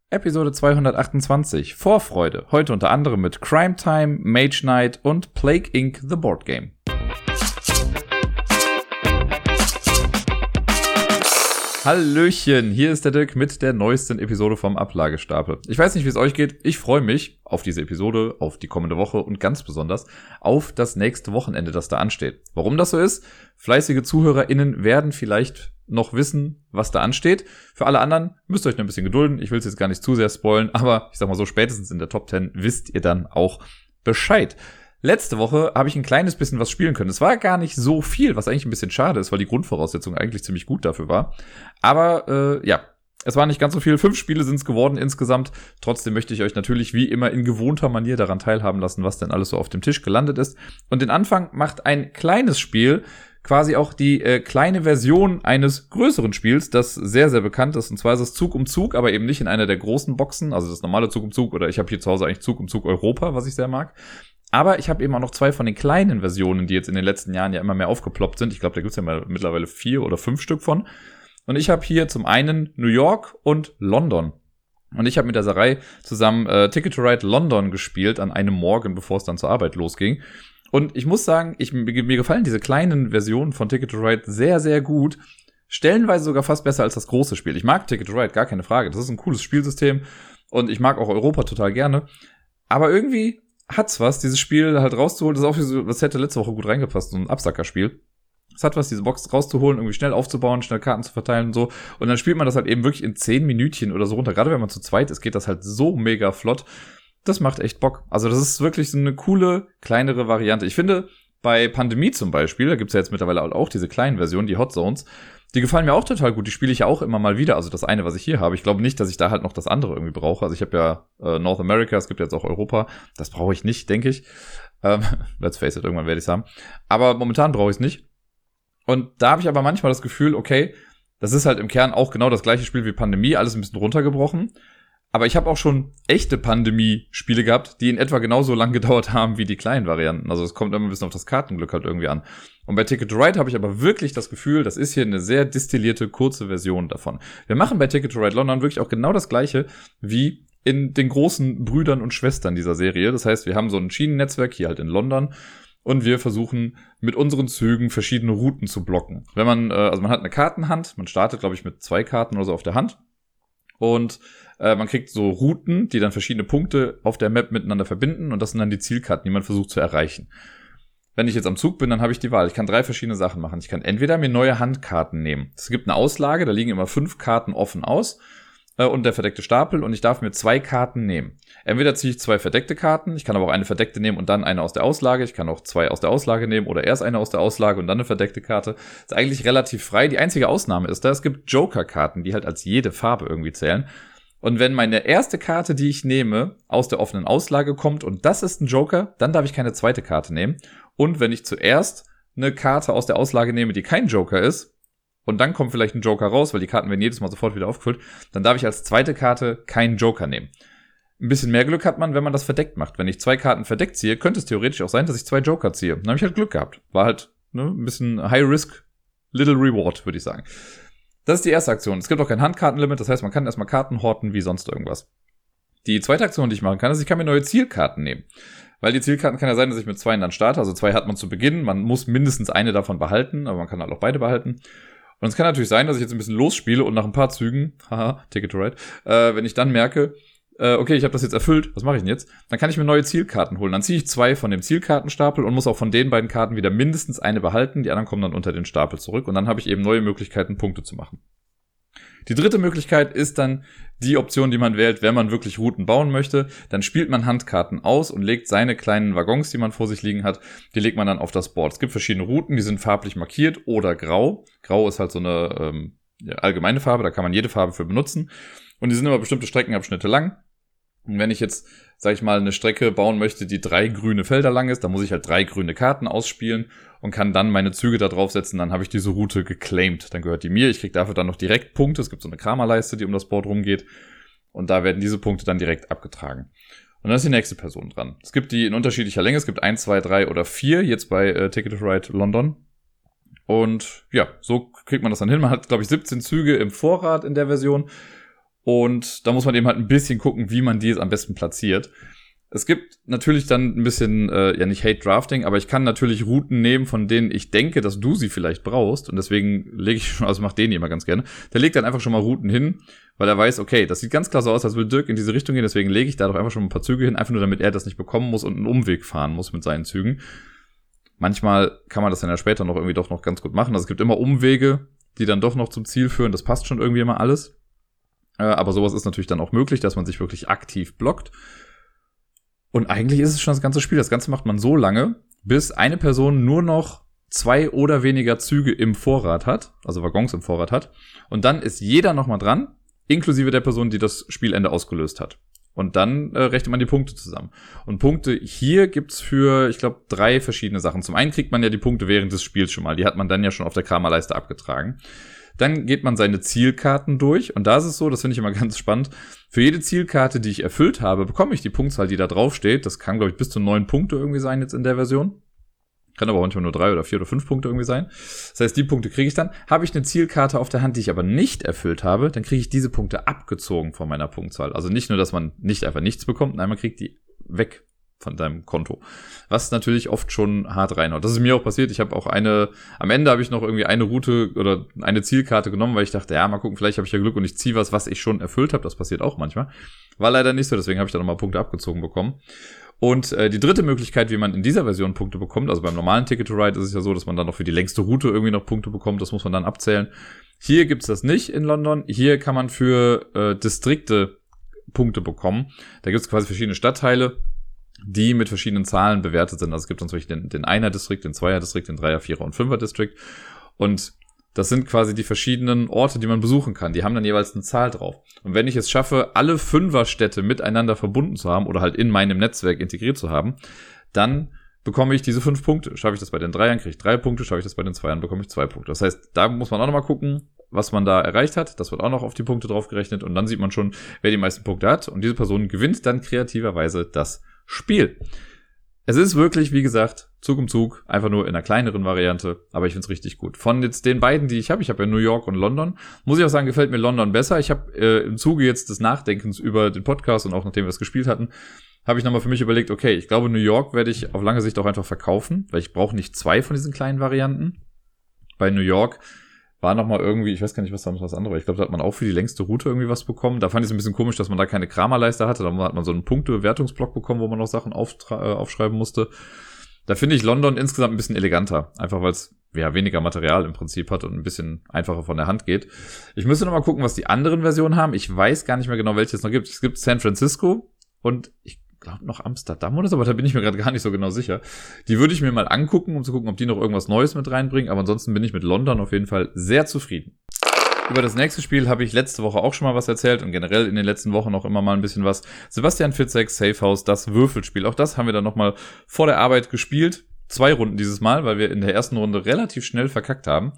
Episode 228, Vorfreude. Heute unter anderem mit Crime Time, Mage Knight und Plague Inc. The Board Game. Hallöchen, hier ist der Dirk mit der neuesten Episode vom Ablagestapel. Ich weiß nicht, wie es euch geht. Ich freue mich auf diese Episode, auf die kommende Woche und ganz besonders auf das nächste Wochenende, das da ansteht. Warum das so ist? Fleißige ZuhörerInnen werden vielleicht noch wissen, was da ansteht. Für alle anderen müsst ihr euch noch ein bisschen gedulden. Ich will es jetzt gar nicht zu sehr spoilen, aber ich sag mal so, spätestens in der Top 10 wisst ihr dann auch Bescheid. Letzte Woche habe ich ein kleines bisschen was spielen können. Es war gar nicht so viel, was eigentlich ein bisschen schade ist, weil die Grundvoraussetzung eigentlich ziemlich gut dafür war. Aber es war nicht ganz so viel. 5 Spiele sind es geworden insgesamt. Trotzdem möchte ich euch natürlich wie immer in gewohnter Manier daran teilhaben lassen, was denn alles so auf dem Tisch gelandet ist. Und den Anfang macht ein kleines Spiel, quasi auch die kleine Version eines größeren Spiels, das sehr, sehr bekannt ist. Und zwar ist es Zug um Zug, aber eben nicht in einer der großen Boxen. Also das normale Zug um Zug, oder ich habe hier zu Hause eigentlich Zug um Zug Europa, was ich sehr mag. Aber ich habe eben auch noch 2 von den kleinen Versionen, die jetzt in den letzten Jahren ja immer mehr aufgeploppt sind. Ich glaube, da gibt's ja mittlerweile 4 oder 5 Stück von. Und ich habe hier zum einen New York und London. Und ich habe mit der Sarai zusammen Ticket to Ride London gespielt an einem Morgen, bevor es dann zur Arbeit losging. Und ich muss sagen, mir gefallen diese kleinen Versionen von Ticket to Ride sehr, sehr gut. Stellenweise sogar fast besser als das große Spiel. Ich mag Ticket to Ride, gar keine Frage. Das ist ein cooles Spielsystem. Und ich mag auch Europa total gerne. Aber irgendwie hat's was, dieses Spiel halt rauszuholen. Das ist auch so, das hätte letzte Woche gut reingepasst, so ein Absackerspiel. Es hat was, diese Box rauszuholen, irgendwie schnell aufzubauen, schnell Karten zu verteilen und so. Und dann spielt man das halt eben wirklich in 10 Minütchen oder so runter. Gerade wenn man zu zweit ist, geht das halt so mega flott. Das macht echt Bock. Also das ist wirklich so eine coole, kleinere Variante. Ich finde, bei Pandemie zum Beispiel, da gibt's ja jetzt mittlerweile auch diese kleinen Versionen, die Hot Zones, die gefallen mir auch total gut. Die spiele ich ja auch immer mal wieder. Also das eine, was ich hier habe. Ich glaube nicht, dass ich da halt noch das andere irgendwie brauche. Also ich habe ja North America, es gibt jetzt auch Europa. Das brauche ich nicht, denke ich. Let's face it, irgendwann werde ich es haben. Aber momentan brauche ich es nicht. Und da habe ich aber manchmal das Gefühl, okay, das ist halt im Kern auch genau das gleiche Spiel wie Pandemie. Alles ein bisschen runtergebrochen. Aber ich habe auch schon echte Pandemie-Spiele gehabt, die in etwa genauso lang gedauert haben wie die kleinen Varianten. Also es kommt immer ein bisschen auf das Kartenglück halt irgendwie an. Und bei Ticket to Ride habe ich aber wirklich das Gefühl, das ist hier eine sehr destillierte, kurze Version davon. Wir machen bei Ticket to Ride London wirklich auch genau das Gleiche wie in den großen Brüdern und Schwestern dieser Serie. Das heißt, wir haben so ein Schienennetzwerk hier halt in London und wir versuchen mit unseren Zügen verschiedene Routen zu blocken. Wenn man, also man hat eine Kartenhand, man startet, glaube ich, mit 2 Karten oder so auf der Hand. Und man kriegt so Routen, die dann verschiedene Punkte auf der Map miteinander verbinden. Und das sind dann die Zielkarten, die man versucht zu erreichen. Wenn ich jetzt am Zug bin, dann habe ich die Wahl. Ich kann 3 verschiedene Sachen machen. Ich kann entweder mir neue Handkarten nehmen. Es gibt eine Auslage, da liegen immer 5 Karten offen aus. Und der verdeckte Stapel. Und ich darf mir 2 Karten nehmen. Entweder ziehe ich 2 verdeckte Karten. Ich kann aber auch eine verdeckte nehmen und dann eine aus der Auslage. Ich kann auch 2 aus der Auslage nehmen oder erst eine aus der Auslage und dann eine verdeckte Karte. Ist eigentlich relativ frei. Die einzige Ausnahme ist da, es gibt Joker-Karten, die halt als jede Farbe irgendwie zählen. Und wenn meine erste Karte, die ich nehme, aus der offenen Auslage kommt und das ist ein Joker, dann darf ich keine zweite Karte nehmen. Und wenn ich zuerst eine Karte aus der Auslage nehme, die kein Joker ist, und dann kommt vielleicht ein Joker raus, weil die Karten werden jedes Mal sofort wieder aufgefüllt, dann darf ich als zweite Karte keinen Joker nehmen. Ein bisschen mehr Glück hat man, wenn man das verdeckt macht. Wenn ich 2 Karten verdeckt ziehe, könnte es theoretisch auch sein, dass ich 2 Joker ziehe. Dann habe ich halt Glück gehabt. War halt ein bisschen High Risk, Little Reward, würde ich sagen. Das ist die erste Aktion. Es gibt auch kein Handkartenlimit, das heißt, man kann erstmal Karten horten wie sonst irgendwas. Die zweite Aktion, die ich machen kann, ist, ich kann mir neue Zielkarten nehmen. Weil die Zielkarten kann ja sein, dass ich mit 2 dann starte. Also 2 hat man zu Beginn. Man muss mindestens eine davon behalten, aber man kann halt auch beide behalten. Und es kann natürlich sein, dass ich jetzt ein bisschen losspiele und nach ein paar Zügen, haha, Ticket to Ride, wenn ich dann merke, okay, ich habe das jetzt erfüllt, was mache ich denn jetzt? Dann kann ich mir neue Zielkarten holen. Dann ziehe ich 2 von dem Zielkartenstapel und muss auch von den beiden Karten wieder mindestens eine behalten. Die anderen kommen dann unter den Stapel zurück und dann habe ich eben neue Möglichkeiten, Punkte zu machen. Die dritte Möglichkeit ist dann die Option, die man wählt, wenn man wirklich Routen bauen möchte. Dann spielt man Handkarten aus und legt seine kleinen Waggons, die man vor sich liegen hat, die legt man dann auf das Board. Es gibt verschiedene Routen, die sind farblich markiert oder grau. Grau ist halt so eine allgemeine Farbe, da kann man jede Farbe für benutzen. Und die sind immer bestimmte Streckenabschnitte lang. Und wenn ich jetzt, sag ich mal, eine Strecke bauen möchte, die 3 grüne Felder lang ist, dann muss ich halt 3 grüne Karten ausspielen und kann dann meine Züge da draufsetzen. Dann habe ich diese Route geclaimed. Dann gehört die mir. Ich kriege dafür dann noch direkt Punkte. Es gibt so eine Kramerleiste, die um das Board rumgeht. Und da werden diese Punkte dann direkt abgetragen. Und dann ist die nächste Person dran. Es gibt die in unterschiedlicher Länge. Es gibt 1, 2, 3 oder 4 jetzt bei Ticket to Ride London. Und ja, so kriegt man das dann hin. Man hat, glaube ich, 17 Züge im Vorrat in der Version. Und da muss man eben halt ein bisschen gucken, wie man die jetzt am besten platziert. Es gibt natürlich dann ein bisschen, nicht Hate-Drafting, aber ich kann natürlich Routen nehmen, von denen ich denke, dass du sie vielleicht brauchst. Und deswegen lege ich schon, also mach den immer ganz gerne. Der legt dann einfach schon mal Routen hin, weil er weiß, okay, das sieht ganz klar so aus, als will Dirk in diese Richtung gehen. Deswegen lege ich da doch einfach schon ein paar Züge hin, einfach nur damit er das nicht bekommen muss und einen Umweg fahren muss mit seinen Zügen. Manchmal kann man das dann ja später noch irgendwie doch noch ganz gut machen. Also es gibt immer Umwege, die dann doch noch zum Ziel führen. Das passt schon irgendwie immer alles. Aber sowas ist natürlich dann auch möglich, dass man sich wirklich aktiv blockt. Und eigentlich ist es schon das ganze Spiel. Das Ganze macht man so lange, bis eine Person nur noch 2 oder weniger Züge im Vorrat hat, also Waggons im Vorrat hat. Und dann ist jeder nochmal dran, inklusive der Person, die das Spielende ausgelöst hat. Und dann rechnet man die Punkte zusammen. Und Punkte hier gibt's für, ich glaube, 3 verschiedene Sachen. Zum einen kriegt man ja die Punkte während des Spiels schon mal. Die hat man dann ja schon auf der Kramerleiste abgetragen. Dann geht man seine Zielkarten durch. Und da ist es so, das finde ich immer ganz spannend. Für jede Zielkarte, die ich erfüllt habe, bekomme ich die Punktzahl, die da drauf steht. Das kann, glaube ich, bis zu 9 Punkte irgendwie sein jetzt in der Version. Kann aber auch manchmal nur 3 oder 4 oder 5 Punkte irgendwie sein. Das heißt, die Punkte kriege ich dann. Habe ich eine Zielkarte auf der Hand, die ich aber nicht erfüllt habe, dann kriege ich diese Punkte abgezogen von meiner Punktzahl. Also nicht nur, dass man nicht einfach nichts bekommt, nein, man kriegt die weg von deinem Konto. Was natürlich oft schon hart reinhaut. Das ist mir auch passiert. Ich habe auch am Ende habe ich noch irgendwie eine Route oder eine Zielkarte genommen, weil ich dachte, ja, mal gucken, vielleicht habe ich ja Glück und ich ziehe was ich schon erfüllt habe. Das passiert auch manchmal. War leider nicht so, deswegen habe ich dann nochmal Punkte abgezogen bekommen. Und die dritte Möglichkeit, wie man in dieser Version Punkte bekommt, also beim normalen Ticket to Ride ist es ja so, dass man dann noch für die längste Route irgendwie noch Punkte bekommt. Das muss man dann abzählen. Hier gibt's das nicht in London. Hier kann man für Distrikte Punkte bekommen. Da gibt's quasi verschiedene Stadtteile, die mit verschiedenen Zahlen bewertet sind. Also es gibt dann zum Beispiel den Einer-Distrikt, den Zweier-Distrikt, den Dreier-, Vierer- und Fünfer-Distrikt. Und das sind quasi die verschiedenen Orte, die man besuchen kann. Die haben dann jeweils eine Zahl drauf. Und wenn ich es schaffe, alle Fünfer-Städte miteinander verbunden zu haben oder halt in meinem Netzwerk integriert zu haben, dann bekomme ich diese 5 Punkte. Schaffe ich das bei den Dreiern, kriege ich 3 Punkte. Schaffe ich das bei den Zweiern, bekomme ich 2 Punkte. Das heißt, da muss man auch nochmal gucken, was man da erreicht hat. Das wird auch noch auf die Punkte draufgerechnet. Und dann sieht man schon, wer die meisten Punkte hat. Und diese Person gewinnt dann kreativerweise das Spiel. Es ist wirklich, wie gesagt, Zug um Zug, einfach nur in einer kleineren Variante, aber ich find's richtig gut. Von jetzt den beiden, die ich habe ja New York und London, muss ich auch sagen, gefällt mir London besser. Ich habe im Zuge jetzt des Nachdenkens über den Podcast und auch nachdem wir es gespielt hatten, habe ich nochmal für mich überlegt, okay, ich glaube, New York werde ich auf lange Sicht auch einfach verkaufen, weil ich brauche nicht 2 von diesen kleinen Varianten. Bei New York war nochmal irgendwie, ich weiß gar nicht, was da noch was anderes war. Ich glaube, da hat man auch für die längste Route irgendwie was bekommen. Da fand ich es ein bisschen komisch, dass man da keine Kramerleiste hatte. Da hat man so einen Punktebewertungsblock bekommen, wo man noch Sachen aufschreiben musste. Da finde ich London insgesamt ein bisschen eleganter. Einfach weil es weniger Material im Prinzip hat und ein bisschen einfacher von der Hand geht. Ich müsste nochmal gucken, was die anderen Versionen haben. Ich weiß gar nicht mehr genau, welche es noch gibt. Es gibt San Francisco und ich glaube noch Amsterdam oder so, aber da bin ich mir gerade gar nicht so genau sicher. Die würde ich mir mal angucken, um zu gucken, ob die noch irgendwas Neues mit reinbringen. Aber ansonsten bin ich mit London auf jeden Fall sehr zufrieden. Über das nächste Spiel habe ich letzte Woche auch schon mal was erzählt und generell in den letzten Wochen auch immer mal ein bisschen was. Sebastian Fitzek, Safe House, das Würfelspiel. Auch das haben wir dann nochmal vor der Arbeit gespielt. 2 Runden dieses Mal, weil wir in der ersten Runde relativ schnell verkackt haben.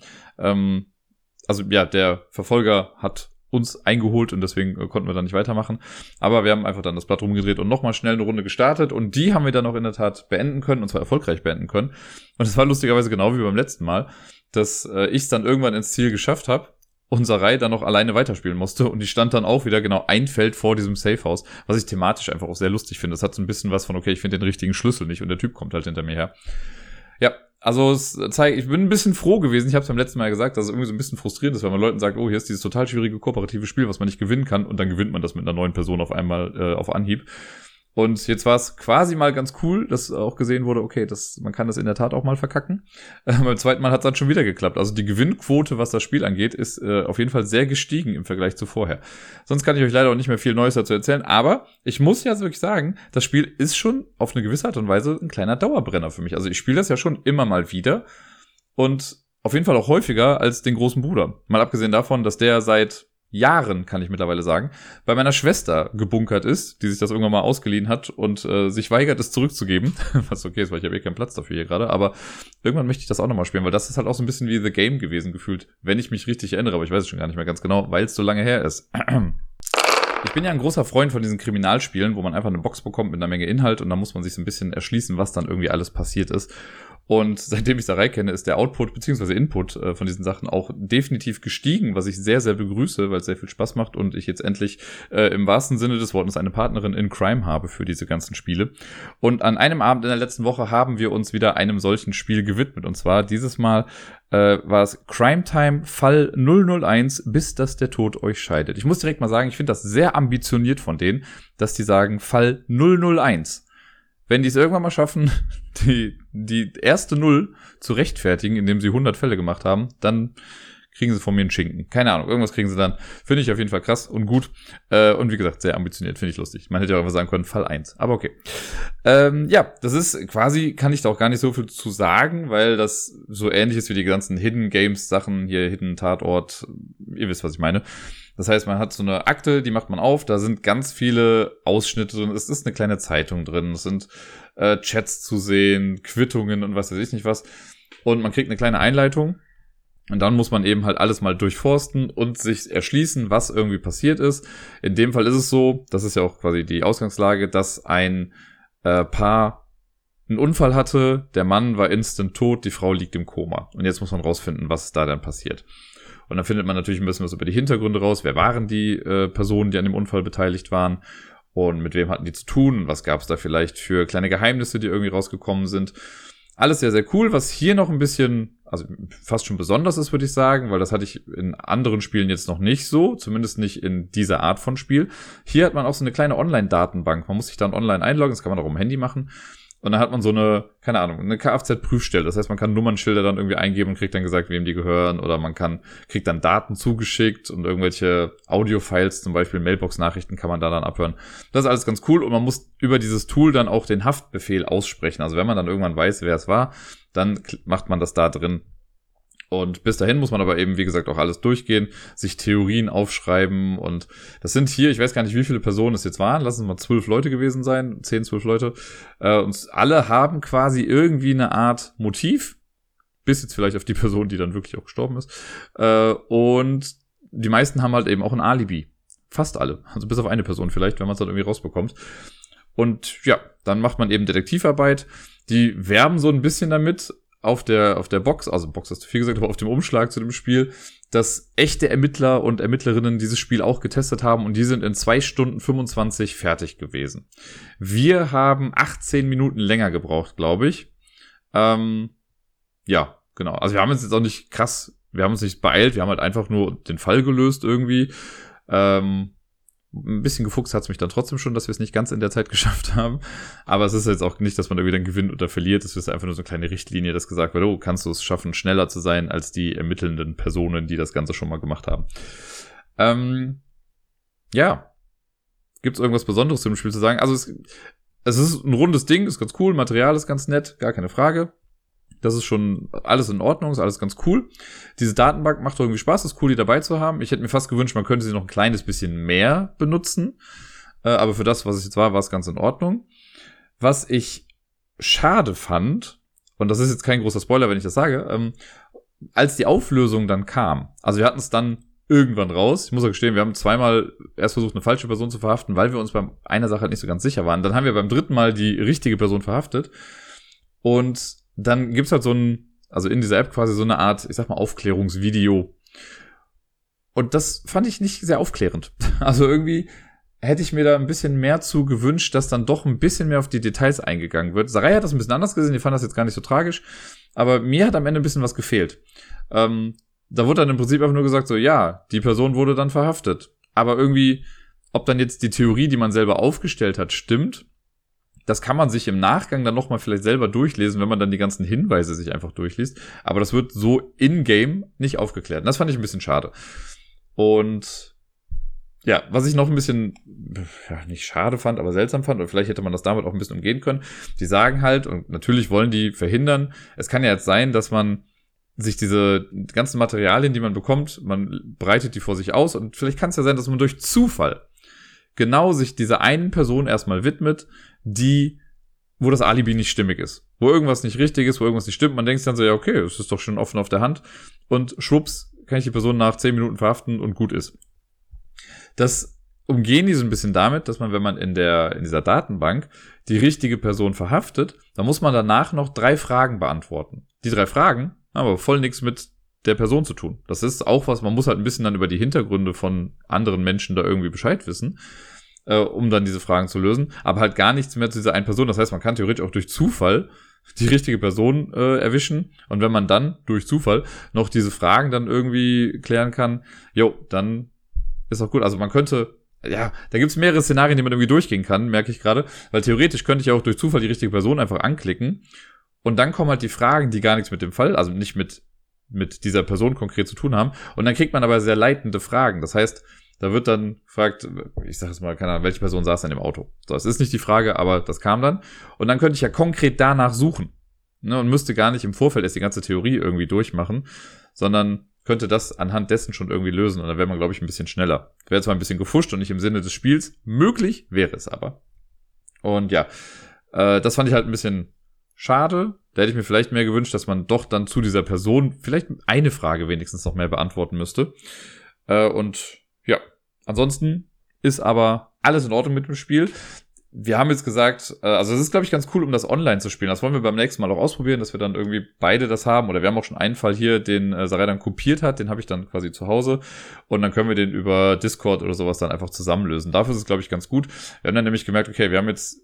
Der Verfolger hat uns eingeholt und deswegen konnten wir dann nicht weitermachen. Aber wir haben einfach dann das Blatt rumgedreht und nochmal schnell eine Runde gestartet und die haben wir dann auch in der Tat beenden können und zwar erfolgreich beenden können. Und es war lustigerweise genau wie beim letzten Mal, dass ich es dann irgendwann ins Ziel geschafft habe, unser Sarai dann noch alleine weiterspielen musste und die stand dann auch wieder genau ein Feld vor diesem Safehouse, was ich thematisch einfach auch sehr lustig finde. Es hat so ein bisschen was von, okay, ich finde den richtigen Schlüssel nicht und der Typ kommt halt hinter mir her. Ja, also ich bin ein bisschen froh gewesen, ich habe es beim letzten Mal gesagt, dass es irgendwie so ein bisschen frustrierend ist, weil man Leuten sagt, oh, hier ist dieses total schwierige kooperative Spiel, was man nicht gewinnen kann und dann gewinnt man das mit einer neuen Person auf einmal auf Anhieb. Und jetzt war es quasi mal ganz cool, dass auch gesehen wurde, okay, man kann das in der Tat auch mal verkacken. Beim zweiten Mal hat es dann schon wieder geklappt. Also die Gewinnquote, was das Spiel angeht, ist auf jeden Fall sehr gestiegen im Vergleich zu vorher. Sonst kann ich euch leider auch nicht mehr viel Neues dazu erzählen. Aber ich muss ja wirklich sagen, das Spiel ist schon auf eine gewisse Art und Weise ein kleiner Dauerbrenner für mich. Also ich spiele das ja schon immer mal wieder und auf jeden Fall auch häufiger als den großen Bruder. Mal abgesehen davon, dass der seit Jahren, kann ich mittlerweile sagen, bei meiner Schwester gebunkert ist, die sich das irgendwann mal ausgeliehen hat und sich weigert, es zurückzugeben. Was okay ist, weil ich habe keinen Platz dafür hier gerade. Aber irgendwann möchte ich das auch nochmal spielen, weil das ist halt auch so ein bisschen wie The Game gewesen gefühlt, wenn ich mich richtig erinnere. Aber ich weiß es schon gar nicht mehr ganz genau, weil es so lange her ist. Ich bin ja ein großer Freund von diesen Kriminalspielen, wo man einfach eine Box bekommt mit einer Menge Inhalt und dann muss man sich so ein bisschen erschließen, was dann irgendwie alles passiert ist. Und seitdem ich Sarai kenne, ist der Output bzw. Input von diesen Sachen auch definitiv gestiegen, was ich sehr, sehr begrüße, weil es sehr viel Spaß macht und ich jetzt endlich im wahrsten Sinne des Wortes eine Partnerin in Crime habe für diese ganzen Spiele. Und an einem Abend in der letzten Woche haben wir uns wieder einem solchen Spiel gewidmet. Und zwar dieses Mal war es Crime Time Fall 001, bis dass der Tod euch scheidet. Ich muss direkt mal sagen, ich finde das sehr ambitioniert von denen, dass die sagen Fall 001. Wenn die es irgendwann mal schaffen, die erste Null zu rechtfertigen, indem sie 100 Fälle gemacht haben, dann kriegen sie von mir einen Schinken. Keine Ahnung, irgendwas kriegen sie dann. Finde ich auf jeden Fall krass und gut. Und wie gesagt, sehr ambitioniert, finde ich lustig. Man hätte ja auch einfach sagen können, Fall 1. Aber okay. Ja, das ist quasi, kann ich da auch gar nicht so viel zu sagen, weil das so ähnlich ist wie die ganzen Hidden Games Sachen, hier Hidden Tatort. Ihr wisst, was ich meine. Das heißt, man hat so eine Akte, die macht man auf, da sind ganz viele Ausschnitte drin, es ist eine kleine Zeitung drin, es sind Chats zu sehen, Quittungen und was weiß ich nicht was. Und man kriegt eine kleine Einleitung und dann muss man eben halt alles mal durchforsten und sich erschließen, was irgendwie passiert ist. In dem Fall ist es so, das ist ja auch quasi die Ausgangslage, dass ein Paar einen Unfall hatte, der Mann war instant tot, die Frau liegt im Koma. Und jetzt muss man rausfinden, was da dann passiert. Und dann findet man natürlich ein bisschen was über die Hintergründe raus. Wer waren die Personen, die an dem Unfall beteiligt waren? Und mit wem hatten die zu tun? Und was gab es da vielleicht für kleine Geheimnisse, die irgendwie rausgekommen sind? Alles sehr, sehr cool. Was hier noch ein bisschen, also fast schon besonders ist, würde ich sagen, weil das hatte ich in anderen Spielen jetzt noch nicht so. Zumindest nicht in dieser Art von Spiel. Hier hat man auch so eine kleine Online-Datenbank. Man muss sich dann online einloggen. Das kann man auch am Handy machen. Und dann hat man so eine, keine Ahnung, eine Kfz-Prüfstelle. Das heißt, man kann Nummernschilder dann irgendwie eingeben und kriegt dann gesagt, wem die gehören. Oder man kriegt dann Daten zugeschickt und irgendwelche Audio-Files, zum Beispiel Mailbox-Nachrichten, kann man da dann abhören. Das ist alles ganz cool und man muss über dieses Tool dann auch den Haftbefehl aussprechen. Also wenn man dann irgendwann weiß, wer es war, dann macht man das da drin. Und bis dahin muss man aber eben, wie gesagt, auch alles durchgehen, sich Theorien aufschreiben und das sind hier, ich weiß gar nicht, wie viele Personen es jetzt waren, lassen es mal 12 Leute gewesen sein, 10, 12 Leute. Und alle haben quasi irgendwie eine Art Motiv, bis jetzt vielleicht auf die Person, die dann wirklich auch gestorben ist. Und die meisten haben halt eben auch ein Alibi. Fast alle. Also bis auf eine Person vielleicht, wenn man es dann irgendwie rausbekommt. Und ja, dann macht man eben Detektivarbeit. Die werben so ein bisschen damit, auf der Box, also Box hast du viel gesagt, aber auf dem Umschlag zu dem Spiel, dass echte Ermittler und Ermittlerinnen dieses Spiel auch getestet haben und die sind in 2 Stunden 25 fertig gewesen. Wir haben 18 Minuten länger gebraucht, glaube ich. Ja, genau. Also wir haben uns jetzt auch nicht krass, wir haben uns nicht beeilt, wir haben halt einfach nur den Fall gelöst irgendwie. Ein bisschen gefuchst hat es mich dann trotzdem schon, dass wir es nicht ganz in der Zeit geschafft haben. Aber es ist jetzt auch nicht, dass man irgendwie dann gewinnt oder verliert. Es ist einfach nur so eine kleine Richtlinie, dass gesagt wird, oh, kannst du es schaffen, schneller zu sein als die ermittelnden Personen, die das Ganze schon mal gemacht haben. Ja. Gibt es irgendwas Besonderes zu dem Spiel zu sagen? Also es ist ein rundes Ding, ist ganz cool, Material ist ganz nett, gar keine Frage. Das ist schon alles in Ordnung, ist alles ganz cool. Diese Datenbank macht irgendwie Spaß, ist cool, die dabei zu haben. Ich hätte mir fast gewünscht, man könnte sie noch ein kleines bisschen mehr benutzen. Aber für das, was es jetzt war es ganz in Ordnung. Was ich schade fand, und das ist jetzt kein großer Spoiler, wenn ich das sage, als die Auflösung dann kam, also wir hatten es dann irgendwann raus. Ich muss auch gestehen, wir haben zweimal erst versucht, eine falsche Person zu verhaften, weil wir uns bei einer Sache halt nicht so ganz sicher waren. Dann haben wir beim 3. Mal die richtige Person verhaftet. Und dann gibt's halt also in dieser App quasi so eine Art, ich sag mal, Aufklärungsvideo. Und das fand ich nicht sehr aufklärend. Also irgendwie hätte ich mir da ein bisschen mehr zu gewünscht, dass dann doch ein bisschen mehr auf die Details eingegangen wird. Sarai hat das ein bisschen anders gesehen, die fand das jetzt gar nicht so tragisch. Aber mir hat am Ende ein bisschen was gefehlt. Da wurde dann im Prinzip einfach nur gesagt, so ja, die Person wurde dann verhaftet. Aber irgendwie, ob dann jetzt die Theorie, die man selber aufgestellt hat, stimmt, das kann man sich im Nachgang dann nochmal vielleicht selber durchlesen, wenn man dann die ganzen Hinweise sich einfach durchliest. Aber das wird so in-game nicht aufgeklärt. Und das fand ich ein bisschen schade. Und ja, was ich noch ein bisschen, ja, nicht schade fand, aber seltsam fand, oder vielleicht hätte man das damit auch ein bisschen umgehen können, die sagen halt, und natürlich wollen die verhindern, es kann ja jetzt sein, dass man sich diese ganzen Materialien, die man bekommt, man breitet die vor sich aus und vielleicht kann es ja sein, dass man durch Zufall genau sich dieser einen Person erstmal widmet, wo das Alibi nicht stimmig ist. Wo irgendwas nicht richtig ist, wo irgendwas nicht stimmt. Man denkt sich dann so, ja okay, es ist doch schon offen auf der Hand. Und schwupps, kann ich die Person nach 10 Minuten verhaften und gut ist. umgehen die so ein bisschen damit, dass man, wenn man in dieser Datenbank die richtige Person verhaftet, dann muss man danach noch 3 Fragen beantworten. Die 3 Fragen haben aber voll nichts mit der Person zu tun. Das ist auch was, man muss halt ein bisschen dann über die Hintergründe von anderen Menschen da irgendwie Bescheid wissen, um dann diese Fragen zu lösen, aber halt gar nichts mehr zu dieser einen Person. Das heißt, man kann theoretisch auch durch Zufall die richtige Person erwischen, und wenn man dann durch Zufall noch diese Fragen dann irgendwie klären kann, dann ist auch gut. Also man könnte, da gibt's mehrere Szenarien, die man irgendwie durchgehen kann, merke ich gerade, weil theoretisch könnte ich auch durch Zufall die richtige Person einfach anklicken, und dann kommen halt die Fragen, die gar nichts mit dem Fall, also nicht mit dieser Person konkret zu tun haben, und dann kriegt man aber sehr leitende Fragen. Das heißt, da wird dann gefragt, ich sag jetzt mal, keine Ahnung, welche Person saß in dem Auto. So, das ist nicht die Frage, aber das kam dann. Und dann könnte ich ja konkret danach suchen, ne, und müsste gar nicht im Vorfeld erst die ganze Theorie irgendwie durchmachen, sondern könnte das anhand dessen schon irgendwie lösen. Und dann wäre man, glaube ich, ein bisschen schneller. Wäre zwar ein bisschen gefuscht und nicht im Sinne des Spiels, möglich wäre es aber. Und ja, das fand ich halt ein bisschen schade. Da hätte ich mir vielleicht mehr gewünscht, dass man doch dann zu dieser Person vielleicht eine Frage wenigstens noch mehr beantworten müsste. Und ja, ansonsten ist aber alles in Ordnung mit dem Spiel. Wir haben jetzt gesagt, also es ist, glaube ich, ganz cool, um das online zu spielen. Das wollen wir beim nächsten Mal auch ausprobieren, dass wir dann irgendwie beide das haben. Oder wir haben auch schon einen Fall hier, den Sarai dann kopiert hat. Den habe ich dann quasi zu Hause. Und dann können wir den über Discord oder sowas dann einfach zusammenlösen. Dafür ist es, glaube ich, ganz gut. Wir haben dann nämlich gemerkt, okay, wir haben jetzt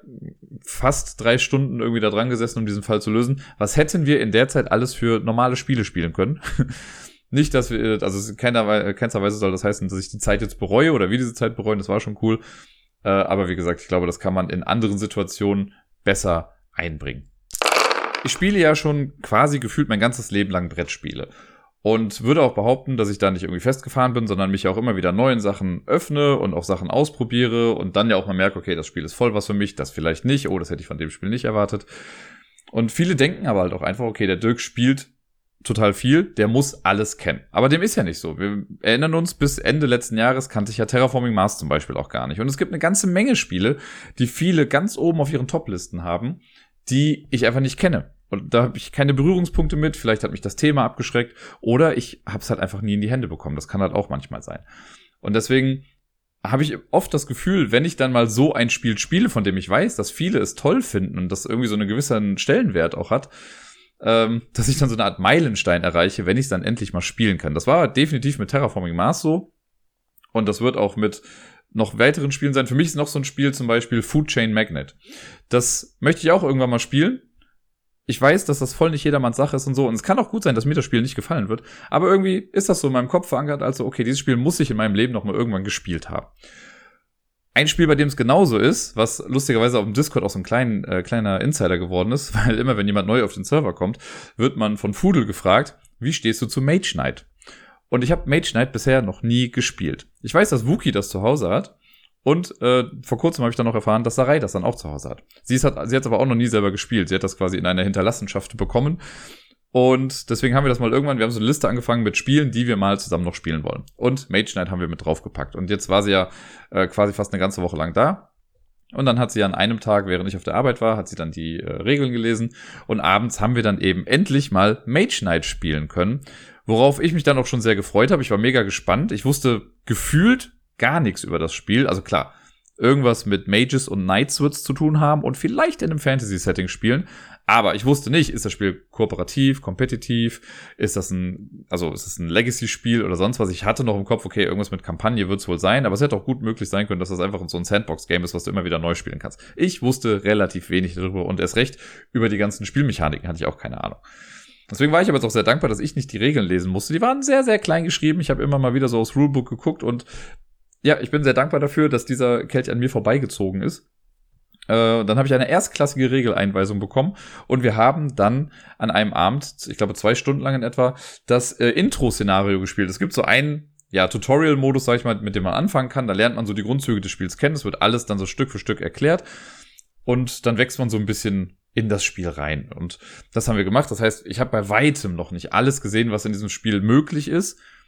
fast 3 Stunden irgendwie da dran gesessen, um diesen Fall zu lösen. Was hätten wir in der Zeit alles für normale Spiele spielen können? Nicht, dass wir, also keinsterweise soll das heißen, dass ich die Zeit jetzt bereue oder wir diese Zeit bereuen. Das war schon cool. Aber wie gesagt, ich glaube, das kann man in anderen Situationen besser einbringen. Ich spiele ja schon quasi gefühlt mein ganzes Leben lang Brettspiele. Und würde auch behaupten, dass ich da nicht irgendwie festgefahren bin, sondern mich auch immer wieder neuen Sachen öffne und auch Sachen ausprobiere und dann ja auch mal merke, okay, das Spiel ist voll was für mich, das vielleicht nicht, das hätte ich von dem Spiel nicht erwartet. Und viele denken aber halt auch einfach, okay, der Dirk spielt total viel, der muss alles kennen. Aber dem ist ja nicht so. Wir erinnern uns, bis Ende letzten Jahres kannte ich ja Terraforming Mars zum Beispiel auch gar nicht. Und es gibt eine ganze Menge Spiele, die viele ganz oben auf ihren Top-Listen haben, die ich einfach nicht kenne. Und da habe ich keine Berührungspunkte mit. Vielleicht hat mich das Thema abgeschreckt. Oder ich habe es halt einfach nie in die Hände bekommen. Das kann halt auch manchmal sein. Und deswegen habe ich oft das Gefühl, wenn ich dann mal so ein Spiel spiele, von dem ich weiß, dass viele es toll finden und das irgendwie so einen gewissen Stellenwert auch hat, dass ich dann so eine Art Meilenstein erreiche, wenn ich es dann endlich mal spielen kann. Das war definitiv mit Terraforming Mars so. Und das wird auch mit noch weiteren Spielen sein. Für mich ist noch so ein Spiel zum Beispiel Food Chain Magnate. Das möchte ich auch irgendwann mal spielen. Ich weiß, dass das voll nicht jedermanns Sache ist und so. Und es kann auch gut sein, dass mir das Spiel nicht gefallen wird. Aber irgendwie ist das so in meinem Kopf verankert. Also, okay, dieses Spiel muss ich in meinem Leben noch mal irgendwann gespielt haben. Ein Spiel, bei dem es genauso ist, was lustigerweise auf dem Discord auch so ein kleiner Insider geworden ist, weil immer, wenn jemand neu auf den Server kommt, wird man von Fudel gefragt, wie stehst du zu Mage Knight? Und ich habe Mage Knight bisher noch nie gespielt. Ich weiß, dass Wookie das zu Hause hat. Und vor kurzem habe ich dann noch erfahren, dass Sarai das dann auch zu Hause hat. Sie hat es aber auch noch nie selber gespielt. Sie hat das quasi in einer Hinterlassenschaft bekommen. Und deswegen haben wir das mal irgendwann, wir haben so eine Liste angefangen mit Spielen, die wir mal zusammen noch spielen wollen. Und Mage Knight haben wir mit draufgepackt. Und jetzt war sie ja quasi fast eine ganze Woche lang da. Und dann hat sie an einem Tag, während ich auf der Arbeit war, hat sie dann die Regeln gelesen. Und abends haben wir dann eben endlich mal Mage Knight spielen können. Worauf ich mich dann auch schon sehr gefreut habe. Ich war mega gespannt. Ich wusste gefühlt gar nichts über das Spiel. Also klar, irgendwas mit Mages und Knights wird's zu tun haben und vielleicht in einem Fantasy-Setting spielen. Aber ich wusste nicht, ist das Spiel kooperativ, kompetitiv, ist es ein Legacy-Spiel oder sonst was. Ich hatte noch im Kopf, okay, irgendwas mit Kampagne wird's wohl sein, aber es hätte auch gut möglich sein können, dass das einfach so ein Sandbox-Game ist, was du immer wieder neu spielen kannst. Ich wusste relativ wenig darüber und erst recht über die ganzen Spielmechaniken hatte ich auch keine Ahnung. Deswegen war ich aber jetzt auch sehr dankbar, dass ich nicht die Regeln lesen musste. Die waren sehr, sehr klein geschrieben. Ich habe immer mal wieder so aufs Rulebook geguckt und ja, ich bin sehr dankbar dafür, dass dieser Kelch an mir vorbeigezogen ist. Dann habe ich eine erstklassige Regeleinweisung bekommen und wir haben dann an einem Abend, ich glaube 2 Stunden lang in etwa, das Intro-Szenario gespielt. Es gibt so einen Tutorial-Modus, sag ich mal, mit dem man anfangen kann. Da lernt man so die Grundzüge des Spiels kennen. Es wird alles dann so Stück für Stück erklärt und dann wächst man so ein bisschen in das Spiel rein. Und das haben wir gemacht. Das heißt, ich habe bei weitem noch nicht alles gesehen, was in diesem Spiel möglich ist.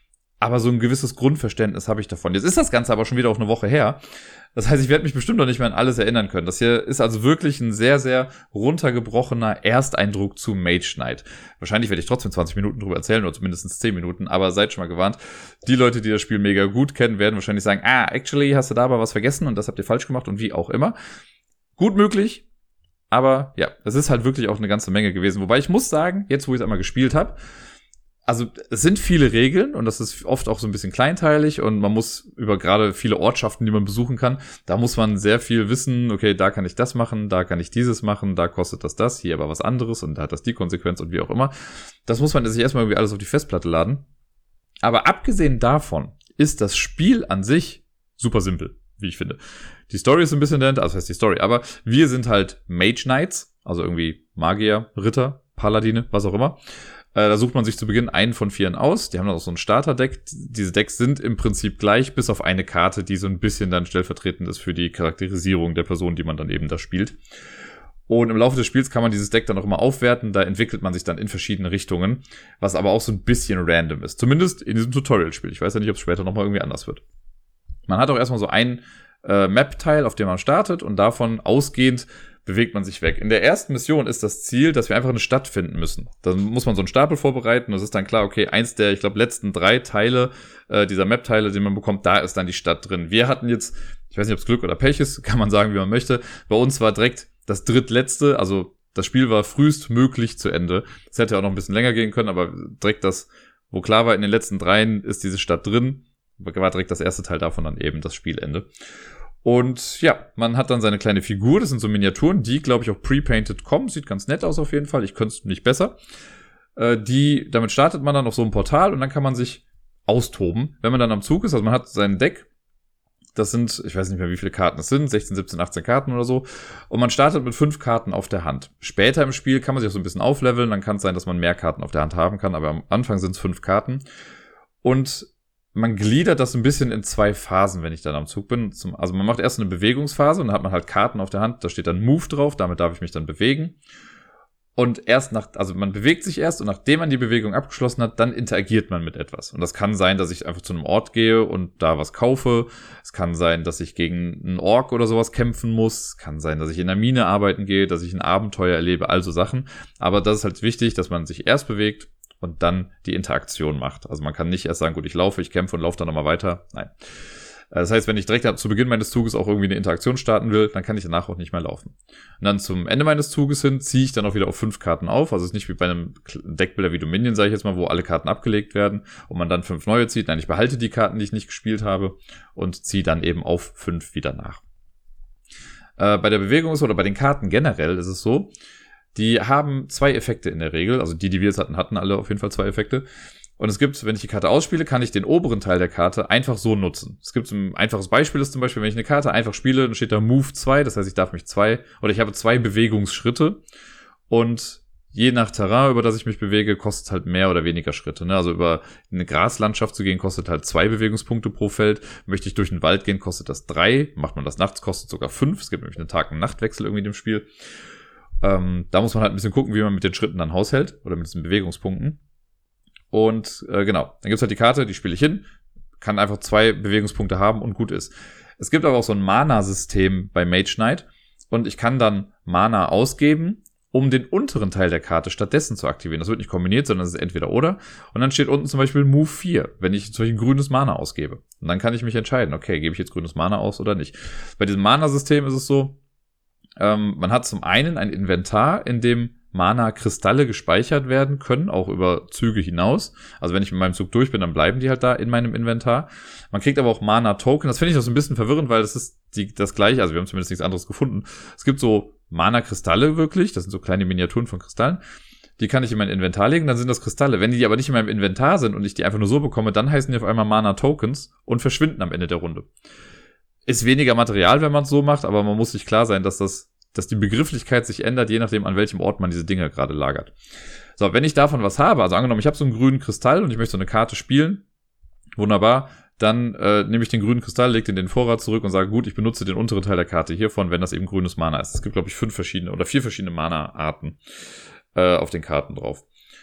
aber so ein gewisses Grundverständnis habe ich davon. Jetzt ist das Ganze aber schon wieder auch eine Woche her. Das heißt, ich werde mich bestimmt noch nicht mehr an alles erinnern können. Das hier ist also wirklich ein sehr, sehr runtergebrochener Ersteindruck zu Mage Knight. Wahrscheinlich werde ich trotzdem 20 Minuten drüber erzählen oder zumindest 10 Minuten, aber seid schon mal gewarnt. Die Leute, die das Spiel mega gut kennen, werden wahrscheinlich sagen, actually hast du da aber was vergessen und das habt ihr falsch gemacht und wie auch immer. Gut möglich, aber ja, es ist halt wirklich auch eine ganze Menge gewesen. Wobei ich muss sagen, jetzt wo ich es einmal gespielt habe, also es sind viele Regeln und das ist oft auch so ein bisschen kleinteilig und man muss über gerade viele Ortschaften, die man besuchen kann, da muss man sehr viel wissen, okay, da kann ich das machen, da kann ich dieses machen, da kostet das, hier aber was anderes und da hat das die Konsequenz und wie auch immer. Das muss man sich erstmal irgendwie alles auf die Festplatte laden. Aber abgesehen davon ist das Spiel an sich super simpel, wie ich finde. Die Story ist ein bisschen also das heißt die Story, aber wir sind halt Mage Knights, also irgendwie Magier, Ritter, Paladine, was auch immer. Da sucht man sich zu Beginn einen von 4 aus. Die haben dann auch so ein Starter-Deck. Diese Decks sind im Prinzip gleich, bis auf eine Karte, die so ein bisschen dann stellvertretend ist für die Charakterisierung der Person, die man dann eben da spielt. Und im Laufe des Spiels kann man dieses Deck dann auch immer aufwerten. Da entwickelt man sich dann in verschiedene Richtungen, was aber auch so ein bisschen random ist. Zumindest in diesem Tutorial-Spiel. Ich weiß ja nicht, ob es später nochmal irgendwie anders wird. Man hat auch erstmal so ein Map-Teil, auf dem man startet und davon ausgehend bewegt man sich weg. In der ersten Mission ist das Ziel, dass wir einfach eine Stadt finden müssen. Dann muss man so einen Stapel vorbereiten und es ist dann klar, okay, eins der, ich glaube, letzten 3 Teile dieser Map-Teile, die man bekommt, da ist dann die Stadt drin. Wir hatten jetzt, ich weiß nicht, ob es Glück oder Pech ist, kann man sagen, wie man möchte. Bei uns war direkt das drittletzte, also das Spiel war frühestmöglich zu Ende. Es hätte auch noch ein bisschen länger gehen können, aber direkt das, wo klar war, in den letzten 3 ist diese Stadt drin, war direkt das erste Teil davon dann eben das Spielende. Und ja, man hat dann seine kleine Figur, das sind so Miniaturen, die, glaube ich, auch pre-painted kommen, sieht ganz nett aus auf jeden Fall, ich könnte es nicht besser. Damit startet man dann auf so einem Portal und dann kann man sich austoben, wenn man dann am Zug ist, also man hat sein Deck, das sind, ich weiß nicht mehr, wie viele Karten es sind, 16, 17, 18 Karten oder so, und man startet mit 5 Karten auf der Hand. Später im Spiel kann man sich auch so ein bisschen aufleveln, dann kann es sein, dass man mehr Karten auf der Hand haben kann, aber am Anfang sind es 5 Karten. Und man gliedert das ein bisschen in 2 Phasen, wenn ich dann am Zug bin. Also man macht erst eine Bewegungsphase und dann hat man halt Karten auf der Hand, da steht dann Move drauf, damit darf ich mich dann bewegen. Und also man bewegt sich erst und nachdem man die Bewegung abgeschlossen hat, dann interagiert man mit etwas. Und das kann sein, dass ich einfach zu einem Ort gehe und da was kaufe. Es kann sein, dass ich gegen einen Ork oder sowas kämpfen muss. Es kann sein, dass ich in der Mine arbeiten gehe, dass ich ein Abenteuer erlebe, also Sachen. Aber das ist halt wichtig, dass man sich erst bewegt und dann die Interaktion macht. Also man kann nicht erst sagen, gut, ich laufe, ich kämpfe und laufe dann nochmal weiter. Nein. Das heißt, wenn ich direkt zu Beginn meines Zuges auch irgendwie eine Interaktion starten will, dann kann ich danach auch nicht mehr laufen. Und dann zum Ende meines Zuges hin ziehe ich dann auch wieder auf 5 Karten auf. Also es ist nicht wie bei einem Deckbilder wie Dominion, sage ich jetzt mal, wo alle Karten abgelegt werden und man dann 5 neue zieht. Nein, ich behalte die Karten, die ich nicht gespielt habe und ziehe dann eben auf 5 wieder nach. Bei der Bewegung oder bei den Karten generell ist es so, die haben 2 Effekte in der Regel, also die wir jetzt hatten alle auf jeden Fall 2 Effekte. Und es gibt, wenn ich die Karte ausspiele, kann ich den oberen Teil der Karte einfach so nutzen. Es gibt ein einfaches Beispiel, ist zum Beispiel, wenn ich eine Karte einfach spiele, dann steht da Move 2, das heißt, ich habe 2 Bewegungsschritte und je nach Terrain, über das ich mich bewege, kostet halt mehr oder weniger Schritte. Ne? Also über eine Graslandschaft zu gehen, kostet halt 2 Bewegungspunkte pro Feld. Möchte ich durch den Wald gehen, kostet das 3. Macht man das nachts, kostet sogar 5. Es gibt nämlich einen Tag- und Nachtwechsel irgendwie in dem Spiel. Da muss man halt ein bisschen gucken, wie man mit den Schritten dann haushält oder mit diesen Bewegungspunkten. Und genau, dann gibt's halt die Karte, die spiele ich hin, kann einfach 2 Bewegungspunkte haben und gut ist. Es gibt aber auch so ein Mana-System bei Mage Knight und ich kann dann Mana ausgeben, um den unteren Teil der Karte stattdessen zu aktivieren. Das wird nicht kombiniert, sondern es ist entweder oder. Und dann steht unten zum Beispiel Move 4, wenn ich zum Beispiel grünes Mana ausgebe. Und dann kann ich mich entscheiden, okay, gebe ich jetzt grünes Mana aus oder nicht. Bei diesem Mana-System ist es so, man hat zum einen ein Inventar, in dem Mana-Kristalle gespeichert werden können, auch über Züge hinaus. Also wenn ich mit meinem Zug durch bin, dann bleiben die halt da in meinem Inventar. Man kriegt aber auch Mana-Token. Das finde ich noch so ein bisschen verwirrend, weil das ist das Gleiche. Also wir haben zumindest nichts anderes gefunden. Es gibt so Mana-Kristalle wirklich. Das sind so kleine Miniaturen von Kristallen. Die kann ich in mein Inventar legen, dann sind das Kristalle. Wenn die aber nicht in meinem Inventar sind und ich die einfach nur so bekomme, dann heißen die auf einmal Mana-Tokens und verschwinden am Ende der Runde. Ist weniger Material, wenn man es so macht, aber man muss sich klar sein, dass die Begrifflichkeit sich ändert, je nachdem, an welchem Ort man diese Dinge gerade lagert. So, wenn ich davon was habe, also angenommen, ich habe so einen grünen Kristall und ich möchte so eine Karte spielen, wunderbar, dann nehme ich den grünen Kristall, lege den in den Vorrat zurück und sage, gut, ich benutze den unteren Teil der Karte hiervon, wenn das eben grünes Mana ist. Es gibt, glaube ich, 4 verschiedene Mana-Arten auf den Karten drauf.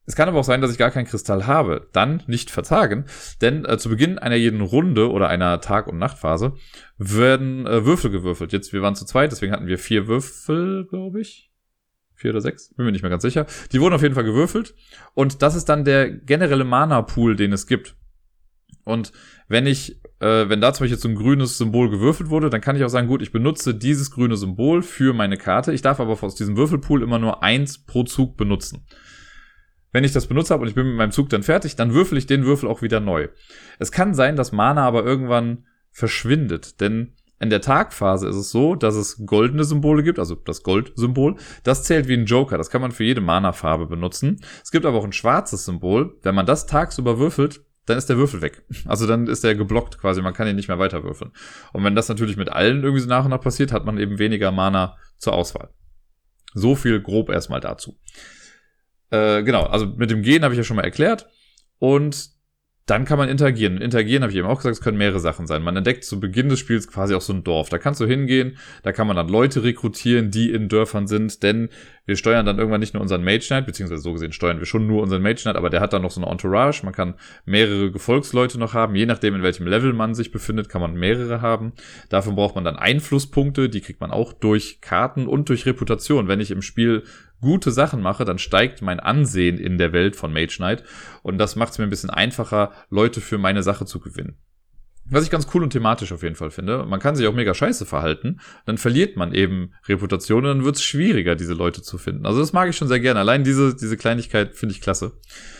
Es kann aber auch sein, dass ich gar keinen Kristall habe. Dann nicht verzagen, denn zu Beginn einer jeden Runde oder einer Tag- und Nachtphase werden Würfel gewürfelt. Jetzt, wir waren zu zweit, deswegen hatten wir 4 Würfel, glaube ich. 4 oder 6, bin mir nicht mehr ganz sicher. Die wurden auf jeden Fall gewürfelt. Und das ist dann der generelle Mana-Pool, den es gibt. Und wenn da zum Beispiel so ein grünes Symbol gewürfelt wurde, dann kann ich auch sagen, gut, ich benutze dieses grüne Symbol für meine Karte. Ich darf aber aus diesem Würfelpool immer nur 1 pro Zug benutzen. Wenn ich das benutzt habe und ich bin mit meinem Zug dann fertig, dann würfel ich den Würfel auch wieder neu. Es kann sein, dass Mana aber irgendwann verschwindet, denn in der Tagphase ist es so, dass es goldene Symbole gibt, also das Gold-Symbol. Das zählt wie ein Joker, das kann man für jede Mana-Farbe benutzen. Es gibt aber auch ein schwarzes Symbol. Wenn man das tagsüber würfelt, dann ist der Würfel weg. Also dann ist der geblockt quasi, man kann ihn nicht mehr weiter würfeln. Und wenn das natürlich mit allen irgendwie so nach und nach passiert, hat man eben weniger Mana zur Auswahl. So viel grob erstmal dazu. Genau, also mit dem Gehen habe ich ja schon mal erklärt. Und dann kann man interagieren. Interagieren, habe ich eben auch gesagt, es können mehrere Sachen sein. Man entdeckt zu Beginn des Spiels quasi auch so ein Dorf. Da kannst du hingehen, da kann man dann Leute rekrutieren, die in Dörfern sind, denn wir steuern dann irgendwann nicht nur unseren Mage Knight, beziehungsweise so gesehen steuern wir schon nur unseren Mage Knight, aber der hat dann noch so eine Entourage. Man kann mehrere Gefolgsleute noch haben. Je nachdem, in welchem Level man sich befindet, kann man mehrere haben. Dafür braucht man dann Einflusspunkte, die kriegt man auch durch Karten und durch Reputation. Wenn ich im Spiel gute Sachen mache, dann steigt mein Ansehen in der Welt von Mage Knight und das macht es mir ein bisschen einfacher, Leute für meine Sache zu gewinnen. Was ich ganz cool und thematisch auf jeden Fall finde. Man kann sich auch mega scheiße verhalten, dann verliert man eben Reputation und dann wird es schwieriger, diese Leute zu finden. Also das mag ich schon sehr gerne. Allein diese Kleinigkeit finde ich klasse.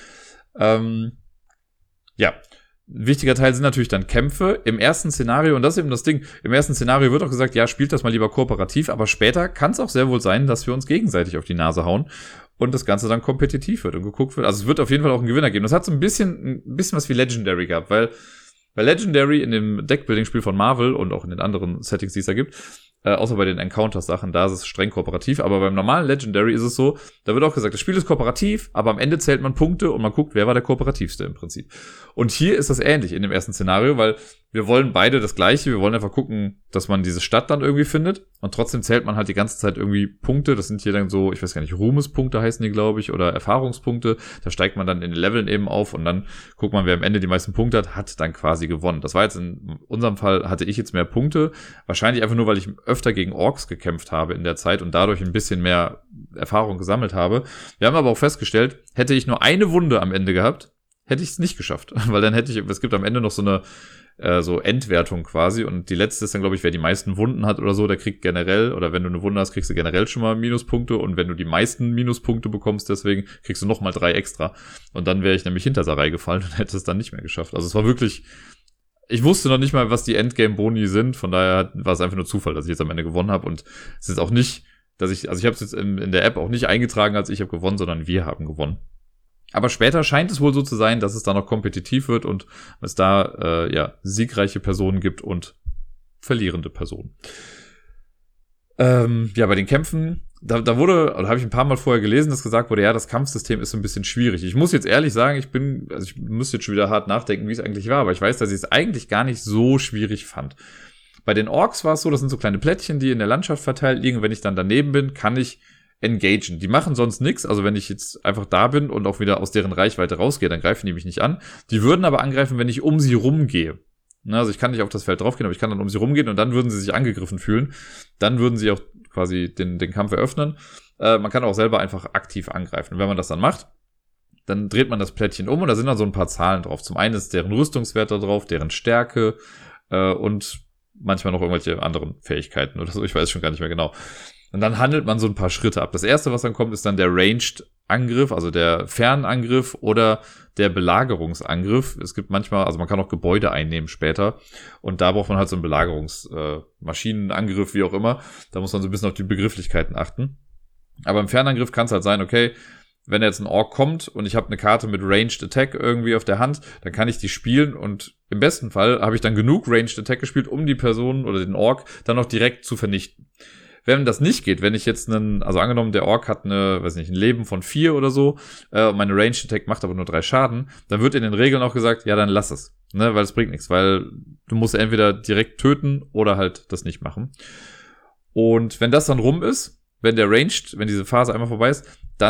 Ja. Wichtiger Teil sind natürlich dann Kämpfe. Im ersten Szenario, und das ist eben das Ding, im ersten Szenario wird auch gesagt, ja, spielt das mal lieber kooperativ, aber später kann es auch sehr wohl sein, dass wir uns gegenseitig auf die Nase hauen und das Ganze dann kompetitiv wird und geguckt wird. Also es wird auf jeden Fall auch einen Gewinner geben. Das hat so ein bisschen was wie Legendary gehabt, weil bei Legendary in dem Deckbuilding-Spiel von Marvel und auch in den anderen Settings, die es da gibt, außer bei den Encounters-Sachen, da ist es streng kooperativ, aber beim normalen Legendary ist es so, da wird auch gesagt, das Spiel ist kooperativ, aber am Ende zählt man Punkte und man guckt, wer war der kooperativste im Prinzip. Und hier ist das ähnlich in dem ersten Szenario, weil wir wollen beide das Gleiche, wir wollen einfach gucken, dass man diese Stadt dann irgendwie findet und trotzdem zählt man halt die ganze Zeit irgendwie Punkte, das sind hier dann so, ich weiß gar nicht, Ruhmespunkte heißen die, glaube ich, oder Erfahrungspunkte, da steigt man dann in den Leveln eben auf und dann guckt man, wer am Ende die meisten Punkte hat dann quasi gewonnen. Das war jetzt in unserem Fall, hatte ich jetzt mehr Punkte, wahrscheinlich einfach nur, weil ich öfter gegen Orks gekämpft habe in der Zeit und dadurch ein bisschen mehr Erfahrung gesammelt habe. Wir haben aber auch festgestellt, hätte ich nur eine Wunde am Ende gehabt, hätte ich es nicht geschafft, weil dann es gibt am Ende noch so eine so Endwertung quasi und die letzte ist dann, glaube ich, wer die meisten Wunden hat oder so, der kriegt generell, oder wenn du eine Wunde hast, kriegst du generell schon mal Minuspunkte und wenn du die meisten Minuspunkte bekommst, deswegen kriegst du noch mal 3 extra und dann wäre ich nämlich hinter Sarai gefallen und hätte es dann nicht mehr geschafft. Also es war wirklich, ich wusste noch nicht mal, was die Endgame-Boni sind, von daher war es einfach nur Zufall, dass ich jetzt am Ende gewonnen habe und es ist auch nicht, ich habe es jetzt in der App auch nicht eingetragen, als ich habe gewonnen, sondern wir haben gewonnen. Aber später scheint es wohl so zu sein, dass es da noch kompetitiv wird und es da siegreiche Personen gibt und verlierende Personen. Bei den Kämpfen, da wurde, oder habe ich ein paar Mal vorher gelesen, dass gesagt wurde, ja, das Kampfsystem ist so ein bisschen schwierig. Ich muss jetzt ehrlich sagen, ich müsste jetzt schon wieder hart nachdenken, wie es eigentlich war, aber ich weiß, dass ich es eigentlich gar nicht so schwierig fand. Bei den Orks war es so, das sind so kleine Plättchen, die in der Landschaft verteilt liegen. Wenn ich dann daneben bin, kann ich engagen. Die machen sonst nichts, also wenn ich jetzt einfach da bin und auch wieder aus deren Reichweite rausgehe, dann greifen die mich nicht an. Die würden aber angreifen, wenn ich um sie rumgehe. Also ich kann nicht auf das Feld draufgehen, aber ich kann dann um sie rumgehen und dann würden sie sich angegriffen fühlen. Dann würden sie auch quasi den Kampf eröffnen. Man kann auch selber einfach aktiv angreifen. Und wenn man das dann macht, dann dreht man das Plättchen um und da sind dann so ein paar Zahlen drauf. Zum einen ist deren Rüstungswert da drauf, deren Stärke und manchmal noch irgendwelche anderen Fähigkeiten oder so. Ich weiß schon gar nicht mehr genau. Und dann handelt man so ein paar Schritte ab. Das erste, was dann kommt, ist dann der Ranged-Angriff, also der Fernangriff oder der Belagerungsangriff. Es gibt manchmal, also man kann auch Gebäude einnehmen später. Und da braucht man halt so einen Belagerungsmaschinenangriff, wie auch immer. Da muss man so ein bisschen auf die Begrifflichkeiten achten. Aber im Fernangriff kann es halt sein, okay, wenn jetzt ein Ork kommt und ich habe eine Karte mit Ranged Attack irgendwie auf der Hand, dann kann ich die spielen und im besten Fall habe ich dann genug Ranged Attack gespielt, um die Person oder den Ork dann auch direkt zu vernichten. Wenn das nicht geht, wenn ich jetzt also angenommen, der Ork hat ein Leben von 4 oder so, meine Ranged Attack macht aber nur 3 Schaden, dann wird in den Regeln auch gesagt, ja, dann lass es, ne, weil es bringt nichts, weil du musst entweder direkt töten oder halt das nicht machen. Und wenn das dann rum ist, wenn diese Phase einmal vorbei ist, dann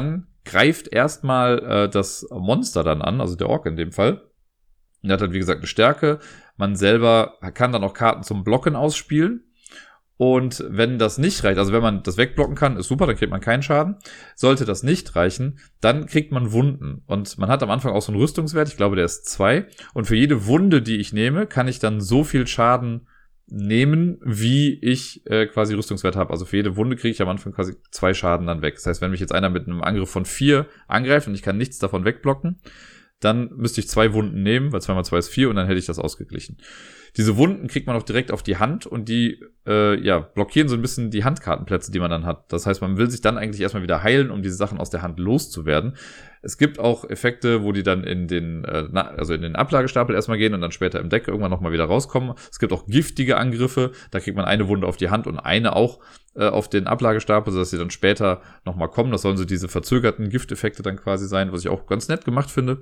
greift erstmal das Monster dann an, also der Ork in dem Fall. Der hat dann, wie gesagt, eine Stärke. Man selber kann dann auch Karten zum Blocken ausspielen. Und wenn das nicht reicht, also wenn man das wegblocken kann, ist super, dann kriegt man keinen Schaden. Sollte das nicht reichen, dann kriegt man Wunden. Und man hat am Anfang auch so einen Rüstungswert, ich glaube, der ist 2. Und für jede Wunde, die ich nehme, kann ich dann so viel Schaden nehmen, wie ich quasi Rüstungswert habe. Also für jede Wunde kriege ich am Anfang quasi 2 Schaden dann weg. Das heißt, wenn mich jetzt einer mit einem Angriff von 4 angreift und ich kann nichts davon wegblocken, dann müsste ich 2 Wunden nehmen, weil 2 mal 2 ist 4 und dann hätte ich das ausgeglichen. Diese Wunden kriegt man auch direkt auf die Hand und die blockieren so ein bisschen die Handkartenplätze, die man dann hat. Das heißt, man will sich dann eigentlich erstmal wieder heilen, um diese Sachen aus der Hand loszuwerden. Es gibt auch Effekte, wo die dann in den Ablagestapel erstmal gehen und dann später im Deck irgendwann nochmal wieder rauskommen. Es gibt auch giftige Angriffe, da kriegt man eine Wunde auf die Hand und eine auch auf den Ablagestapel, sodass sie dann später nochmal kommen. Das sollen so diese verzögerten Gifteffekte dann quasi sein, was ich auch ganz nett gemacht finde.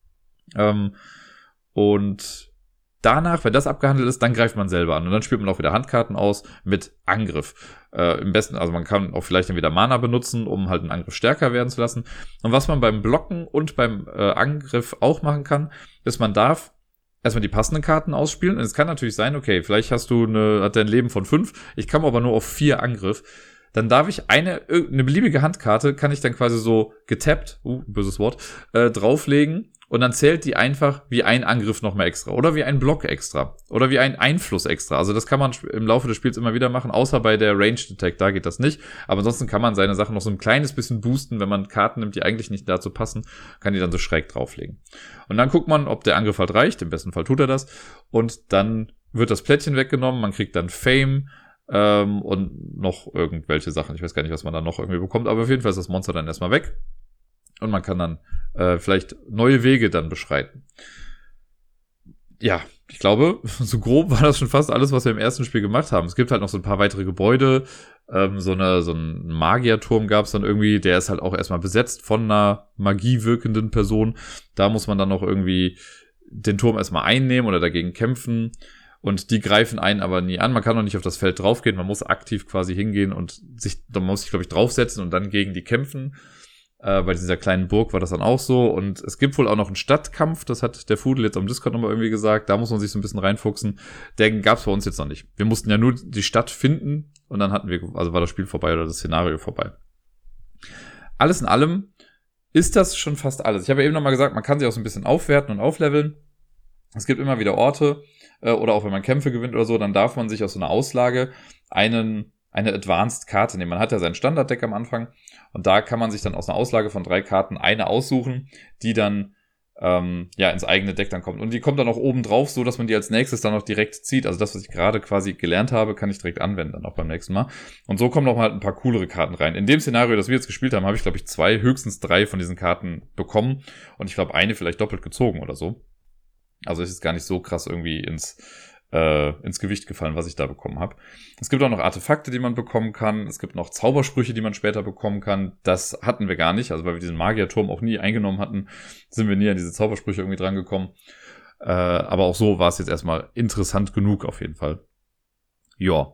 Und danach, wenn das abgehandelt ist, dann greift man selber an. Und dann spielt man auch wieder Handkarten aus mit Angriff. Im besten, also man kann auch vielleicht dann wieder Mana benutzen, um halt einen Angriff stärker werden zu lassen. Und was man beim Blocken und beim Angriff auch machen kann, ist, man darf erstmal die passenden Karten ausspielen. Und es kann natürlich sein, okay, vielleicht hat dein Leben von 5, ich komme aber nur auf 4 Angriff. Dann darf ich eine beliebige Handkarte, kann ich dann quasi so getappt, böses Wort, drauflegen. Und dann zählt die einfach wie ein Angriff nochmal extra. Oder wie ein Block extra. Oder wie ein Einfluss extra. Also das kann man im Laufe des Spiels immer wieder machen. Außer bei der Ranged Attack, da geht das nicht. Aber ansonsten kann man seine Sachen noch so ein kleines bisschen boosten. Wenn man Karten nimmt, die eigentlich nicht dazu passen, kann die dann so schräg drauflegen. Und dann guckt man, ob der Angriff halt reicht. Im besten Fall tut er das. Und dann wird das Plättchen weggenommen. Man kriegt dann Fame und noch irgendwelche Sachen. Ich weiß gar nicht, was man da noch irgendwie bekommt. Aber auf jeden Fall ist das Monster dann erstmal weg. Und man kann dann vielleicht neue Wege dann beschreiten. Ja, ich glaube, so grob war das schon fast alles, was wir im ersten Spiel gemacht haben. Es gibt halt noch so ein paar weitere Gebäude. So ein Magierturm gab es dann irgendwie. Der ist halt auch erstmal besetzt von einer magiewirkenden Person. Da muss man dann noch irgendwie den Turm erstmal einnehmen oder dagegen kämpfen. Und die greifen einen aber nie an. Man kann noch nicht auf das Feld draufgehen. Man muss aktiv quasi hingehen und man muss sich, glaube ich, draufsetzen und dann gegen die kämpfen. Bei dieser kleinen Burg war das dann auch so. Und es gibt wohl auch noch einen Stadtkampf. Das hat der Fudel jetzt am Discord nochmal irgendwie gesagt. Da muss man sich so ein bisschen reinfuchsen. Den gab es bei uns jetzt noch nicht. Wir mussten ja nur die Stadt finden. Und dann war das Spiel vorbei oder das Szenario vorbei. Alles in allem ist das schon fast alles. Ich habe ja eben nochmal gesagt, man kann sich auch so ein bisschen aufwerten und aufleveln. Es gibt immer wieder Orte. Oder auch wenn man Kämpfe gewinnt oder so, dann darf man sich aus so einer Auslage eine Advanced-Karte nehmen. Man hat ja sein Standarddeck am Anfang und da kann man sich dann aus einer Auslage von 3 Karten eine aussuchen, die dann ins eigene Deck dann kommt. Und die kommt dann auch oben drauf, so dass man die als nächstes dann auch direkt zieht. Also das, was ich gerade quasi gelernt habe, kann ich direkt anwenden dann auch beim nächsten Mal. Und so kommen noch mal halt ein paar coolere Karten rein. In dem Szenario, das wir jetzt gespielt haben, habe ich, glaube ich, 2, höchstens 3 von diesen Karten bekommen. Und ich glaube, eine vielleicht doppelt gezogen oder so. Also ist jetzt gar nicht so krass irgendwie ins Gewicht gefallen, was ich da bekommen habe. Es gibt auch noch Artefakte, die man bekommen kann. Es gibt noch Zaubersprüche, die man später bekommen kann. Das hatten wir gar nicht. Also weil wir diesen Magierturm auch nie eingenommen hatten, sind wir nie an diese Zaubersprüche irgendwie dran gekommen. Aber auch so war es jetzt erstmal interessant genug auf jeden Fall. Ja.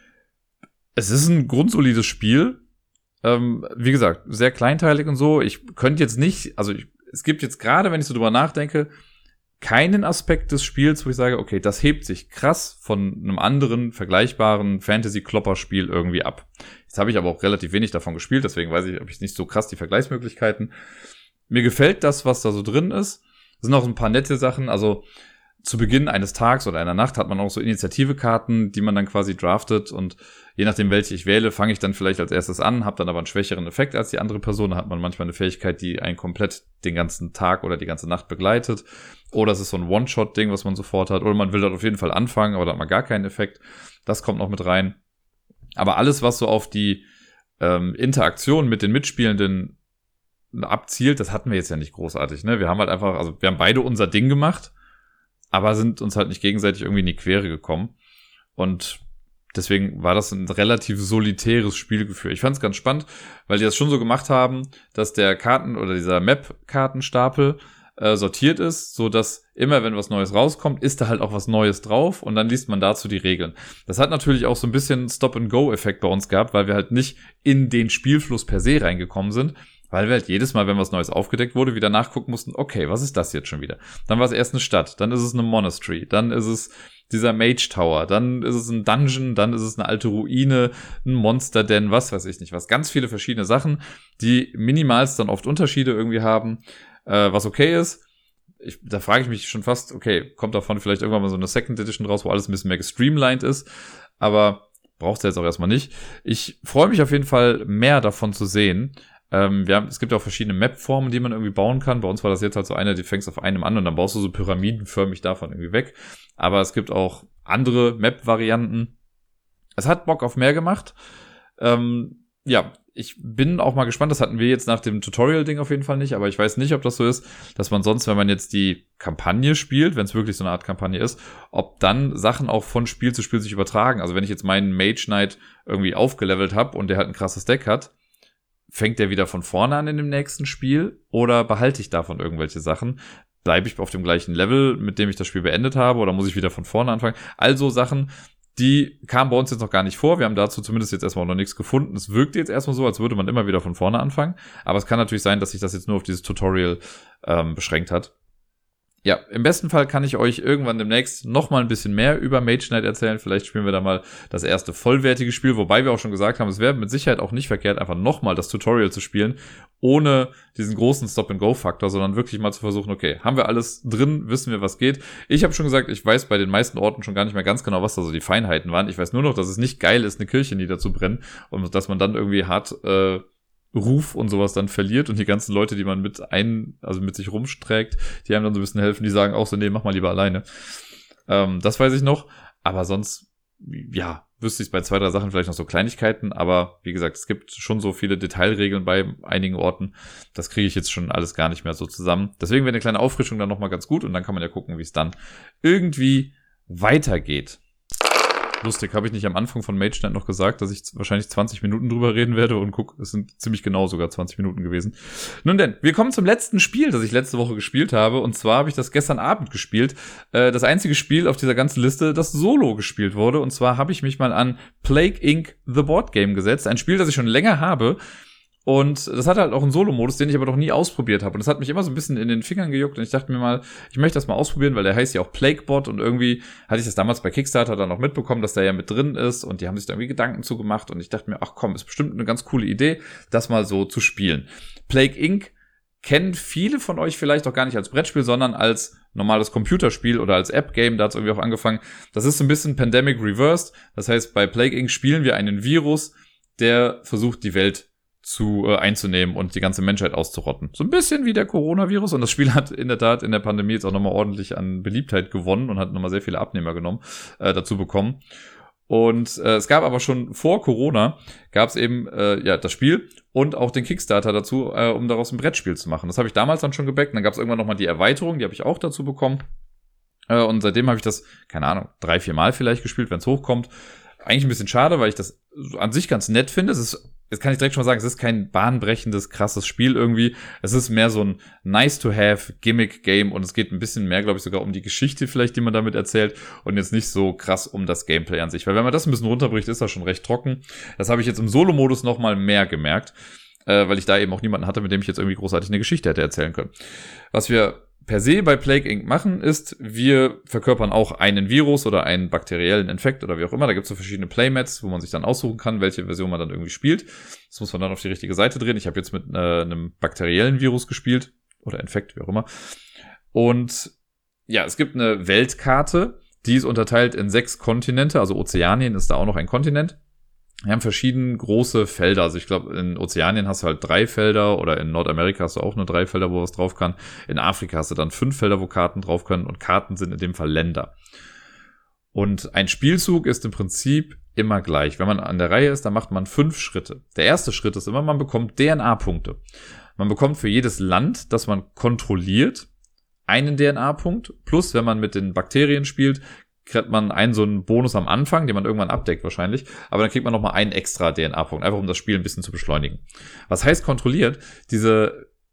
Es ist ein grundsolides Spiel. Wie gesagt, sehr kleinteilig und so. Ich könnte jetzt nicht, es gibt jetzt gerade, wenn ich so drüber nachdenke, keinen Aspekt des Spiels, wo ich sage, okay, das hebt sich krass von einem anderen vergleichbaren Fantasy-Klopper-Spiel irgendwie ab. Jetzt habe ich aber auch relativ wenig davon gespielt, deswegen habe ich nicht so krass die Vergleichsmöglichkeiten. Mir gefällt das, was da so drin ist. Es sind auch ein paar nette Sachen, also zu Beginn eines Tags oder einer Nacht hat man auch so Initiative-Karten, die man dann quasi draftet und je nachdem, welche ich wähle, fange ich dann vielleicht als erstes an, habe dann aber einen schwächeren Effekt als die andere Person. Da hat man manchmal eine Fähigkeit, die einen komplett den ganzen Tag oder die ganze Nacht begleitet. Oder es ist so ein One-Shot-Ding, was man sofort hat. Oder man will dort auf jeden Fall anfangen, aber da hat man gar keinen Effekt. Das kommt noch mit rein. Aber alles, was so auf die Interaktion mit den Mitspielenden abzielt, das hatten wir jetzt ja nicht großartig. Ne? Wir haben halt einfach, also wir haben beide unser Ding gemacht, aber sind uns halt nicht gegenseitig irgendwie in die Quere gekommen. Und deswegen war das ein relativ solitäres Spielgefühl. Ich fand es ganz spannend, weil die das schon so gemacht haben, dass der dieser Map-Kartenstapel sortiert ist, so dass immer, wenn was Neues rauskommt, ist da halt auch was Neues drauf und dann liest man dazu die Regeln. Das hat natürlich auch so ein bisschen Stop-and-Go-Effekt bei uns gehabt, weil wir halt nicht in den Spielfluss per se reingekommen sind, Weil wir halt jedes Mal, wenn was Neues aufgedeckt wurde, wieder nachgucken mussten, okay, was ist das jetzt schon wieder? Dann war es erst eine Stadt, dann ist es eine Monastery, dann ist es dieser Mage Tower, dann ist es ein Dungeon, dann ist es eine alte Ruine, ein Monster Den, was weiß ich nicht was. Ganz viele verschiedene Sachen, die minimalst dann oft Unterschiede irgendwie haben, was okay ist. Da frage ich mich schon fast, okay, kommt davon vielleicht irgendwann mal so eine Second Edition raus, wo alles ein bisschen mehr gestreamlined ist, aber braucht's ja jetzt auch erstmal nicht. Ich freue mich auf jeden Fall, mehr davon zu sehen. Es gibt auch verschiedene Map-Formen, die man irgendwie bauen kann. Bei uns war das jetzt halt so eine, die fängst auf einem an und dann baust du so pyramidenförmig davon irgendwie weg. Aber es gibt auch andere Map-Varianten. Es hat Bock auf mehr gemacht. Ich bin auch mal gespannt, das hatten wir jetzt nach dem Tutorial-Ding auf jeden Fall nicht, aber ich weiß nicht, ob das so ist, dass man sonst, wenn man jetzt die Kampagne spielt, wenn es wirklich so eine Art Kampagne ist, ob dann Sachen auch von Spiel zu Spiel sich übertragen. Also wenn ich jetzt meinen Mage Knight irgendwie aufgelevelt habe und der halt ein krasses Deck hat, fängt der wieder von vorne an in dem nächsten Spiel oder behalte ich davon irgendwelche Sachen? Bleibe ich auf dem gleichen Level, mit dem ich das Spiel beendet habe, oder muss ich wieder von vorne anfangen? Also Sachen, die kamen bei uns jetzt noch gar nicht vor. Wir haben dazu zumindest jetzt erstmal noch nichts gefunden. Es wirkt jetzt erstmal so, als würde man immer wieder von vorne anfangen. Aber es kann natürlich sein, dass sich das jetzt nur auf dieses Tutorial beschränkt hat. Ja, im besten Fall kann ich euch irgendwann demnächst noch mal ein bisschen mehr über Mage Knight erzählen. Vielleicht spielen wir da mal das erste vollwertige Spiel, wobei wir auch schon gesagt haben, es wäre mit Sicherheit auch nicht verkehrt, einfach noch mal das Tutorial zu spielen, ohne diesen großen Stop-and-Go-Faktor, sondern wirklich mal zu versuchen, okay, haben wir alles drin, wissen wir, was geht. Ich habe schon gesagt, ich weiß bei den meisten Orten schon gar nicht mehr ganz genau, was da so die Feinheiten waren. Ich weiß nur noch, dass es nicht geil ist, eine Kirche niederzubrennen und dass man dann irgendwie hart Ruf und sowas dann verliert und die ganzen Leute, die man mit sich rumsträgt, die einem dann so ein bisschen helfen, die sagen auch so, nee, mach mal lieber alleine. Das weiß ich noch, aber sonst, ja, wüsste ich bei 2, 3 Sachen vielleicht noch so Kleinigkeiten, aber wie gesagt, es gibt schon so viele Detailregeln bei einigen Orten, das kriege ich jetzt schon alles gar nicht mehr so zusammen. Deswegen wäre eine kleine Auffrischung dann nochmal ganz gut und dann kann man ja gucken, wie es dann irgendwie weitergeht. Lustig, habe ich nicht am Anfang von Mage Knight noch gesagt, dass ich wahrscheinlich 20 Minuten drüber reden werde und guck, es sind ziemlich genau sogar 20 Minuten gewesen. Nun denn, wir kommen zum letzten Spiel, das ich letzte Woche gespielt habe, und zwar habe ich das gestern Abend gespielt. Das einzige Spiel auf dieser ganzen Liste, das solo gespielt wurde, und zwar habe ich mich mal an Plague Inc. The Board Game gesetzt, ein Spiel, das ich schon länger habe. Und das hat halt auch einen Solo-Modus, den ich aber noch nie ausprobiert habe. Und das hat mich immer so ein bisschen in den Fingern gejuckt. Und ich dachte mir mal, ich möchte das mal ausprobieren, weil der heißt ja auch Plaguebot. Und irgendwie hatte ich das damals bei Kickstarter dann auch mitbekommen, dass der ja mit drin ist. Und die haben sich da irgendwie Gedanken zugemacht. Und ich dachte mir, ach komm, ist bestimmt eine ganz coole Idee, das mal so zu spielen. Plague Inc. kennen viele von euch vielleicht auch gar nicht als Brettspiel, sondern als normales Computerspiel oder als App-Game. Da hat es irgendwie auch angefangen. Das ist so ein bisschen Pandemic Reversed. Das heißt, bei Plague Inc. spielen wir einen Virus, der versucht, die Welt einzunehmen und die ganze Menschheit auszurotten. So ein bisschen wie der Coronavirus, und das Spiel hat in der Tat in der Pandemie jetzt auch nochmal ordentlich an Beliebtheit gewonnen und hat nochmal sehr viele Abnehmer dazu bekommen. Und es gab aber schon vor Corona, gab es eben das Spiel und auch den Kickstarter dazu, um daraus ein Brettspiel zu machen. Das habe ich damals dann schon gebackt, und dann gab es irgendwann nochmal die Erweiterung, die habe ich auch dazu bekommen. Und seitdem habe ich das, keine Ahnung, 3, 4 Mal vielleicht gespielt, wenn es hochkommt. Eigentlich ein bisschen schade, weil ich das an sich ganz nett finde. Jetzt kann ich direkt schon mal sagen, es ist kein bahnbrechendes, krasses Spiel irgendwie. Es ist mehr so ein Nice-to-have-Gimmick-Game, und es geht ein bisschen mehr, glaube ich, sogar um die Geschichte vielleicht, die man damit erzählt, und jetzt nicht so krass um das Gameplay an sich. Weil wenn man das ein bisschen runterbricht, ist das schon recht trocken. Das habe ich jetzt im Solo-Modus noch mal mehr gemerkt, weil ich da eben auch niemanden hatte, mit dem ich jetzt irgendwie großartig eine Geschichte hätte erzählen können. Was wir per se bei Plague Inc. machen, ist, wir verkörpern auch einen Virus oder einen bakteriellen Infekt oder wie auch immer. Da gibt es so verschiedene Playmats, wo man sich dann aussuchen kann, welche Version man dann irgendwie spielt. Das muss man dann auf die richtige Seite drehen. Ich habe jetzt mit einem bakteriellen Virus gespielt oder Infekt, wie auch immer. Und ja, es gibt eine Weltkarte, die ist unterteilt in 6 Kontinente, also Ozeanien ist da auch noch ein Kontinent. Wir haben verschiedene große Felder. Also ich glaube, in Ozeanien hast du halt 3 Felder, oder in Nordamerika hast du auch nur 3 Felder, wo was drauf kann. In Afrika hast du dann 5 Felder, wo Karten drauf können, und Karten sind in dem Fall Länder. Und ein Spielzug ist im Prinzip immer gleich. Wenn man an der Reihe ist, dann macht man 5 Schritte. Der erste Schritt ist immer, man bekommt DNA-Punkte. Man bekommt für jedes Land, das man kontrolliert, einen DNA-Punkt. Plus, wenn man mit den Bakterien spielt, kriegt man so einen Bonus am Anfang, den man irgendwann abdeckt wahrscheinlich, aber dann kriegt man nochmal einen extra DNA-Punkt, einfach um das Spiel ein bisschen zu beschleunigen. Was heißt kontrolliert? Diese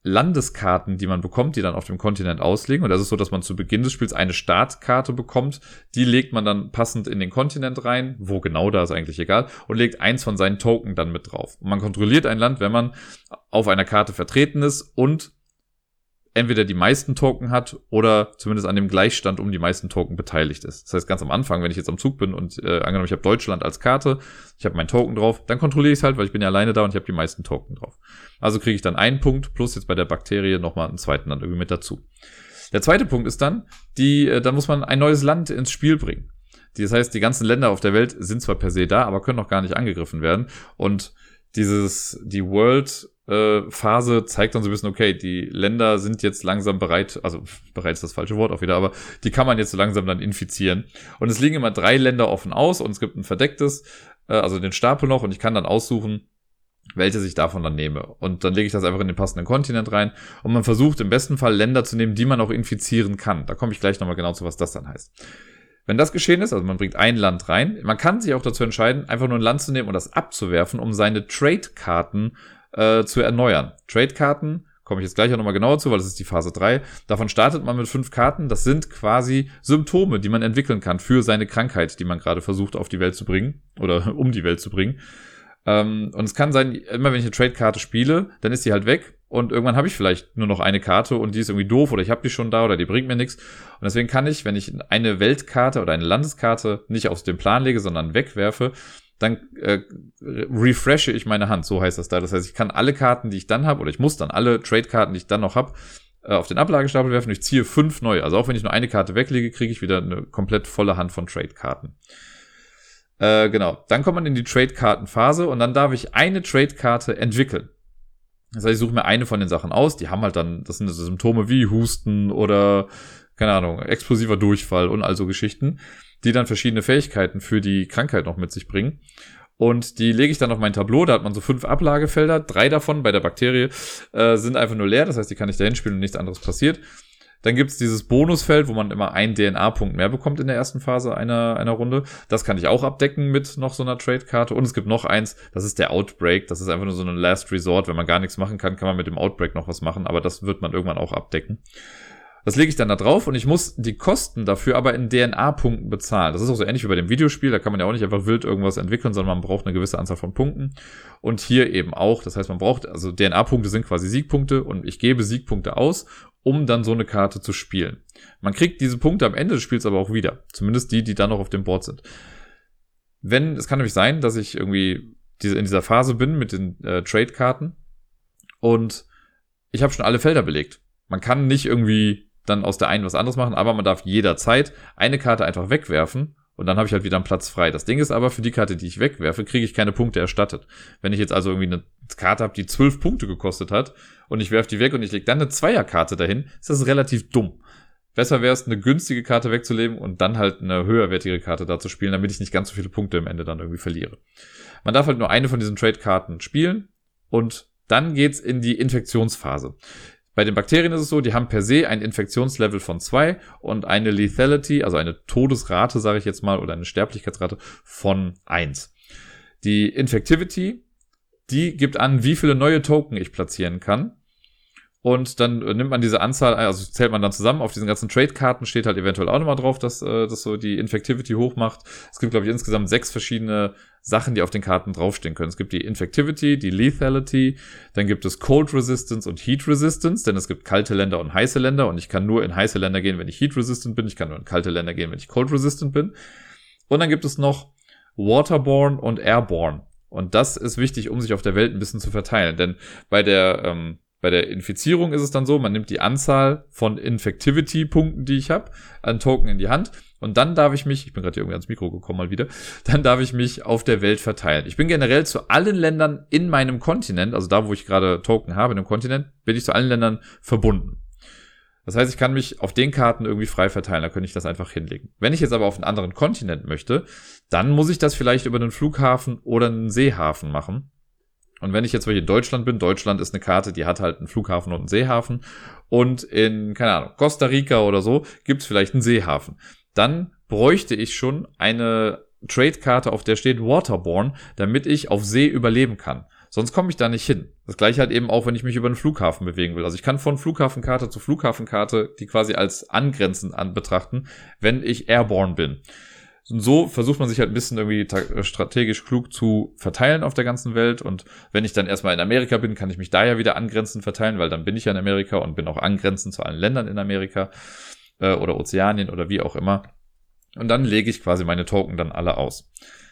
Landeskarten, die man bekommt, die dann auf dem Kontinent auslegen. Und das ist so, dass man zu Beginn des Spiels eine Startkarte bekommt. Die legt man dann passend in den Kontinent rein. Wo genau, da ist eigentlich egal. Und legt eins von seinen Token dann mit drauf. Und man kontrolliert ein Land, wenn man auf einer Karte vertreten ist und entweder die meisten Token hat oder zumindest an dem Gleichstand um die meisten Token beteiligt ist. Das heißt, ganz am Anfang, wenn ich jetzt am Zug bin und angenommen, ich habe Deutschland als Karte, ich habe meinen Token drauf, dann kontrolliere ich es halt, weil ich bin ja alleine da und ich habe die meisten Token drauf. Also kriege ich dann einen Punkt plus jetzt bei der Bakterie nochmal einen zweiten dann irgendwie mit dazu. Der zweite Punkt ist dann, dann muss man ein neues Land ins Spiel bringen. Das heißt, die ganzen Länder auf der Welt sind zwar per se da, aber können noch gar nicht angegriffen werden. Und die World Phase zeigt dann so ein bisschen, okay, die Länder sind jetzt langsam bereit, also bereit ist das falsche Wort auch wieder, aber die kann man jetzt so langsam dann infizieren. Und es liegen immer 3 Länder offen aus und es gibt ein verdecktes, also den Stapel noch, und ich kann dann aussuchen, welches ich davon dann nehme. Und dann lege ich das einfach in den passenden Kontinent rein und man versucht im besten Fall Länder zu nehmen, die man auch infizieren kann. Da komme ich gleich nochmal genau zu, was das dann heißt. Wenn das geschehen ist, also man bringt ein Land rein, man kann sich auch dazu entscheiden, einfach nur ein Land zu nehmen und das abzuwerfen, um seine Trade-Karten zu erneuern. Trade-Karten, komme ich jetzt gleich auch nochmal genauer zu, weil das ist die Phase 3. Davon startet man mit 5 Karten. Das sind quasi Symptome, die man entwickeln kann für seine Krankheit, die man gerade versucht auf die Welt zu bringen oder um die Welt zu bringen. Und es kann sein, immer wenn ich eine Trade-Karte spiele, dann ist die halt weg und irgendwann habe ich vielleicht nur noch eine Karte und die ist irgendwie doof oder ich habe die schon da oder die bringt mir nichts. Und deswegen kann ich, wenn ich eine Weltkarte oder eine Landeskarte nicht aus dem Plan lege, sondern wegwerfe, dann refreshe ich meine Hand, so heißt das da. Das heißt, ich kann alle Karten, die ich dann habe, oder ich muss dann alle Trade-Karten, die ich dann noch habe, auf den Ablagestapel werfen und ich ziehe 5 neue. Also auch wenn ich nur eine Karte weglege, kriege ich wieder eine komplett volle Hand von Trade-Karten. Genau, dann kommt man in die Trade-Karten-Phase und dann darf ich eine Trade-Karte entwickeln. Das heißt, ich suche mir eine von den Sachen aus, die haben halt dann, das sind so Symptome wie Husten oder, keine Ahnung, explosiver Durchfall und all so Geschichten, die dann verschiedene Fähigkeiten für die Krankheit noch mit sich bringen. Und die lege ich dann auf mein Tableau, da hat man so 5 Ablagefelder, 3 davon bei der Bakterie sind einfach nur leer, das heißt, die kann ich da hinspielen und nichts anderes passiert. Dann gibt's dieses Bonusfeld, wo man immer einen DNA-Punkt mehr bekommt in der ersten Phase einer Runde. Das kann ich auch abdecken mit noch so einer Trade-Karte. Und es gibt noch eins, das ist der Outbreak. Das ist einfach nur so ein Last Resort. Wenn man gar nichts machen kann, kann man mit dem Outbreak noch was machen. Aber das wird man irgendwann auch abdecken. Das lege ich dann da drauf und ich muss die Kosten dafür aber in DNA-Punkten bezahlen. Das ist auch so ähnlich wie bei dem Videospiel. Da kann man ja auch nicht einfach wild irgendwas entwickeln, sondern man braucht eine gewisse Anzahl von Punkten. Und hier eben auch. Das heißt, man braucht, also DNA-Punkte sind quasi Siegpunkte und ich gebe Siegpunkte aus, um dann so eine Karte zu spielen. Man kriegt diese Punkte am Ende des Spiels aber auch wieder. Zumindest die dann noch auf dem Board sind. Es kann nämlich sein, dass ich irgendwie in dieser Phase bin mit den Trade-Karten und ich habe schon alle Felder belegt. Man kann nicht irgendwie dann aus der einen was anderes machen, aber man darf jederzeit eine Karte einfach wegwerfen und dann habe ich halt wieder einen Platz frei. Das Ding ist aber, für die Karte, die ich wegwerfe, kriege ich keine Punkte erstattet. Wenn ich jetzt also irgendwie eine Karte habe, die 12 Punkte gekostet hat und ich werfe die weg und ich lege dann eine Zweierkarte dahin, ist das relativ dumm. Besser wäre es, eine günstige Karte wegzulegen und dann halt eine höherwertige Karte da zu spielen, damit ich nicht ganz so viele Punkte am Ende dann irgendwie verliere. Man darf halt nur eine von diesen Trade-Karten spielen und dann geht's in die Infektionsphase. Bei den Bakterien ist es so, die haben per se ein Infektionslevel von 2 und eine Lethality, also eine Todesrate, sage ich jetzt mal, oder eine Sterblichkeitsrate von 1. Die Infectivity, die gibt an, wie viele neue Token ich platzieren kann. Und dann nimmt man diese Anzahl, also zählt man dann zusammen. Auf diesen ganzen Trade-Karten steht halt eventuell auch nochmal drauf, dass das so die Infectivity hochmacht. Es gibt, glaube ich, insgesamt 6 verschiedene Sachen, die auf den Karten draufstehen können. Es gibt die Infectivity, die Lethality, dann gibt es Cold Resistance und Heat Resistance, denn es gibt kalte Länder und heiße Länder und ich kann nur in heiße Länder gehen, wenn ich Heat Resistant bin. Ich kann nur in kalte Länder gehen, wenn ich Cold Resistant bin. Und dann gibt es noch Waterborne und Airborne. Und das ist wichtig, um sich auf der Welt ein bisschen zu verteilen, denn bei der Infizierung ist es dann so, man nimmt die Anzahl von Infectivity-Punkten, die ich habe, an Token in die Hand und dann darf ich mich, ich bin gerade hier irgendwie ans Mikro gekommen mal wieder, dann darf ich mich auf der Welt verteilen. Ich bin generell zu allen Ländern in meinem Kontinent, also da, wo ich gerade Token habe in dem Kontinent, bin ich zu allen Ländern verbunden. Das heißt, ich kann mich auf den Karten irgendwie frei verteilen, da könnte ich das einfach hinlegen. Wenn ich jetzt aber auf einen anderen Kontinent möchte, dann muss ich das vielleicht über einen Flughafen oder einen Seehafen machen. Und wenn ich jetzt in Deutschland bin, Deutschland ist eine Karte, die hat halt einen Flughafen und einen Seehafen. Und in, keine Ahnung, Costa Rica oder so gibt's vielleicht einen Seehafen. Dann bräuchte ich schon eine Trade-Karte, auf der steht Waterborne, damit ich auf See überleben kann. Sonst komme ich da nicht hin. Das gleiche halt eben auch, wenn ich mich über einen Flughafen bewegen will. Also ich kann von Flughafenkarte zu Flughafenkarte die quasi als angrenzend betrachten, wenn ich airborne bin. Und so versucht man sich halt ein bisschen irgendwie strategisch klug zu verteilen auf der ganzen Welt. Und wenn ich dann erstmal in Amerika bin, kann ich mich da ja wieder angrenzend verteilen, weil dann bin ich ja in Amerika und bin auch angrenzend zu allen Ländern in Amerika oder Ozeanien oder wie auch immer. Und dann lege ich quasi meine Token dann alle aus.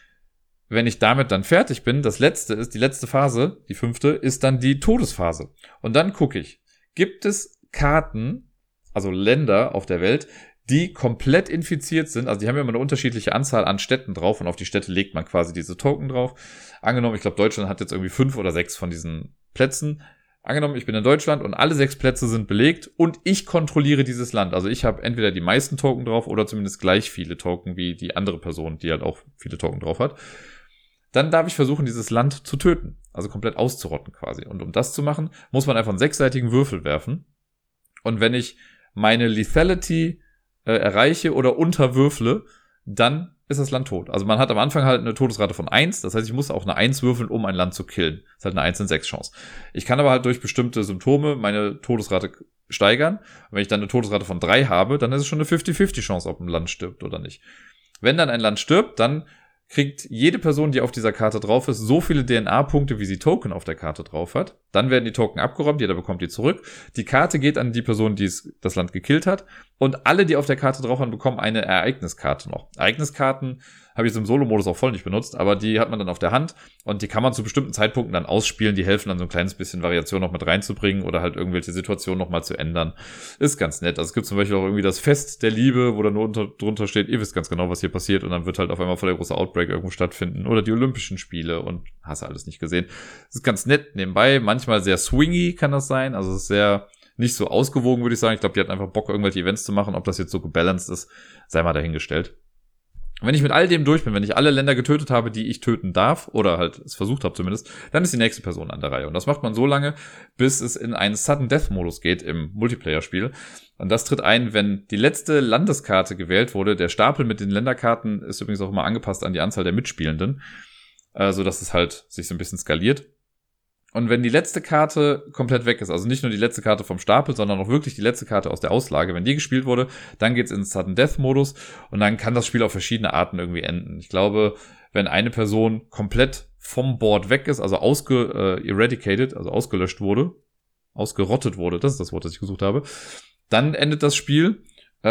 Wenn ich damit dann fertig bin, die letzte Phase, die 5., ist dann die Todesphase. Und dann gucke ich, gibt es Karten, also Länder auf der Welt, die komplett infiziert sind. Also die haben ja immer eine unterschiedliche Anzahl an Städten drauf und auf die Städte legt man quasi diese Token drauf. Angenommen, ich glaube, Deutschland hat jetzt irgendwie 5 oder 6 von diesen Plätzen. Angenommen, ich bin in Deutschland und alle 6 Plätze sind belegt und ich kontrolliere dieses Land. Also ich habe entweder die meisten Token drauf oder zumindest gleich viele Token wie die andere Person, die halt auch viele Token drauf hat. Dann darf ich versuchen, dieses Land zu töten. Also komplett auszurotten quasi. Und um das zu machen, muss man einfach einen 6-seitigen Würfel werfen. Und wenn ich meine Lethality erreiche oder unterwürfle, dann ist das Land tot. Also man hat am Anfang halt eine Todesrate von 1. Das heißt, ich muss auch eine 1 würfeln, um ein Land zu killen. Das ist halt eine 1 in 6 Chance. Ich kann aber halt durch bestimmte Symptome meine Todesrate steigern. Und wenn ich dann eine Todesrate von 3 habe, dann ist es schon eine 50-50 Chance, ob ein Land stirbt oder nicht. Wenn dann ein Land stirbt, dann kriegt jede Person, die auf dieser Karte drauf ist, so viele DNA-Punkte, wie sie Token auf der Karte drauf hat. Dann werden die Token abgeräumt, jeder bekommt die zurück. Die Karte geht an die Person, die das Land gekillt hat. Und alle, die auf der Karte drauf haben, bekommen eine Ereigniskarte noch. Ereigniskarten habe ich jetzt im Solo-Modus auch voll nicht benutzt, aber die hat man dann auf der Hand und die kann man zu bestimmten Zeitpunkten dann ausspielen. Die helfen dann so ein kleines bisschen Variation noch mit reinzubringen oder halt irgendwelche Situationen noch mal zu ändern. Ist ganz nett. Also es gibt zum Beispiel auch irgendwie das Fest der Liebe, wo dann nur drunter steht, ihr wisst ganz genau, was hier passiert und dann wird halt auf einmal voll der große Outbreak irgendwo stattfinden oder die Olympischen Spiele und hast du alles nicht gesehen. Das ist ganz nett nebenbei. Manchmal sehr swingy kann das sein. Also es ist sehr nicht so ausgewogen, würde ich sagen. Ich glaube, die hatten einfach Bock, irgendwelche Events zu machen. Ob das jetzt so gebalanced ist, sei mal dahingestellt. Wenn ich mit all dem durch bin, wenn ich alle Länder getötet habe, die ich töten darf, oder halt es versucht habe zumindest, dann ist die nächste Person an der Reihe. Und das macht man so lange, bis es in einen Sudden-Death-Modus geht im Multiplayer-Spiel. Und das tritt ein, wenn die letzte Landeskarte gewählt wurde. Der Stapel mit den Länderkarten ist übrigens auch immer angepasst an die Anzahl der Mitspielenden, sodass es halt sich so ein bisschen skaliert. Und wenn die letzte Karte komplett weg ist, also nicht nur die letzte Karte vom Stapel, sondern auch wirklich die letzte Karte aus der Auslage, wenn die gespielt wurde, dann geht's in den Sudden-Death-Modus und dann kann das Spiel auf verschiedene Arten irgendwie enden. Ich glaube, wenn eine Person komplett vom Board weg ist, also eradicated, also ausgelöscht wurde, ausgerottet wurde, das ist das Wort, das ich gesucht habe, dann endet das Spiel.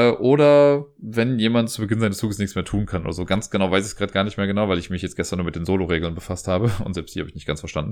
Oder wenn jemand zu Beginn seines Zuges nichts mehr tun kann oder so. Ganz genau weiß ich es gerade gar nicht mehr genau, weil ich mich jetzt gestern nur mit den Solo-Regeln befasst habe und selbst die habe ich nicht ganz verstanden.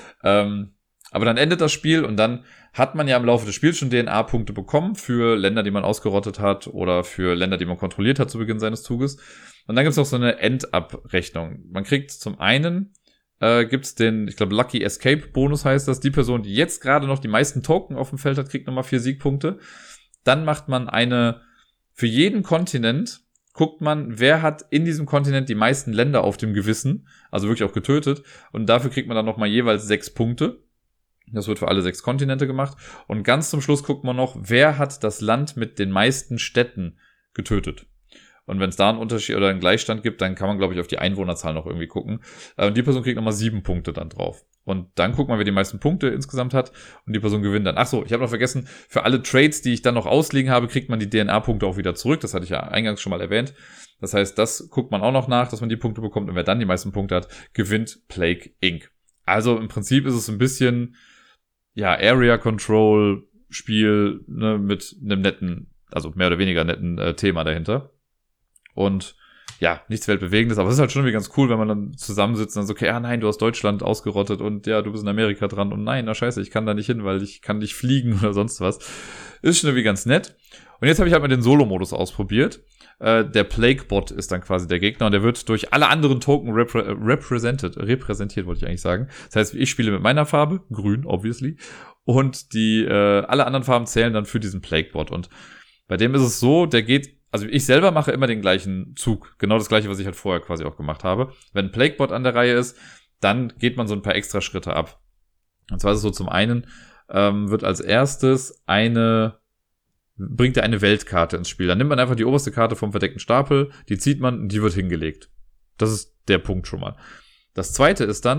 Aber dann endet das Spiel und dann hat man ja im Laufe des Spiels schon DNA-Punkte bekommen für Länder, die man ausgerottet hat oder für Länder, die man kontrolliert hat zu Beginn seines Zuges. Und dann gibt es noch so eine Endabrechnung. Man kriegt zum einen gibt's den, ich glaube, Lucky Escape Bonus heißt das. Die Person, die jetzt gerade noch die meisten Token auf dem Feld hat, kriegt nochmal 4 Siegpunkte. Dann macht man für jeden Kontinent guckt man, wer hat in diesem Kontinent die meisten Länder auf dem Gewissen, also wirklich auch getötet. Und dafür kriegt man dann nochmal jeweils 6 Punkte. Das wird für alle 6 Kontinente gemacht. Und ganz zum Schluss guckt man noch, wer hat das Land mit den meisten Städten getötet. Und wenn es da einen Unterschied oder einen Gleichstand gibt, dann kann man, glaube ich, auf die Einwohnerzahl noch irgendwie gucken. Und die Person kriegt nochmal 7 Punkte dann drauf. Und dann guckt man, wer die meisten Punkte insgesamt hat. Und die Person gewinnt dann. Ach so, ich habe noch vergessen, für alle Trades, die ich dann noch ausliegen habe, kriegt man die DNA-Punkte auch wieder zurück. Das hatte ich ja eingangs schon mal erwähnt. Das heißt, das guckt man auch noch nach, dass man die Punkte bekommt. Und wer dann die meisten Punkte hat, gewinnt Plague Inc. Also im Prinzip ist es ein bisschen, ja, Area Control Spiel, ne, mit einem netten, also mehr oder weniger netten Thema dahinter. Und ja, nichts Weltbewegendes, aber es ist halt schon irgendwie ganz cool, wenn man dann zusammensitzt und dann so, okay, ja nein, du hast Deutschland ausgerottet und ja, du bist in Amerika dran und nein, na scheiße, ich kann da nicht hin, weil ich kann nicht fliegen oder sonst was. Ist schon irgendwie ganz nett. Und jetzt habe ich halt mal den Solo-Modus ausprobiert. Der Plague-Bot ist dann quasi der Gegner und der wird durch alle anderen Token repräsentiert, wollte ich eigentlich sagen. Das heißt, ich spiele mit meiner Farbe, grün, obviously, und alle anderen Farben zählen dann für diesen Plague-Bot. Und bei dem ist es so, der geht, also ich selber mache immer den gleichen Zug. Genau das gleiche, was ich halt vorher quasi auch gemacht habe. Wenn ein Plague-Bot an der Reihe ist, dann geht man so ein paar extra Schritte ab. Und zwar ist es so, zum einen wird als erstes bringt er eine Weltkarte ins Spiel. Dann nimmt man einfach die oberste Karte vom verdeckten Stapel, die zieht man und die wird hingelegt. Das ist der Punkt schon mal. Das zweite ist dann,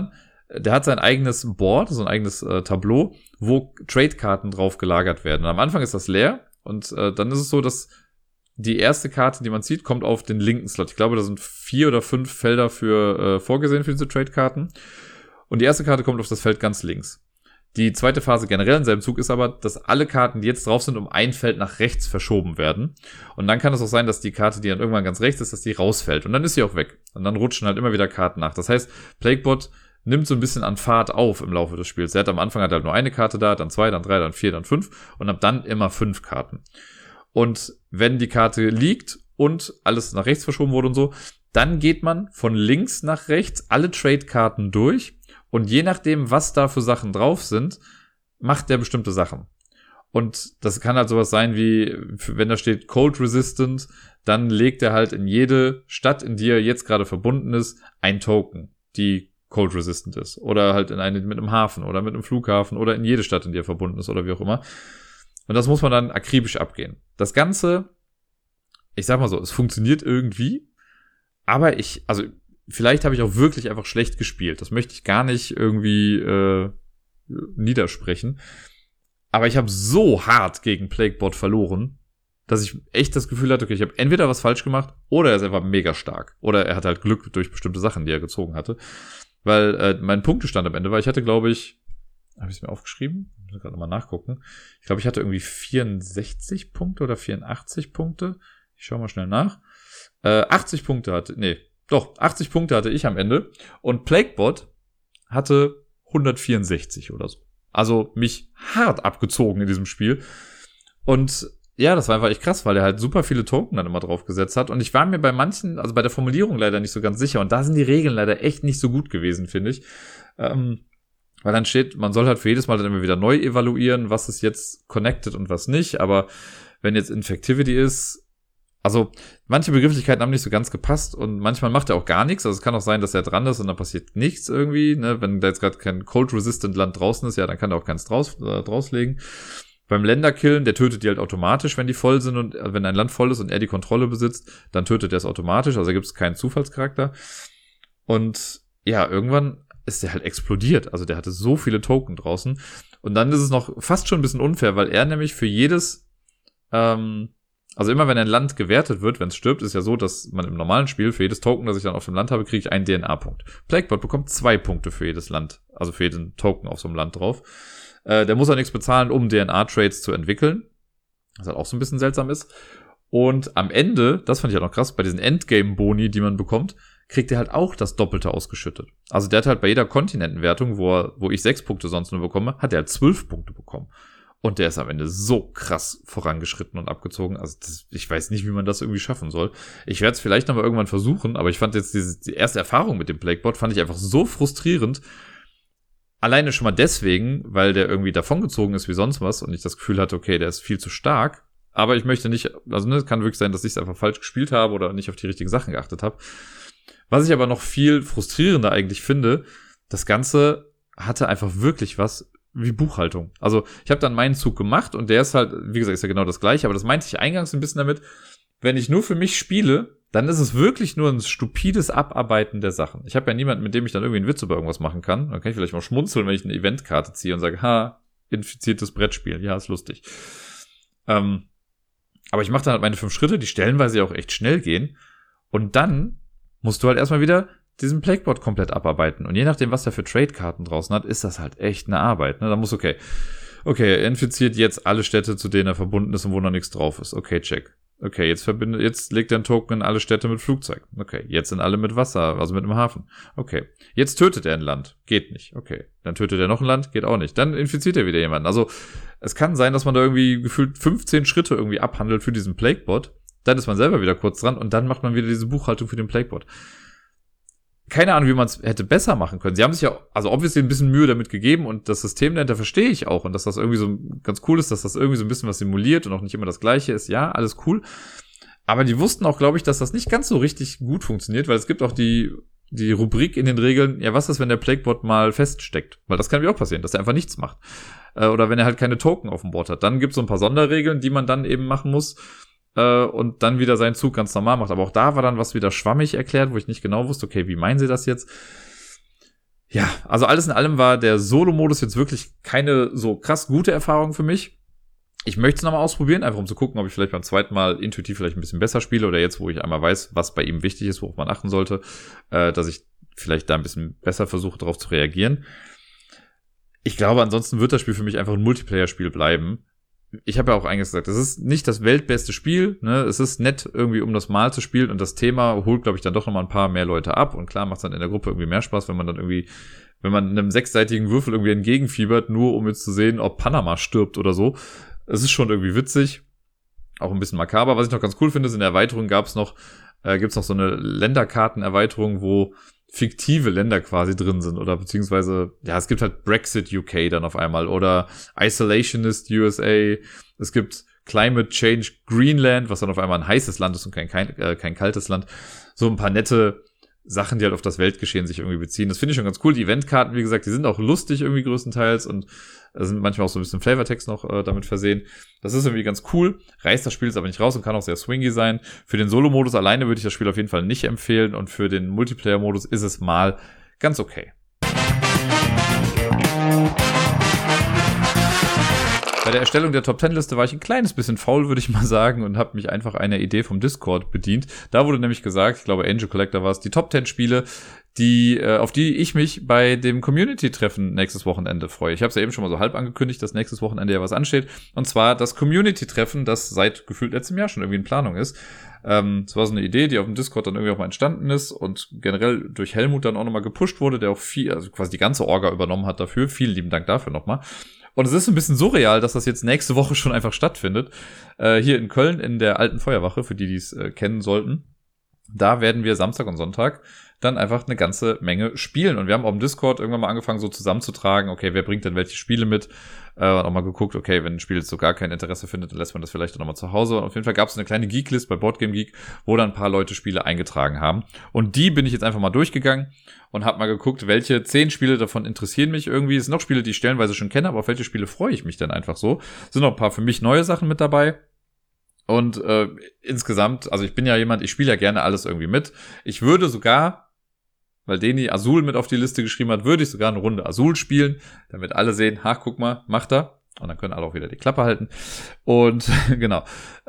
der hat sein eigenes Board, so ein eigenes Tableau, wo Trade-Karten drauf gelagert werden. Und am Anfang ist das leer und dann ist es so, dass die erste Karte, die man zieht, kommt auf den linken Slot. Ich glaube, da sind 4 oder 5 Felder für vorgesehen für diese Trade-Karten. Und die erste Karte kommt auf das Feld ganz links. Die zweite Phase generell in seinem Zug ist aber, dass alle Karten, die jetzt drauf sind, um ein Feld nach rechts verschoben werden. Und dann kann es auch sein, dass die Karte, die dann irgendwann ganz rechts ist, dass die rausfällt. Und dann ist sie auch weg. Und dann rutschen halt immer wieder Karten nach. Das heißt, Plaguebot nimmt so ein bisschen an Fahrt auf im Laufe des Spiels. Am Anfang hat er halt nur eine Karte da, dann 2, dann 3, dann 4, dann 5 und ab dann immer 5 Karten. Und wenn die Karte liegt und alles nach rechts verschoben wurde und so, dann geht man von links nach rechts alle Trade-Karten durch und je nachdem, was da für Sachen drauf sind, macht der bestimmte Sachen. Und das kann halt sowas sein wie, wenn da steht Cold Resistant, dann legt er halt in jede Stadt, in die er jetzt gerade verbunden ist, ein Token, die Cold Resistant ist. Oder halt in eine mit einem Hafen oder mit einem Flughafen oder in jede Stadt, in die er verbunden ist oder wie auch immer. Und das muss man dann akribisch abgehen. Das Ganze, ich sag mal so, es funktioniert irgendwie, aber vielleicht habe ich auch wirklich einfach schlecht gespielt. Das möchte ich gar nicht irgendwie niedersprechen. Aber ich habe so hart gegen Plaguebot verloren, dass ich echt das Gefühl hatte, okay, ich habe entweder was falsch gemacht oder er ist einfach mega stark. Oder er hat halt Glück durch bestimmte Sachen, die er gezogen hatte. Weil mein Punktestand am Ende war, ich hatte, glaube ich, habe ich es mir aufgeschrieben? Ich muss gerade nochmal nachgucken. Ich glaube, ich hatte irgendwie 64 Punkte oder 84 Punkte. Ich schaue mal schnell nach. 80 Punkte hatte ich am Ende. Und Plaguebot hatte 164 oder so. Also mich hart abgezogen in diesem Spiel. Und ja, das war einfach echt krass, weil er halt super viele Token dann immer drauf gesetzt hat. Und ich war mir bei manchen, also bei der Formulierung leider nicht so ganz sicher. Und da sind die Regeln leider echt nicht so gut gewesen, finde ich. Weil dann steht, man soll halt für jedes Mal dann immer wieder neu evaluieren, was ist jetzt connected und was nicht. Aber wenn jetzt Infectivity ist, also manche Begrifflichkeiten haben nicht so ganz gepasst und manchmal macht er auch gar nichts. Also es kann auch sein, dass er dran ist und dann passiert nichts irgendwie. Ne? Wenn da jetzt gerade kein Cold-Resistant-Land draußen ist, ja, dann kann er auch keins drauslegen. Beim Länderkillen, der tötet die halt automatisch, wenn die voll sind und wenn ein Land voll ist und er die Kontrolle besitzt, dann tötet er es automatisch. Also da gibt es keinen Zufallscharakter. Und ja, irgendwann ist der halt explodiert. Also der hatte so viele Token draußen. Und dann ist es noch fast schon ein bisschen unfair, weil er nämlich für jedes, also immer wenn ein Land gewertet wird, wenn es stirbt, ist ja so, dass man im normalen Spiel für jedes Token, das ich dann auf dem Land habe, kriege ich einen DNA-Punkt. Plaguebot bekommt 2 Punkte für jedes Land, also für jeden Token auf so einem Land drauf. Der muss auch nichts bezahlen, um DNA-Trades zu entwickeln. Was halt auch so ein bisschen seltsam ist. Und am Ende, das fand ich auch noch krass, bei diesen Endgame-Boni, die man bekommt, kriegt er halt auch das Doppelte ausgeschüttet. Also der hat halt bei jeder Kontinentenwertung, wo ich 6 Punkte sonst nur bekomme, hat er halt 12 Punkte bekommen. Und der ist am Ende so krass vorangeschritten und abgezogen. Also ich weiß nicht, wie man das irgendwie schaffen soll. Ich werde es vielleicht nochmal irgendwann versuchen, aber ich fand jetzt die erste Erfahrung mit dem Plaguebot fand ich einfach so frustrierend. Alleine schon mal deswegen, weil der irgendwie davongezogen ist wie sonst was und ich das Gefühl hatte, okay, der ist viel zu stark. Aber ich möchte nicht, also es kann wirklich sein, dass ich es einfach falsch gespielt habe oder nicht auf die richtigen Sachen geachtet habe. Was ich aber noch viel frustrierender eigentlich finde, das Ganze hatte einfach wirklich was wie Buchhaltung. Also ich habe dann meinen Zug gemacht und der ist halt, wie gesagt, ist ja genau das Gleiche, aber das meinte ich eingangs ein bisschen damit, wenn ich nur für mich spiele, dann ist es wirklich nur ein stupides Abarbeiten der Sachen. Ich habe ja niemanden, mit dem ich dann irgendwie einen Witz über irgendwas machen kann. Dann kann ich vielleicht mal schmunzeln, wenn ich eine Eventkarte ziehe und sage, infiziertes Brettspiel. Ja, ist lustig. Aber ich mache dann halt meine 5 Schritte, die stellenweise auch echt schnell gehen. Und dann musst du halt erstmal wieder diesen Plaguebot komplett abarbeiten. Und je nachdem, was er für Trade-Karten draußen hat, ist das halt echt eine Arbeit. Ne? Da muss okay, er infiziert jetzt alle Städte, zu denen er verbunden ist und wo noch nichts drauf ist. Okay, check. Okay, jetzt legt er einen Token in alle Städte mit Flugzeug. Okay, jetzt sind alle mit Wasser, also mit einem Hafen. Okay, jetzt tötet er ein Land. Geht nicht. Okay, dann tötet er noch ein Land. Geht auch nicht. Dann infiziert er wieder jemanden. Also es kann sein, dass man da irgendwie gefühlt 15 Schritte irgendwie abhandelt für diesen Plaguebot. Dann ist man selber wieder kurz dran und dann macht man wieder diese Buchhaltung für den Plaguebot. Keine Ahnung, wie man es hätte besser machen können. Sie haben sich ja, also obviously ein bisschen Mühe damit gegeben und das System dahinter verstehe ich auch und dass das irgendwie so ganz cool ist, dass das irgendwie so ein bisschen was simuliert und auch nicht immer das Gleiche ist. Ja, alles cool. Aber die wussten auch, glaube ich, dass das nicht ganz so richtig gut funktioniert, weil es gibt auch die Rubrik in den Regeln, ja, was ist, wenn der Plaguebot mal feststeckt? Weil das kann mir auch passieren, dass er einfach nichts macht. Oder wenn er halt keine Token auf dem Board hat. Dann gibt es so ein paar Sonderregeln, die man dann eben machen muss. Und dann wieder seinen Zug ganz normal macht. Aber auch da war dann was wieder schwammig erklärt, wo ich nicht genau wusste, okay, wie meinen sie das jetzt? Ja, also alles in allem war der Solo-Modus jetzt wirklich keine so krass gute Erfahrung für mich. Ich möchte es nochmal ausprobieren, einfach um zu gucken, ob ich vielleicht beim zweiten Mal intuitiv vielleicht ein bisschen besser spiele oder jetzt, wo ich einmal weiß, was bei ihm wichtig ist, worauf man achten sollte, dass ich vielleicht da ein bisschen besser versuche, darauf zu reagieren. Ich glaube, ansonsten wird das Spiel für mich einfach ein Multiplayer-Spiel bleiben. Ich habe ja auch eigentlich gesagt, es ist nicht das weltbeste Spiel, ne? Es ist nett irgendwie, um das Mal zu spielen und das Thema holt, glaube ich, dann doch nochmal ein paar mehr Leute ab und klar macht es dann in der Gruppe irgendwie mehr Spaß, wenn man einem sechsseitigen Würfel irgendwie entgegenfiebert, nur um jetzt zu sehen, ob Panama stirbt oder so. Es ist schon irgendwie witzig, auch ein bisschen makaber. Was ich noch ganz cool finde, ist in der Erweiterung gibt's noch so eine Länderkarten-Erweiterung, wo fiktive Länder quasi drin sind oder beziehungsweise, ja, es gibt halt Brexit UK dann auf einmal oder Isolationist USA, es gibt Climate Change Greenland, was dann auf einmal ein heißes Land ist und kein kaltes Land. So ein paar nette Sachen, die halt auf das Weltgeschehen sich irgendwie beziehen. Das finde ich schon ganz cool. Die Eventkarten, wie gesagt, die sind auch lustig irgendwie größtenteils und sind manchmal auch so ein bisschen Flavortext noch damit versehen. Das ist irgendwie ganz cool. Reißt das Spiel jetzt aber nicht raus und kann auch sehr swingy sein. Für den Solo-Modus alleine würde ich das Spiel auf jeden Fall nicht empfehlen und für den Multiplayer-Modus ist es mal ganz okay. Bei der Erstellung der Top-10-Liste war ich ein kleines bisschen faul, würde ich mal sagen, und habe mich einfach einer Idee vom Discord bedient. Da wurde nämlich gesagt, ich glaube Angel Collector war es, die Top-10-Spiele, auf die ich mich bei dem Community-Treffen nächstes Wochenende freue. Ich habe es ja eben schon mal so halb angekündigt, dass nächstes Wochenende ja was ansteht. Und zwar das Community-Treffen, das seit gefühlt letztem Jahr schon irgendwie in Planung ist. Das war so eine Idee, die auf dem Discord dann irgendwie auch mal entstanden ist und generell durch Helmut dann auch nochmal gepusht wurde, der auch also quasi die ganze Orga übernommen hat dafür. Vielen lieben Dank dafür nochmal. Und es ist ein bisschen surreal, dass das jetzt nächste Woche schon einfach stattfindet. Hier in Köln in der Alten Feuerwache, für die es kennen sollten. Da werden wir Samstag und Sonntag dann einfach eine ganze Menge spielen. Und wir haben auf dem Discord irgendwann mal angefangen, so zusammenzutragen, okay, wer bringt denn welche Spiele mit? Und auch mal geguckt, okay, wenn ein Spiel jetzt so gar kein Interesse findet, dann lässt man das vielleicht dann nochmal zu Hause. Und auf jeden Fall gab es eine kleine Geeklist bei Boardgame Geek, wo dann ein paar Leute Spiele eingetragen haben. Und die bin ich jetzt einfach mal durchgegangen und habe mal geguckt, welche 10 Spiele davon interessieren mich irgendwie. Es sind noch Spiele, die ich stellenweise schon kenne, aber auf welche Spiele freue ich mich dann einfach so. Es sind noch ein paar für mich neue Sachen mit dabei. Und insgesamt, also ich bin ja jemand, ich spiele ja gerne alles irgendwie mit. Ich würde sogar, weil Deni Azul mit auf die Liste geschrieben hat, würde ich sogar eine Runde Azul spielen, damit alle sehen, guck mal, macht er. Und dann können alle auch wieder die Klappe halten. Und genau,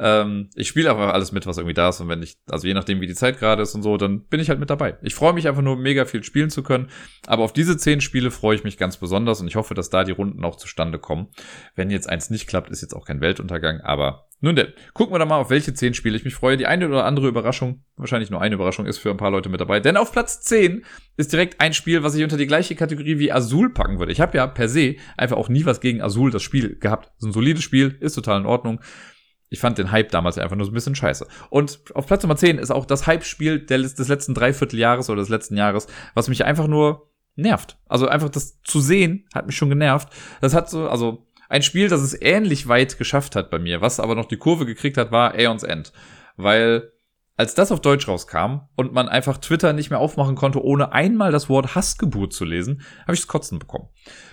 ich spiele einfach alles mit, was irgendwie da ist. Und wenn ich, also je nachdem, wie die Zeit gerade ist und so, dann bin ich halt mit dabei. Ich freue mich einfach nur, mega viel spielen zu können. Aber auf diese 10 Spiele freue ich mich ganz besonders. Und ich hoffe, dass da die Runden auch zustande kommen. Wenn jetzt eins nicht klappt, ist jetzt auch kein Weltuntergang. Aber nun denn, gucken wir da mal, auf welche 10 Spiele ich mich freue. Die eine oder andere Überraschung, wahrscheinlich nur eine Überraschung, ist für ein paar Leute mit dabei. Denn auf Platz 10 ist direkt ein Spiel, was ich unter die gleiche Kategorie wie Azul packen würde. Ich habe ja per se einfach auch nie was gegen Azul, das Spiel, gehabt. So ein solides Spiel, ist total in Ordnung. Ich fand den Hype damals einfach nur so ein bisschen scheiße. Und auf Platz Nummer 10 ist auch das Hype-Spiel des letzten Dreivierteljahres oder des letzten Jahres, was mich einfach nur nervt. Also einfach das zu sehen, hat mich schon genervt. Das hat so, also ein Spiel, das es ähnlich weit geschafft hat bei mir, was aber noch die Kurve gekriegt hat, war Aeon's End. Weil als das auf Deutsch rauskam und man einfach Twitter nicht mehr aufmachen konnte, ohne einmal das Wort Hassgeburt zu lesen, habe ich das Kotzen bekommen.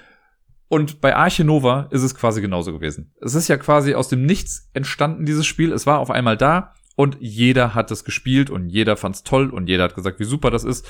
Und bei Arche Nova ist es quasi genauso gewesen. Es ist ja quasi aus dem Nichts entstanden, dieses Spiel. Es war auf einmal da und jeder hat es gespielt und jeder fand's toll und jeder hat gesagt, wie super das ist.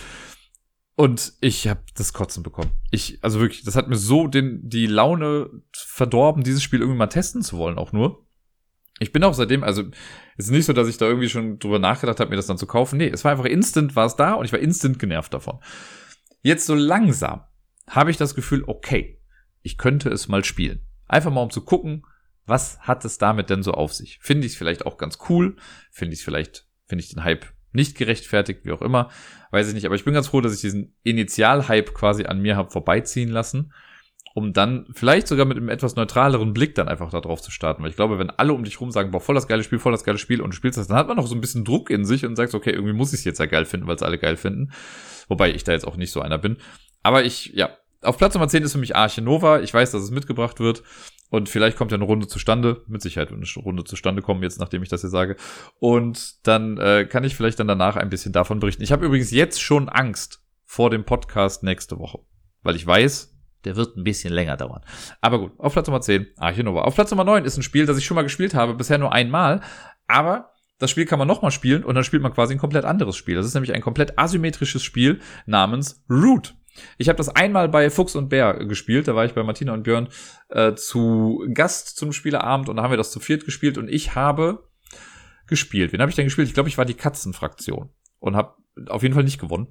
Und ich habe das Kotzen bekommen. Also wirklich, das hat mir so die Laune verdorben, dieses Spiel irgendwie mal testen zu wollen, auch nur. Ich bin auch seitdem, also es ist nicht so, dass ich da irgendwie schon drüber nachgedacht habe, mir das dann zu kaufen. Nee, es war einfach instant, war es da und ich war instant genervt davon. Jetzt so langsam habe ich das Gefühl, okay, ich könnte es mal spielen. Einfach mal um zu gucken, was hat es damit denn so auf sich? Finde ich es vielleicht auch ganz cool? Finde ich den Hype nicht gerechtfertigt, wie auch immer, weiß ich nicht. Aber ich bin ganz froh, dass ich diesen Initial-Hype quasi an mir habe vorbeiziehen lassen, um dann vielleicht sogar mit einem etwas neutraleren Blick dann einfach da drauf zu starten. Weil ich glaube, wenn alle um dich rum sagen, boah, voll das geile Spiel und du spielst das, dann hat man noch so ein bisschen Druck in sich und sagst, okay, irgendwie muss ich es jetzt ja geil finden, weil es alle geil finden. Wobei ich da jetzt auch nicht so einer bin. Aber auf Platz Nummer 10 ist für mich Arche Nova. Ich weiß, dass es mitgebracht wird. Und vielleicht kommt ja eine Runde zustande. Mit Sicherheit wird eine Runde zustande kommen, jetzt nachdem ich das hier sage. Und dann kann ich vielleicht dann danach ein bisschen davon berichten. Ich habe übrigens jetzt schon Angst vor dem Podcast nächste Woche. Weil ich weiß, der wird ein bisschen länger dauern. Aber gut, auf Platz Nummer 10, Arche Nova. Auf Platz Nummer 9 ist ein Spiel, das ich schon mal gespielt habe, bisher nur einmal. Aber das Spiel kann man nochmal spielen und dann spielt man quasi ein komplett anderes Spiel. Das ist nämlich ein komplett asymmetrisches Spiel namens Root. Ich habe das einmal bei Fuchs und Bär gespielt. Da war ich bei Martina und Björn zu Gast zum Spieleabend und da haben wir das zu viert gespielt und ich habe gespielt. Wen habe ich denn gespielt? Ich glaube, ich war die Katzenfraktion und habe auf jeden Fall nicht gewonnen.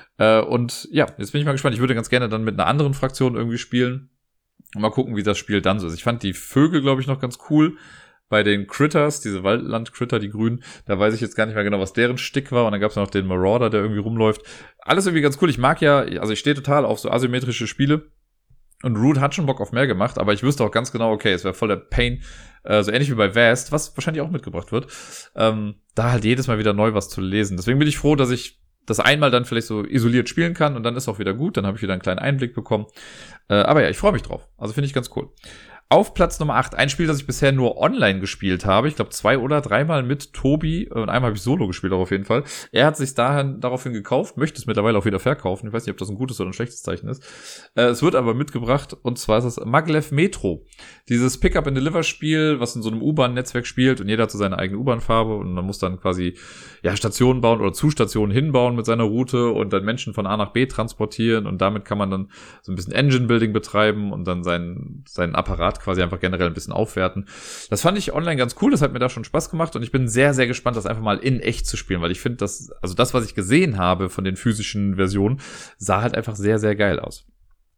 Und ja, jetzt bin ich mal gespannt. Ich würde ganz gerne dann mit einer anderen Fraktion irgendwie spielen und mal gucken, wie das Spiel dann so ist. Ich fand die Vögel, glaube ich, noch ganz cool. Bei den Critters, diese Waldland-Critter, die Grünen, da weiß ich jetzt gar nicht mehr genau, was deren Stick war. Und dann gab es noch den Marauder, der irgendwie rumläuft. Alles irgendwie ganz cool. Ich mag ja, also ich stehe total auf so asymmetrische Spiele. Und Root hat schon Bock auf mehr gemacht, aber ich wüsste auch ganz genau, okay, es wäre voll der Pain, so ähnlich wie bei Vast, was wahrscheinlich auch mitgebracht wird, da halt jedes Mal wieder neu was zu lesen. Deswegen bin ich froh, dass ich das einmal dann vielleicht so isoliert spielen kann und dann ist auch wieder gut, dann habe ich wieder einen kleinen Einblick bekommen. Aber ja, ich freue mich drauf. Also finde ich ganz cool. Auf Platz Nummer 8, ein Spiel, das ich bisher nur online gespielt habe. Ich glaube 2 oder 3 Mal mit Tobi und einmal habe ich Solo gespielt, auch auf jeden Fall. Er hat sich daraufhin gekauft, möchte es mittlerweile auch wieder verkaufen. Ich weiß nicht, ob das ein gutes oder ein schlechtes Zeichen ist. Es wird aber mitgebracht und zwar ist es Maglev Metro. Dieses Pick-up-and-Deliver-Spiel, was in so einem U-Bahn-Netzwerk spielt und jeder hat so seine eigene U-Bahn-Farbe und man muss dann quasi Stationen bauen oder zu Stationen hinbauen mit seiner Route und dann Menschen von A nach B transportieren und damit kann man dann so ein bisschen Engine-Building betreiben und dann seinen Apparat quasi einfach generell ein bisschen aufwerten. Das fand ich online ganz cool, das hat mir da schon Spaß gemacht und ich bin sehr, sehr gespannt, das einfach mal in echt zu spielen, weil ich finde, das, was ich gesehen habe von den physischen Versionen, sah halt einfach sehr, sehr geil aus.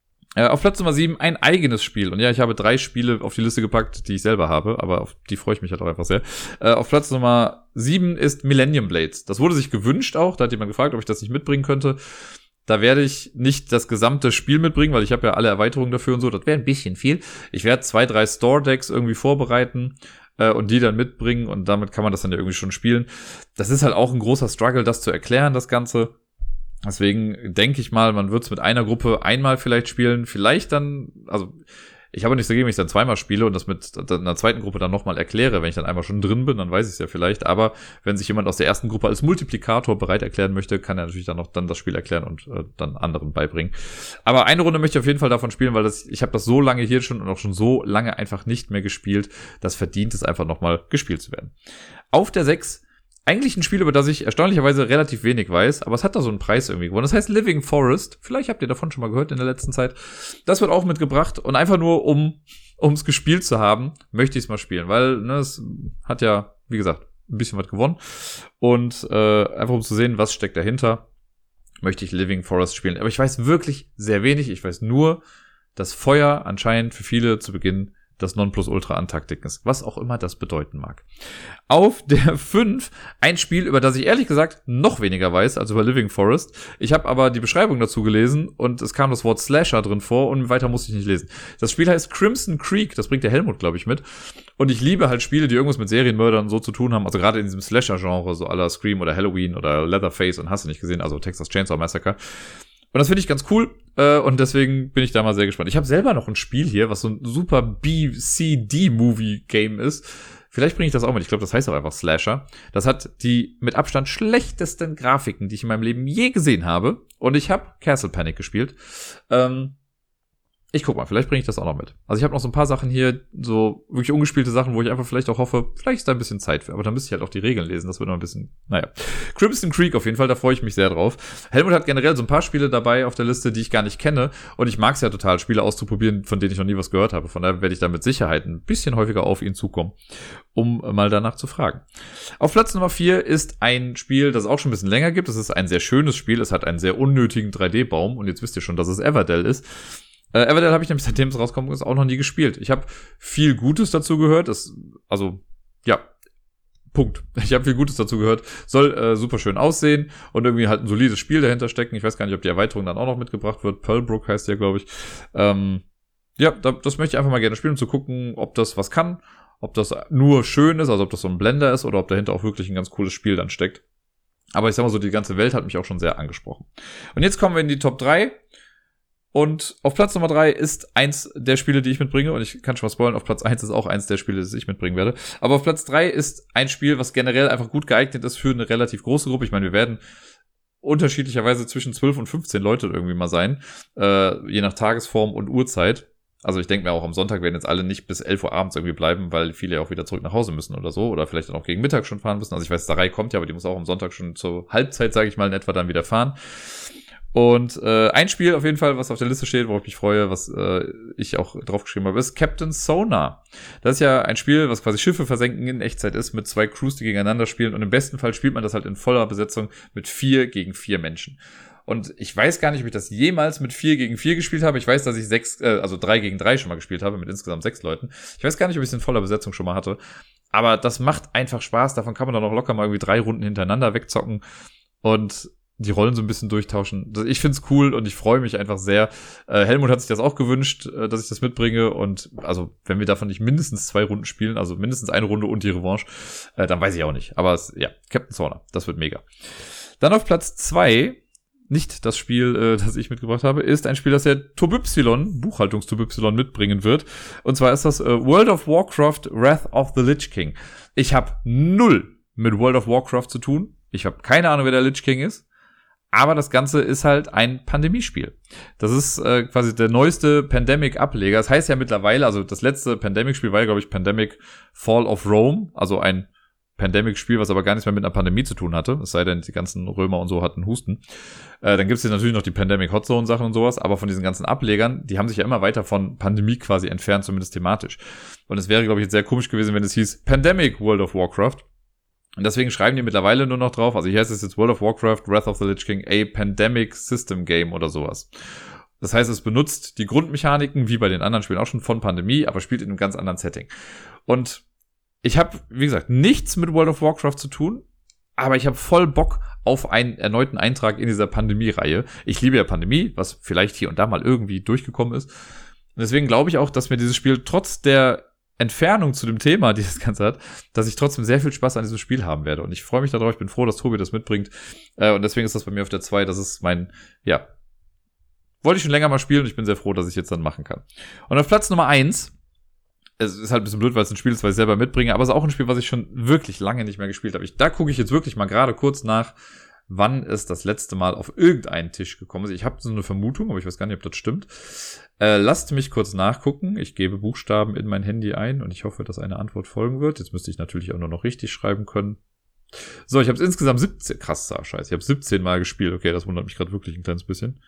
Auf Platz Nummer 7 ein eigenes Spiel. Und ja, ich habe 3 Spiele auf die Liste gepackt, die ich selber habe, aber auf die freue ich mich halt auch einfach sehr. Auf Platz Nummer 7 ist Millennium Blades. Das wurde sich gewünscht auch, da hat jemand gefragt, ob ich das nicht mitbringen könnte. Da werde ich nicht das gesamte Spiel mitbringen, weil ich habe ja alle Erweiterungen dafür und so. Das wäre ein bisschen viel. Ich werde 2, 3 Store-Decks irgendwie vorbereiten und die dann mitbringen und damit kann man das dann ja irgendwie schon spielen. Das ist halt auch ein großer Struggle, das zu erklären, das Ganze. Deswegen denke ich mal, man wird es mit einer Gruppe einmal vielleicht spielen. Vielleicht dann, also ich habe nichts dagegen, wenn ich dann zweimal spiele und das mit einer zweiten Gruppe dann nochmal erkläre. Wenn ich dann einmal schon drin bin, dann weiß ich es ja vielleicht. Aber wenn sich jemand aus der ersten Gruppe als Multiplikator bereit erklären möchte, kann er natürlich dann noch das Spiel erklären und dann anderen beibringen. Aber eine Runde möchte ich auf jeden Fall davon spielen, weil ich habe das so lange hier schon und auch schon so lange einfach nicht mehr gespielt. Das verdient es einfach nochmal gespielt zu werden. Auf der 6 eigentlich ein Spiel, über das ich erstaunlicherweise relativ wenig weiß, aber es hat da so einen Preis irgendwie gewonnen. Das heißt Living Forest. Vielleicht habt ihr davon schon mal gehört in der letzten Zeit. Das wird auch mitgebracht und einfach nur, um es gespielt zu haben, möchte ich es mal spielen, weil es hat ja, wie gesagt, ein bisschen was gewonnen und einfach um zu sehen, was steckt dahinter, möchte ich Living Forest spielen. Aber ich weiß wirklich sehr wenig. Ich weiß nur, dass Feuer anscheinend für viele zu Beginn das Nonplusultra an Taktik ist, was auch immer das bedeuten mag. Auf der 5 ein Spiel, über das ich ehrlich gesagt noch weniger weiß als über Living Forest. Ich habe aber die Beschreibung dazu gelesen und es kam das Wort Slasher drin vor und weiter musste ich nicht lesen. Das Spiel heißt Crimson Creek, das bringt der Helmut, glaube ich, mit. Und ich liebe halt Spiele, die irgendwas mit Serienmördern so zu tun haben, also gerade in diesem Slasher-Genre, so à la Scream oder Halloween oder Leatherface und hast du nicht gesehen, also Texas Chainsaw Massacre. Und das finde ich ganz cool und deswegen bin ich da mal sehr gespannt. Ich habe selber noch ein Spiel hier, was so ein super B-C-D-Movie-Game ist. Vielleicht bringe ich das auch mit. Ich glaube, das heißt auch einfach Slasher. Das hat die mit Abstand schlechtesten Grafiken, die ich in meinem Leben je gesehen habe. Und ich habe Castle Panic gespielt. Ich guck mal, vielleicht bringe ich das auch noch mit. Also ich habe noch so ein paar Sachen hier, so wirklich ungespielte Sachen, wo ich einfach vielleicht auch hoffe, vielleicht ist da ein bisschen Zeit für. Aber dann müsste ich halt auch die Regeln lesen, das wird noch ein bisschen, naja. Crimson Creek auf jeden Fall, da freue ich mich sehr drauf. Helmut hat generell so ein paar Spiele dabei auf der Liste, die ich gar nicht kenne. Und ich mag es ja total, Spiele auszuprobieren, von denen ich noch nie was gehört habe. Von daher werde ich da mit Sicherheit ein bisschen häufiger auf ihn zukommen, um mal danach zu fragen. Auf Platz Nummer 4 ist ein Spiel, das es auch schon ein bisschen länger gibt. Es ist ein sehr schönes Spiel, es hat einen sehr unnötigen 3D-Baum. Und jetzt wisst ihr schon, dass es Everdell ist. Everdell habe ich nämlich, seitdem es rauskommt, auch noch nie gespielt. Ich habe viel Gutes dazu gehört. Punkt. Ich habe viel Gutes dazu gehört. Soll super schön aussehen und irgendwie halt ein solides Spiel dahinter stecken. Ich weiß gar nicht, ob die Erweiterung dann auch noch mitgebracht wird. Pearlbrook heißt der, glaube ich. Das möchte ich einfach mal gerne spielen, um zu gucken, ob das was kann. Ob das nur schön ist, also ob das so ein Blender ist oder ob dahinter auch wirklich ein ganz cooles Spiel dann steckt. Aber ich sag mal so, die ganze Welt hat mich auch schon sehr angesprochen. Und jetzt kommen wir in die Top 3. Und auf Platz Nummer 3 ist eins der Spiele, die ich mitbringe. Und ich kann schon mal spoilern, auf Platz 1 ist auch eins der Spiele, das ich mitbringen werde. Aber auf Platz 3 ist ein Spiel, was generell einfach gut geeignet ist für eine relativ große Gruppe. Ich meine, wir werden unterschiedlicherweise zwischen 12 und 15 Leute irgendwie mal sein. Je nach Tagesform und Uhrzeit. Also ich denke mir auch, am Sonntag werden jetzt alle nicht bis 11 Uhr abends irgendwie bleiben, weil viele ja auch wieder zurück nach Hause müssen oder so. Oder vielleicht dann auch gegen Mittag schon fahren müssen. Also ich weiß, Sarai kommt ja, aber die muss auch am Sonntag schon zur Halbzeit, sage ich mal, in etwa dann wieder fahren. Und ein Spiel auf jeden Fall, was auf der Liste steht, worauf ich mich freue, was ich auch draufgeschrieben habe, ist Captain Sonar. Das ist ja ein Spiel, was quasi Schiffe versenken in Echtzeit ist, mit 2 Crews, die gegeneinander spielen. Und im besten Fall spielt man das halt in voller Besetzung mit 4 gegen 4 Menschen. Und ich weiß gar nicht, ob ich das jemals mit 4 gegen 4 gespielt habe. Ich weiß, dass ich 3 gegen 3 schon mal gespielt habe, mit insgesamt 6 Leuten. Ich weiß gar nicht, ob ich es in voller Besetzung schon mal hatte. Aber das macht einfach Spaß. Davon kann man dann auch locker mal irgendwie 3 Runden hintereinander wegzocken. Und die Rollen so ein bisschen durchtauschen. Ich find's cool und ich freue mich einfach sehr. Helmut hat sich das auch gewünscht, dass ich das mitbringe. Und also, wenn wir davon nicht mindestens 2 Runden spielen, also mindestens eine Runde und die Revanche, dann weiß ich auch nicht. Aber Captain Sonar, das wird mega. Dann auf Platz 2, nicht das Spiel, das ich mitgebracht habe, ist ein Spiel, das der Tobypsilon, Buchhaltungs-Tobypsilon, mitbringen wird. Und zwar ist das World of Warcraft Wrath of the Lich King. Ich habe 0 mit World of Warcraft zu tun. Ich habe keine Ahnung, wer der Lich King ist. Aber das Ganze ist halt ein Pandemiespiel. Das ist quasi der neueste Pandemic-Ableger. Das heißt ja mittlerweile, also das letzte Pandemic-Spiel war ja, glaube ich, Pandemic Fall of Rome. Also ein Pandemic-Spiel, was aber gar nichts mehr mit einer Pandemie zu tun hatte. Es sei denn, die ganzen Römer und so hatten Husten. Dann gibt es natürlich noch die Pandemic Hotzone-Sachen und sowas. Aber von diesen ganzen Ablegern, die haben sich ja immer weiter von Pandemie quasi entfernt, zumindest thematisch. Und es wäre, glaube ich, jetzt sehr komisch gewesen, wenn es hieß Pandemic World of Warcraft. Und deswegen schreiben die mittlerweile nur noch drauf, also hier heißt es jetzt World of Warcraft, Wrath of the Lich King, a Pandemic System Game oder sowas. Das heißt, es benutzt die Grundmechaniken, wie bei den anderen Spielen auch schon, von Pandemie, aber spielt in einem ganz anderen Setting. Und ich habe, wie gesagt, nichts mit World of Warcraft zu tun, aber ich habe voll Bock auf einen erneuten Eintrag in dieser Pandemie-Reihe. Ich liebe ja Pandemie, was vielleicht hier und da mal irgendwie durchgekommen ist. Und deswegen glaube ich auch, dass mir dieses Spiel trotz der Entfernung zu dem Thema, die das Ganze hat, dass ich trotzdem sehr viel Spaß an diesem Spiel haben werde. Und ich freue mich darauf, ich bin froh, dass Tobi das mitbringt. Und deswegen ist das bei mir auf der 2, das ist mein, wollte ich schon länger mal spielen und ich bin sehr froh, dass ich jetzt dann machen kann. Und auf Platz Nummer 1, es ist halt ein bisschen blöd, weil es ein Spiel ist, was ich selber mitbringe, aber es ist auch ein Spiel, was ich schon wirklich lange nicht mehr gespielt habe. Da gucke ich jetzt wirklich mal gerade kurz nach, wann es das letzte Mal auf irgendeinen Tisch gekommen ist. Ich habe so eine Vermutung, aber ich weiß gar nicht, ob das stimmt. Lasst mich kurz nachgucken. Ich gebe Buchstaben in mein Handy ein und ich hoffe, dass eine Antwort folgen wird. Jetzt müsste ich natürlich auch nur noch richtig schreiben können. So, ich habe es insgesamt 17... Krass, scheiße. Ich habe 17 Mal gespielt. Okay, das wundert mich gerade wirklich ein kleines bisschen.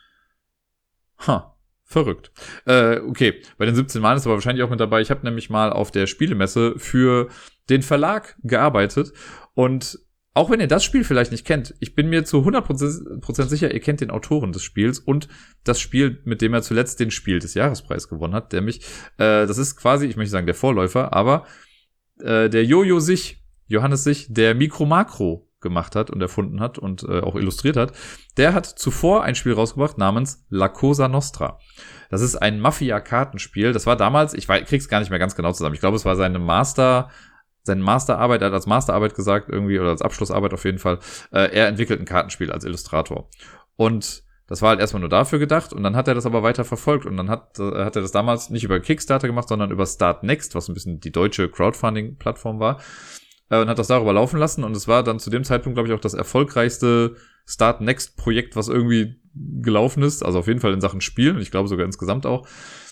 Verrückt. Okay, bei den 17 Mal ist aber wahrscheinlich auch mit dabei. Ich habe nämlich mal auf der Spielemesse für den Verlag gearbeitet und auch wenn ihr das Spiel vielleicht nicht kennt, ich bin mir zu 100% sicher, ihr kennt den Autoren des Spiels und das Spiel, mit dem er zuletzt den Spiel des Jahrespreis gewonnen hat, das ist quasi, ich möchte sagen der Vorläufer, aber der Johannes Sich, der Micro Macro gemacht hat und erfunden hat und auch illustriert hat, der hat zuvor ein Spiel rausgebracht namens La Cosa Nostra. Das ist ein Mafia-Kartenspiel. Das war damals, ich krieg's gar nicht mehr ganz genau zusammen. Ich glaube, es war seine Masterarbeit, er hat als Masterarbeit gesagt irgendwie, oder als Abschlussarbeit auf jeden Fall, er entwickelt ein Kartenspiel als Illustrator. Und das war halt erstmal nur dafür gedacht und dann hat er das aber weiter verfolgt und dann hat er das damals nicht über Kickstarter gemacht, sondern über Startnext, was ein bisschen die deutsche Crowdfunding-Plattform war, und hat das darüber laufen lassen und es war dann zu dem Zeitpunkt, glaube ich, auch das erfolgreichste Startnext-Projekt, was irgendwie gelaufen ist, also auf jeden Fall in Sachen Spiel und ich glaube sogar insgesamt auch.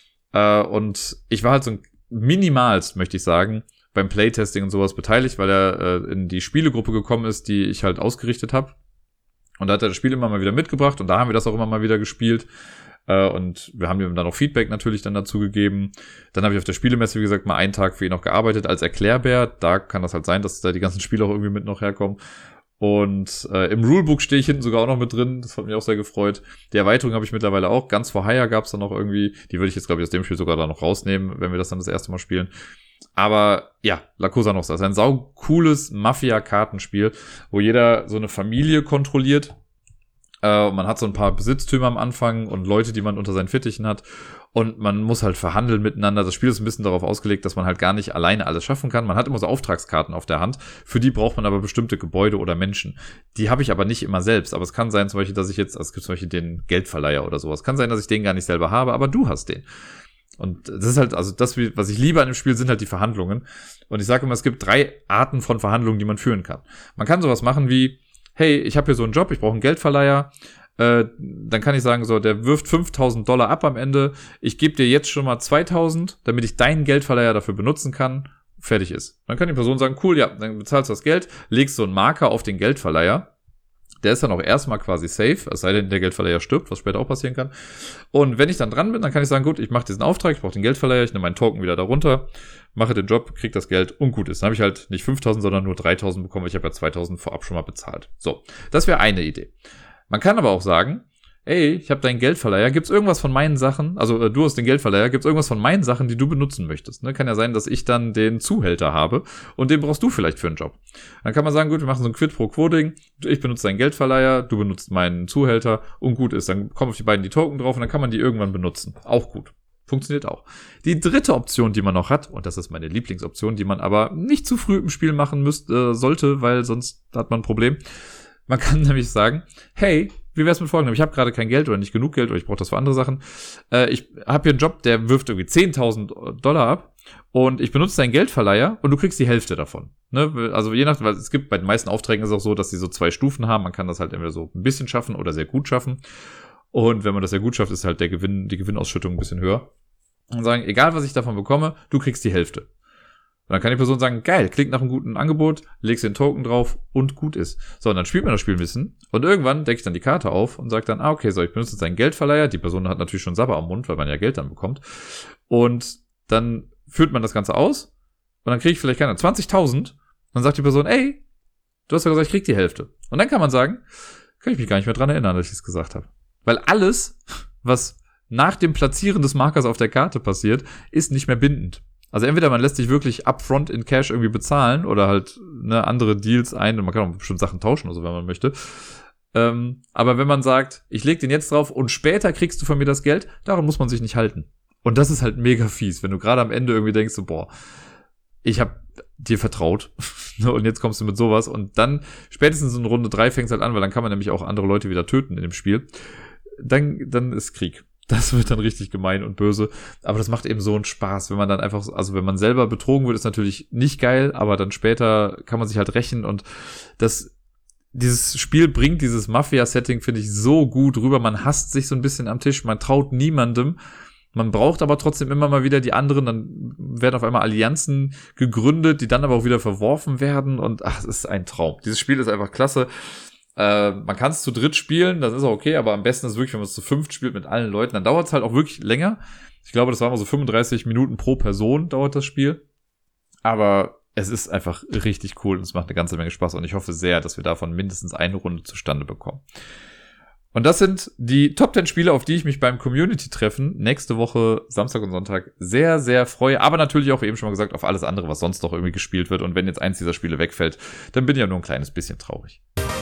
Und ich war halt so minimalst, möchte ich sagen, beim Playtesting und sowas beteiligt, weil er in die Spielegruppe gekommen ist, die ich halt ausgerichtet habe. Und da hat er das Spiel immer mal wieder mitgebracht und da haben wir das auch immer mal wieder gespielt. Und wir haben ihm dann auch Feedback natürlich dann dazu gegeben. Dann habe ich auf der Spielemesse, wie gesagt, mal einen Tag für ihn noch gearbeitet als Erklärbär. Da kann das halt sein, dass da die ganzen Spiele auch irgendwie mit noch herkommen. Und im Rulebook stehe ich hinten sogar auch noch mit drin. Das hat mich auch sehr gefreut. Die Erweiterung habe ich mittlerweile auch. Ganz vor Hire gab es dann noch irgendwie. Die würde ich jetzt, glaube ich, aus dem Spiel sogar da noch rausnehmen, wenn wir das dann das erste Mal spielen. Aber ja, La Cosa Nostra ist ein saucooles Mafia-Kartenspiel, wo jeder so eine Familie kontrolliert. Man hat so ein paar Besitztümer am Anfang und Leute, die man unter seinen Fittichen hat. Und man muss halt verhandeln miteinander. Das Spiel ist ein bisschen darauf ausgelegt, dass man halt gar nicht alleine alles schaffen kann. Man hat immer so Auftragskarten auf der Hand. Für die braucht man aber bestimmte Gebäude oder Menschen. Die habe ich aber nicht immer selbst. Aber es kann sein zum Beispiel, dass ich jetzt, also es gibt zum Beispiel den Geldverleiher oder sowas. Kann sein, dass ich den gar nicht selber habe, aber du hast den. Und das ist halt, also das, was ich liebe an dem Spiel, sind halt die Verhandlungen. Und ich sage immer, es gibt 3 Arten von Verhandlungen, die man führen kann. Man kann sowas machen wie, hey, ich habe hier so einen Job, ich brauche einen Geldverleiher. Dann kann ich sagen, so, der wirft $5.000 ab am Ende. Ich gebe dir jetzt schon mal 2.000, damit ich deinen Geldverleiher dafür benutzen kann. Fertig ist. Dann kann die Person sagen, cool, ja, dann bezahlst du das Geld, legst so einen Marker auf den Geldverleiher. Der ist dann auch erstmal quasi safe, es sei denn, der Geldverleiher stirbt, was später auch passieren kann. Und wenn ich dann dran bin, dann kann ich sagen, gut, ich mache diesen Auftrag, ich brauche den Geldverleiher, ich nehme meinen Token wieder darunter, mache den Job, kriege das Geld und gut ist. Dann habe ich halt nicht 5.000, sondern nur 3.000 bekommen, weil ich habe ja 2.000 vorab schon mal bezahlt. So, das wäre eine Idee. Man kann aber auch sagen, ey, ich habe deinen Geldverleiher, gibt's irgendwas von meinen Sachen, also du hast den Geldverleiher, gibt's irgendwas von meinen Sachen, die du benutzen möchtest, ne? Kann ja sein, dass ich dann den Zuhälter habe und den brauchst du vielleicht für einen Job. Dann kann man sagen, gut, wir machen so ein Quid-pro-Quo-Ding, ich benutze deinen Geldverleiher, du benutzt meinen Zuhälter und gut ist, dann kommen auf die beiden die Token drauf und dann kann man die irgendwann benutzen. Auch gut. Funktioniert auch. Die dritte Option, die man noch hat, und das ist meine Lieblingsoption, die man aber nicht zu früh im Spiel machen sollte, weil sonst hat man ein Problem. Man kann nämlich sagen, hey, wie wär's mit folgendem? Ich habe gerade kein Geld oder nicht genug Geld oder ich brauche das für andere Sachen. Ich habe hier einen Job, der wirft irgendwie $10.000 ab und ich benutze deinen Geldverleiher und du kriegst die Hälfte davon. Ne? Also je nach, weil es gibt bei den meisten Aufträgen ist es auch so, dass die so 2 Stufen haben. Man kann das halt entweder so ein bisschen schaffen oder sehr gut schaffen. Und wenn man das sehr gut schafft, ist halt die Gewinnausschüttung ein bisschen höher. Und sagen, egal was ich davon bekomme, du kriegst die Hälfte. Und dann kann die Person sagen, geil, klingt nach einem guten Angebot, legst den Token drauf und gut ist. So, und dann spielt man das Spiel ein bisschen und irgendwann decke ich dann die Karte auf und sagt dann, okay, so, ich benutze jetzt einen Geldverleiher. Die Person hat natürlich schon Sabber am Mund, weil man ja Geld dann bekommt. Und dann führt man das Ganze aus und dann kriege ich vielleicht keine 20.000. Dann sagt die Person, ey, du hast ja gesagt, ich krieg die Hälfte. Und dann kann man sagen, kann ich mich gar nicht mehr dran erinnern, dass ich es gesagt habe. Weil alles, was nach dem Platzieren des Markers auf der Karte passiert, ist nicht mehr bindend. Also entweder man lässt sich wirklich upfront in Cash irgendwie bezahlen oder halt andere Deals ein und man kann auch bestimmt Sachen tauschen oder so, wenn man möchte. Aber wenn man sagt, ich leg den jetzt drauf und später kriegst du von mir das Geld, daran muss man sich nicht halten. Und das ist halt mega fies, wenn du gerade am Ende irgendwie denkst, so, boah, ich habe dir vertraut und jetzt kommst du mit sowas und dann spätestens in Runde 3 fängt's halt an, weil dann kann man nämlich auch andere Leute wieder töten in dem Spiel. Dann ist Krieg. Das wird dann richtig gemein und böse. Aber das macht eben so einen Spaß, wenn man dann einfach, also wenn man selber betrogen wird, ist natürlich nicht geil, aber dann später kann man sich halt rächen und dieses Spiel bringt dieses Mafia-Setting, finde ich, so gut rüber. Man hasst sich so ein bisschen am Tisch, man traut niemandem. Man braucht aber trotzdem immer mal wieder die anderen, dann werden auf einmal Allianzen gegründet, die dann aber auch wieder verworfen werden und es ist ein Traum. Dieses Spiel ist einfach klasse. Man kann es zu dritt spielen, das ist auch okay, aber am besten ist wirklich, wenn man es zu 5 spielt mit allen Leuten, dann dauert es halt auch wirklich länger. Ich glaube, das waren mal so 35 Minuten pro Person dauert das Spiel. Aber es ist einfach richtig cool und es macht eine ganze Menge Spaß und ich hoffe sehr, dass wir davon mindestens eine Runde zustande bekommen. Und das sind die Top 10 Spiele, auf die ich mich beim Community-Treffen nächste Woche, Samstag und Sonntag, sehr, sehr freue. Aber natürlich auch, wie eben schon mal gesagt, auf alles andere, was sonst noch irgendwie gespielt wird. Und wenn jetzt eins dieser Spiele wegfällt, dann bin ich ja nur ein kleines bisschen traurig.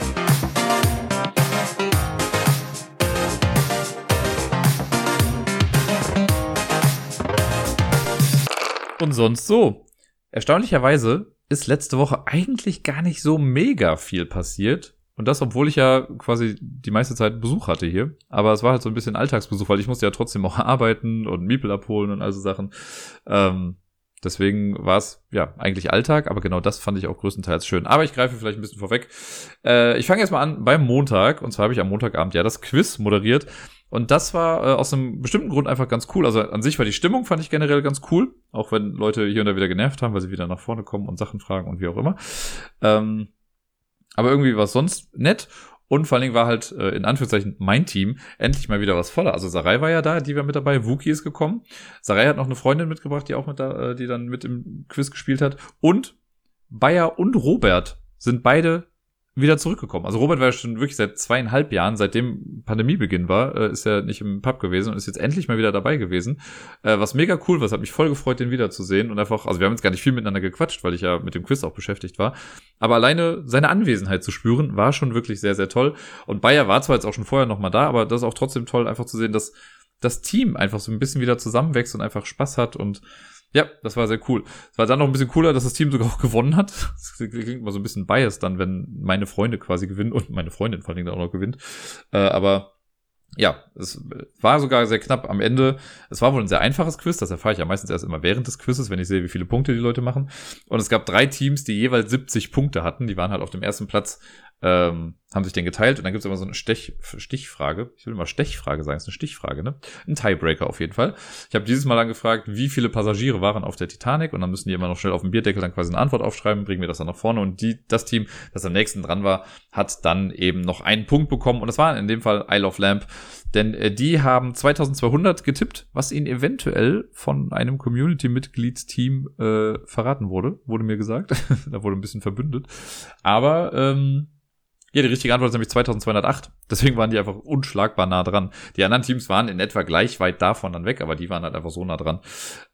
Und sonst so. Erstaunlicherweise ist letzte Woche eigentlich gar nicht so mega viel passiert. Und das, obwohl ich ja quasi die meiste Zeit Besuch hatte hier. Aber es war halt so ein bisschen Alltagsbesuch, weil ich musste ja trotzdem auch arbeiten und Miepel abholen und all so Sachen. Deswegen war es ja eigentlich Alltag, aber genau das fand ich auch größtenteils schön. Aber ich greife vielleicht ein bisschen vorweg. Ich fange jetzt mal an beim Montag. Und zwar habe ich am Montagabend ja das Quiz moderiert. Und das war aus einem bestimmten Grund einfach ganz cool. Also an sich war die Stimmung, fand ich generell ganz cool. Auch wenn Leute hier und da wieder genervt haben, weil sie wieder nach vorne kommen und Sachen fragen und wie auch immer. Aber irgendwie war es sonst nett. Und vor allen Dingen war halt in Anführungszeichen mein Team endlich mal wieder was voller. Also Sarai war ja da, die war mit dabei. Wookie ist gekommen. Sarai hat noch eine Freundin mitgebracht, die auch die dann mit im Quiz gespielt hat. Und Bayer und Robert sind beide wieder zurückgekommen. Also Robert war ja schon wirklich seit 2,5 Jahren, seitdem Pandemiebeginn war, ist er nicht im Pub gewesen und ist jetzt endlich mal wieder dabei gewesen. Was mega cool war, es hat mich voll gefreut, den wiederzusehen und einfach, also wir haben jetzt gar nicht viel miteinander gequatscht, weil ich ja mit dem Quiz auch beschäftigt war, aber alleine seine Anwesenheit zu spüren, war schon wirklich sehr, sehr toll. Und Bayer war zwar jetzt auch schon vorher noch mal da, aber das ist auch trotzdem toll, einfach zu sehen, dass das Team einfach so ein bisschen wieder zusammenwächst und einfach Spaß hat und ja, das war sehr cool. Es war dann noch ein bisschen cooler, dass das Team sogar auch gewonnen hat. Das klingt immer so ein bisschen biased dann, wenn meine Freunde quasi gewinnen und meine Freundin vor allen Dingen dann auch noch gewinnt. Aber Ja, es war sogar sehr knapp am Ende. Es war wohl ein sehr einfaches Quiz, das erfahre ich ja meistens erst immer während des Quizzes, wenn ich sehe, wie viele Punkte die Leute machen. Und es gab 3 Teams, die jeweils 70 Punkte hatten. Die waren halt auf dem ersten Platz, haben sich den geteilt. Und dann gibt es immer so eine Stichfrage. Ich will immer Stechfrage sagen, es ist eine Stichfrage, ne? Ein Tiebreaker auf jeden Fall. Ich habe dieses Mal angefragt, wie viele Passagiere waren auf der Titanic. Und dann müssen die immer noch schnell auf dem Bierdeckel dann quasi eine Antwort aufschreiben, bringen wir das dann nach vorne. Und das Team, das am nächsten dran war, hat dann eben noch einen Punkt bekommen. Und das war in dem Fall Isle of Lamp. Denn die haben 2200 getippt, was ihnen eventuell von einem Community-Mitgliedsteam verraten wurde mir gesagt. Da wurde ein bisschen verbündet. Aber ja, die richtige Antwort ist nämlich 2208. Deswegen waren die einfach unschlagbar nah dran. Die anderen Teams waren in etwa gleich weit davon dann weg, aber die waren halt einfach so nah dran.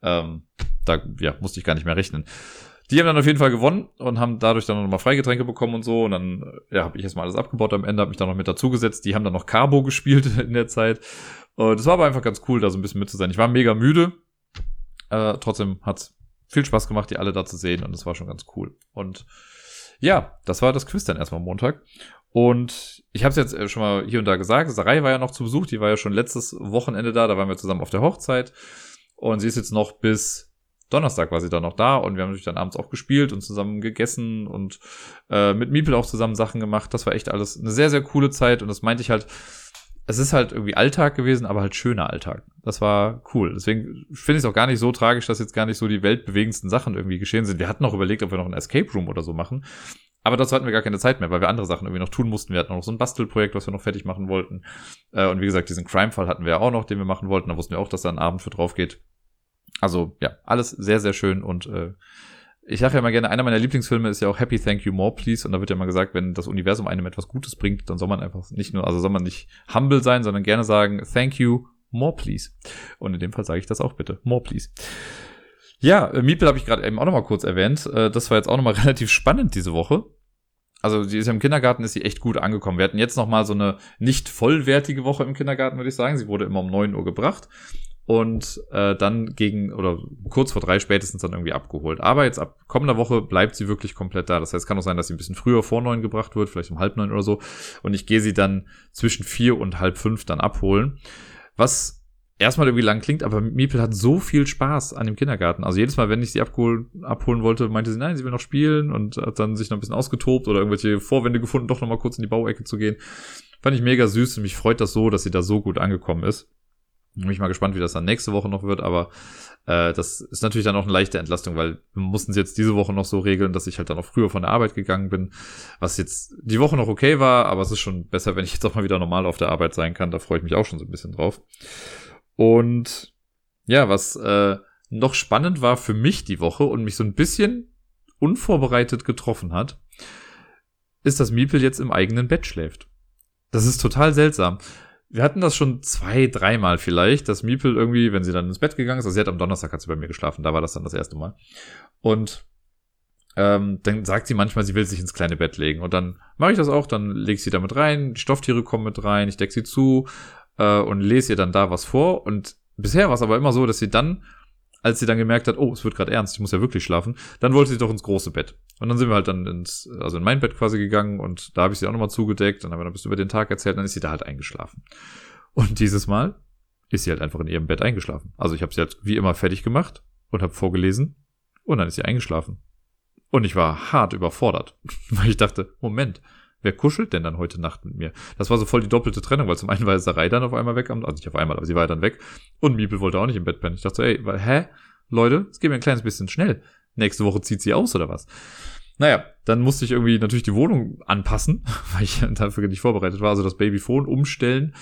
Da musste ich gar nicht mehr rechnen. Die haben dann auf jeden Fall gewonnen und haben dadurch dann nochmal Freigetränke bekommen und so. Und dann habe ich erstmal alles abgebaut am Ende, habe mich dann noch mit dazugesetzt. Die haben dann noch Carbo gespielt in der Zeit. Und das war aber einfach ganz cool, da so ein bisschen mit zu sein. Ich war mega müde. Trotzdem hat's viel Spaß gemacht, die alle da zu sehen. Und das war schon ganz cool. Und ja, das war das Quiz dann erstmal Montag. Und ich habe es jetzt schon mal hier und da gesagt. Sarai war ja noch zu Besuch. Die war ja schon letztes Wochenende da. Da waren wir zusammen auf der Hochzeit. Und sie ist jetzt noch bis Donnerstag war sie dann noch da und wir haben natürlich dann abends auch gespielt und zusammen gegessen und mit Miepel auch zusammen Sachen gemacht. Das war echt alles eine sehr, sehr coole Zeit und das meinte ich halt, es ist halt irgendwie Alltag gewesen, aber halt schöner Alltag. Das war cool. Deswegen finde ich es auch gar nicht so tragisch, dass jetzt gar nicht so die weltbewegendsten Sachen irgendwie geschehen sind. Wir hatten auch überlegt, ob wir noch ein Escape Room oder so machen. Aber dazu hatten wir gar keine Zeit mehr, weil wir andere Sachen irgendwie noch tun mussten. Wir hatten noch so ein Bastelprojekt, was wir noch fertig machen wollten. Und wie gesagt, diesen Crime-Fall hatten wir auch noch, den wir machen wollten. Da wussten wir auch, dass da ein Abend für drauf geht. Also, ja, alles sehr, sehr schön und ich sage ja immer gerne, einer meiner Lieblingsfilme ist ja auch Happy Thank You More Please und da wird ja immer gesagt, wenn das Universum einem etwas Gutes bringt, dann soll man einfach soll man nicht humble sein, sondern gerne sagen, Thank you, more please. Und in dem Fall sage ich das auch bitte, more please. Ja, Miepel habe ich gerade eben auch nochmal kurz erwähnt, das war jetzt auch nochmal relativ spannend diese Woche. Also die ist ja im Kindergarten, ist sie echt gut angekommen. Wir hatten jetzt nochmal so eine nicht vollwertige Woche im Kindergarten, würde ich sagen. Sie wurde immer um 9 Uhr gebracht. Und dann kurz vor 3 spätestens dann irgendwie abgeholt. Aber jetzt ab kommender Woche bleibt sie wirklich komplett da. Das heißt, es kann auch sein, dass sie ein bisschen früher vor 9 gebracht wird, vielleicht um 8:30 oder so. Und ich gehe sie dann zwischen 4 und 4:30 dann abholen. Was erstmal irgendwie lang klingt, aber Miepel hat so viel Spaß an dem Kindergarten. Also jedes Mal, wenn ich sie abholen wollte, meinte sie, nein, sie will noch spielen und hat dann sich noch ein bisschen ausgetobt oder irgendwelche Vorwände gefunden, doch nochmal kurz in die Bauecke zu gehen. Fand ich mega süß und mich freut das so, dass sie da so gut angekommen ist. Bin ich mal gespannt, wie das dann nächste Woche noch wird, aber das ist natürlich dann auch eine leichte Entlastung, weil wir mussten es jetzt diese Woche noch so regeln, dass ich halt dann auch früher von der Arbeit gegangen bin, was jetzt die Woche noch okay war, aber es ist schon besser, wenn ich jetzt auch mal wieder normal auf der Arbeit sein kann, da freue ich mich auch schon so ein bisschen drauf. Und ja, was noch spannend war für mich die Woche und mich so ein bisschen unvorbereitet getroffen hat, ist, dass Miepel jetzt im eigenen Bett schläft. Das ist total seltsam. Wir hatten das schon 2-3 Mal vielleicht, dass Miepel irgendwie, wenn sie dann ins Bett gegangen ist, also sie hat am Donnerstag hat sie bei mir geschlafen, da war das dann das erste Mal. Und dann sagt sie manchmal, sie will sich ins kleine Bett legen. Und dann mache ich das auch, dann lege ich sie da mit rein, die Stofftiere kommen mit rein, ich decke sie zu und lese ihr dann da was vor. Und bisher war es aber immer so, dass sie dann, als sie dann gemerkt hat, oh, es wird gerade ernst, ich muss ja wirklich schlafen, dann wollte sie doch ins große Bett. Und dann sind wir halt dann in mein Bett quasi gegangen und da habe ich sie auch nochmal zugedeckt und dann haben wir noch ein bisschen über den Tag erzählt und dann ist sie da halt eingeschlafen. Und dieses Mal ist sie halt einfach in ihrem Bett eingeschlafen. Also ich habe sie halt wie immer fertig gemacht und habe vorgelesen und dann ist sie eingeschlafen. Und ich war hart überfordert, weil ich dachte, Moment, wer kuschelt denn dann heute Nacht mit mir? Das war so voll die doppelte Trennung, weil zum einen war Sarai dann auf einmal weg, also nicht auf einmal, aber sie war dann weg und Miepel wollte auch nicht im Bett pennen. Ich dachte so, ey, Leute, es geht mir ein kleines bisschen schnell. Nächste Woche zieht sie aus oder was? Naja, dann musste ich irgendwie natürlich die Wohnung anpassen, weil ich dafür nicht vorbereitet war. Also das Babyphone umstellen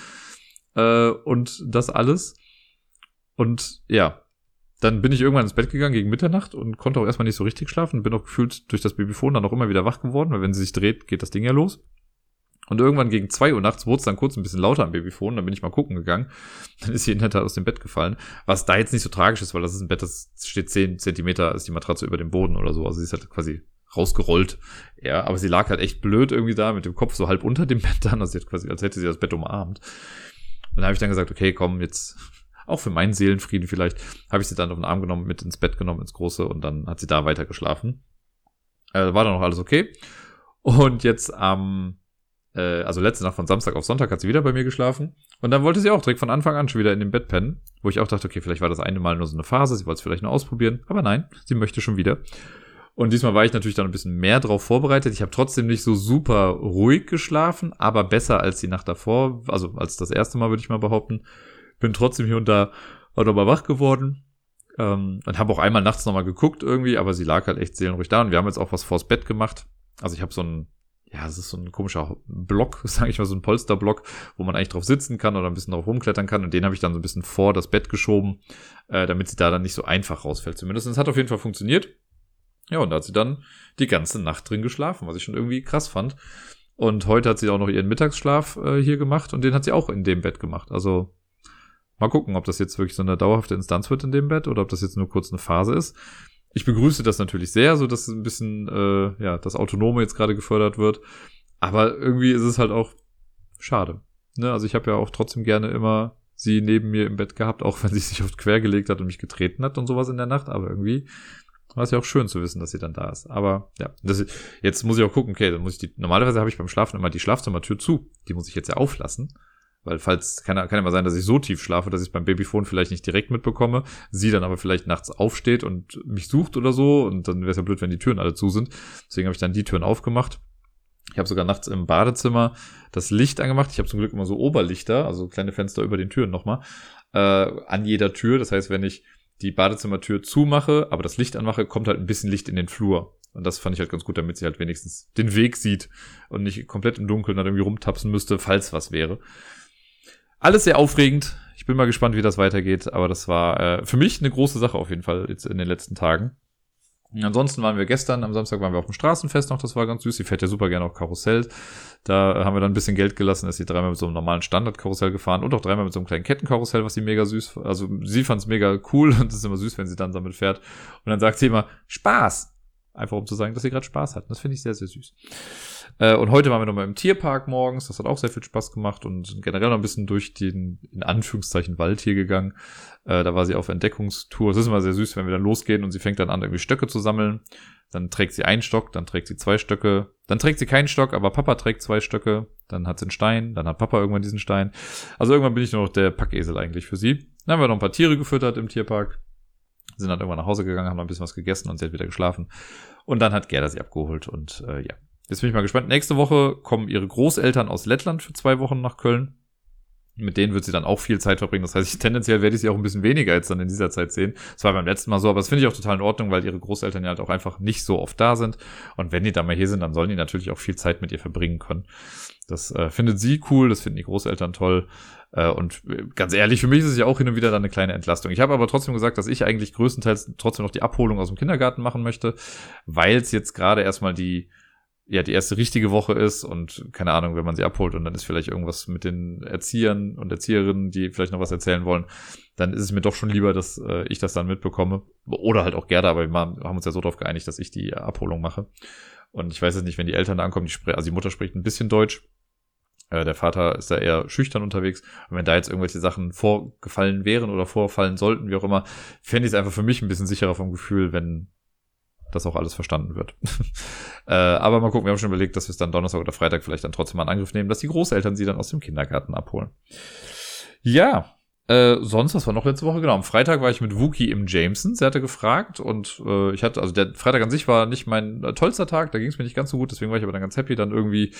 und das alles. Und ja, dann bin ich irgendwann ins Bett gegangen gegen Mitternacht und konnte auch erstmal nicht so richtig schlafen. Bin auch gefühlt durch das Babyphone dann auch immer wieder wach geworden, weil wenn sie sich dreht, geht das Ding ja los. Und irgendwann gegen 2 Uhr nachts wurde es dann kurz ein bisschen lauter am Babyphone. Dann bin ich mal gucken gegangen. Dann ist sie in der Tat aus dem Bett gefallen. Was da jetzt nicht so tragisch ist, weil das ist ein Bett, das steht 10 Zentimeter, ist die Matratze über dem Boden oder so. Also sie ist halt quasi rausgerollt. Ja, aber sie lag halt echt blöd irgendwie da mit dem Kopf so halb unter dem Bett dann. Also sie hat quasi, als hätte sie das Bett umarmt. Und dann habe ich dann gesagt, okay, komm, jetzt auch für meinen Seelenfrieden vielleicht, habe ich sie dann auf den Arm genommen, mit ins Bett genommen, ins Große und dann hat sie da weiter geschlafen. War dann auch alles okay. Und jetzt am also letzte Nacht von Samstag auf Sonntag hat sie wieder bei mir geschlafen. Und dann wollte sie auch direkt von Anfang an schon wieder in dem Bett pennen, wo ich auch dachte, okay, vielleicht war das eine Mal nur so eine Phase, sie wollte es vielleicht nur ausprobieren. Aber nein, sie möchte schon wieder. Und diesmal war ich natürlich dann ein bisschen mehr drauf vorbereitet. Ich habe trotzdem nicht so super ruhig geschlafen, aber besser als die Nacht davor, also als das erste Mal, würde ich mal behaupten. Bin trotzdem hier und da auch nochmal wach geworden. Und habe auch einmal nachts nochmal geguckt irgendwie, aber sie lag halt echt seelenruhig da. Und wir haben jetzt auch was vors Bett gemacht. Also ich habe so ein, ja, das ist so ein komischer Block, sage ich mal, so ein Polsterblock, wo man eigentlich drauf sitzen kann oder ein bisschen drauf rumklettern kann. Und den habe ich dann so ein bisschen vor das Bett geschoben, damit sie da dann nicht so einfach rausfällt zumindest. Und es hat auf jeden Fall funktioniert. Ja, und da hat sie dann die ganze Nacht drin geschlafen, was ich schon irgendwie krass fand. Und heute hat sie auch noch ihren Mittagsschlaf hier gemacht und den hat sie auch in dem Bett gemacht. Also mal gucken, ob das jetzt wirklich so eine dauerhafte Instanz wird in dem Bett oder ob das jetzt nur kurz eine Phase ist. Ich begrüße das natürlich sehr, so dass ein bisschen das Autonome jetzt gerade gefördert wird. Aber irgendwie ist es halt auch schade. Ne? Also ich habe ja auch trotzdem gerne immer sie neben mir im Bett gehabt, auch wenn sie sich oft quergelegt hat und mich getreten hat und sowas in der Nacht. Aber irgendwie war es ja auch schön zu wissen, dass sie dann da ist. Aber ja, jetzt muss ich auch gucken, okay, dann muss ich normalerweise habe ich beim Schlafen immer die Schlafzimmertür zu. Die muss ich jetzt ja auflassen. Weil kann ja mal sein, dass ich so tief schlafe, dass ich es beim Babyphone vielleicht nicht direkt mitbekomme, sie dann aber vielleicht nachts aufsteht und mich sucht oder so und dann wäre es ja blöd, wenn die Türen alle zu sind. Deswegen habe ich dann die Türen aufgemacht. Ich habe sogar nachts im Badezimmer das Licht angemacht. Ich habe zum Glück immer so Oberlichter, also kleine Fenster über den Türen nochmal, an jeder Tür. Das heißt, wenn ich die Badezimmertür zumache, aber das Licht anmache, kommt halt ein bisschen Licht in den Flur. Und das fand ich halt ganz gut, damit sie halt wenigstens den Weg sieht und nicht komplett im Dunkeln dann irgendwie rumtapsen müsste, falls was wäre. Alles sehr aufregend. Ich bin mal gespannt, wie das weitergeht. Aber das war für mich eine große Sache auf jeden Fall jetzt in den letzten Tagen. Ansonsten waren wir gestern, am Samstag waren wir auf dem Straßenfest noch. Das war ganz süß. Sie fährt ja super gerne auf Karussell. Da haben wir dann ein bisschen Geld gelassen. Ist sie dreimal mit so einem normalen Standardkarussell gefahren und auch dreimal mit so einem kleinen Kettenkarussell, was sie mega süß. Also sie fand es mega cool und es ist immer süß, wenn sie dann damit fährt. Und dann sagt sie immer Spaß. Einfach um zu sagen, dass sie gerade Spaß hat. Das finde ich sehr, sehr süß. Und heute waren wir nochmal im Tierpark morgens. Das hat auch sehr viel Spaß gemacht und generell noch ein bisschen durch den, in Anführungszeichen, Wald hier gegangen. Da war sie auf Entdeckungstour. Es ist immer sehr süß, wenn wir dann losgehen und sie fängt dann an, irgendwie Stöcke zu sammeln. Dann trägt sie einen Stock, dann trägt sie 2 Stöcke. Dann trägt sie keinen Stock, aber Papa trägt 2 Stöcke. Dann hat sie einen Stein, dann hat Papa irgendwann diesen Stein. Also irgendwann bin ich nur noch der Packesel eigentlich für sie. Dann haben wir noch ein paar Tiere gefüttert im Tierpark. Sind dann irgendwann nach Hause gegangen, haben noch ein bisschen was gegessen und sie hat wieder geschlafen. Und dann hat Gerda sie abgeholt und ja. Jetzt bin ich mal gespannt. Nächste Woche kommen ihre Großeltern aus Lettland für 2 Wochen nach Köln. Mit denen wird sie dann auch viel Zeit verbringen. Das heißt, tendenziell werde ich sie auch ein bisschen weniger jetzt dann in dieser Zeit sehen. Das war beim letzten Mal so, aber das finde ich auch total in Ordnung, weil ihre Großeltern ja halt auch einfach nicht so oft da sind. Und wenn die da mal hier sind, dann sollen die natürlich auch viel Zeit mit ihr verbringen können. Das findet sie cool, das finden die Großeltern toll. Und ganz ehrlich, für mich ist es ja auch hin und wieder dann eine kleine Entlastung. Ich habe aber trotzdem gesagt, dass ich eigentlich größtenteils trotzdem noch die Abholung aus dem Kindergarten machen möchte, weil es jetzt gerade erstmal die erste richtige Woche ist und keine Ahnung, wenn man sie abholt und dann ist vielleicht irgendwas mit den Erziehern und Erzieherinnen, die vielleicht noch was erzählen wollen, dann ist es mir doch schon lieber, dass ich das dann mitbekomme. Oder halt auch Gerda, aber wir haben uns ja so darauf geeinigt, dass ich die Abholung mache. Und ich weiß jetzt nicht, wenn die Eltern da ankommen, also die Mutter spricht ein bisschen Deutsch, der Vater ist da eher schüchtern unterwegs. Und wenn da jetzt irgendwelche Sachen vorgefallen wären oder vorfallen sollten, wie auch immer, fände ich es einfach für mich ein bisschen sicherer vom Gefühl, wenn das auch alles verstanden wird. Aber mal gucken, wir haben schon überlegt, dass wir es dann Donnerstag oder Freitag vielleicht dann trotzdem mal in Angriff nehmen, dass die Großeltern sie dann aus dem Kindergarten abholen. Ja, sonst, was war noch letzte Woche? Genau, am Freitag war ich mit Wookie im Jameson. Sie hatte gefragt und der Freitag an sich war nicht mein tollster Tag, da ging es mir nicht ganz so gut, deswegen war ich aber dann ganz happy, dann irgendwie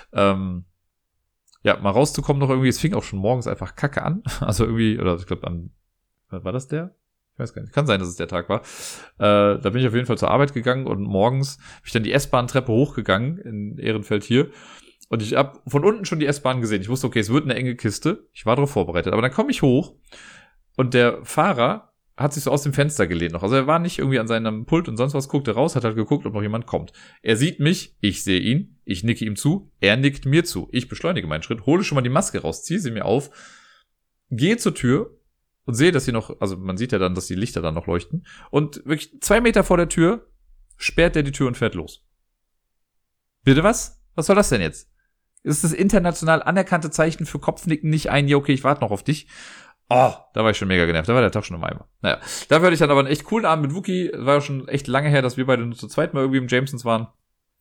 mal rauszukommen noch irgendwie. Es fing auch schon morgens einfach kacke an. Also irgendwie, oder ich glaube war das der? Ich weiß gar nicht. Kann sein, dass es der Tag war. Da bin ich auf jeden Fall zur Arbeit gegangen und morgens bin ich dann die S-Bahn-Treppe hochgegangen in Ehrenfeld hier. Und ich habe von unten schon die S-Bahn gesehen. Ich wusste, okay, es wird eine enge Kiste. Ich war darauf vorbereitet. Aber dann komme ich hoch und der Fahrer hat sich so aus dem Fenster gelehnt noch. Also er war nicht irgendwie an seinem Pult und sonst was, guckte raus, hat halt geguckt, ob noch jemand kommt. Er sieht mich, ich sehe ihn, ich nicke ihm zu, er nickt mir zu. Ich beschleunige meinen Schritt, hole schon mal die Maske raus, ziehe sie mir auf, gehe zur Tür und sehe, dass sie noch, also man sieht ja dann, dass die Lichter dann noch leuchten. Und wirklich 2 Meter vor der Tür sperrt er die Tür und fährt los. Bitte was? Was soll das denn jetzt? Ist das international anerkannte Zeichen für Kopfnicken nicht ein, ja okay, ich warte noch auf dich? Oh, da war ich schon mega genervt. Da war der Tag schon im Eimer. Naja, dafür hatte ich dann aber einen echt coolen Abend mit Wookie. War ja schon echt lange her, dass wir beide nur zu zweit mal irgendwie im Jamesons waren.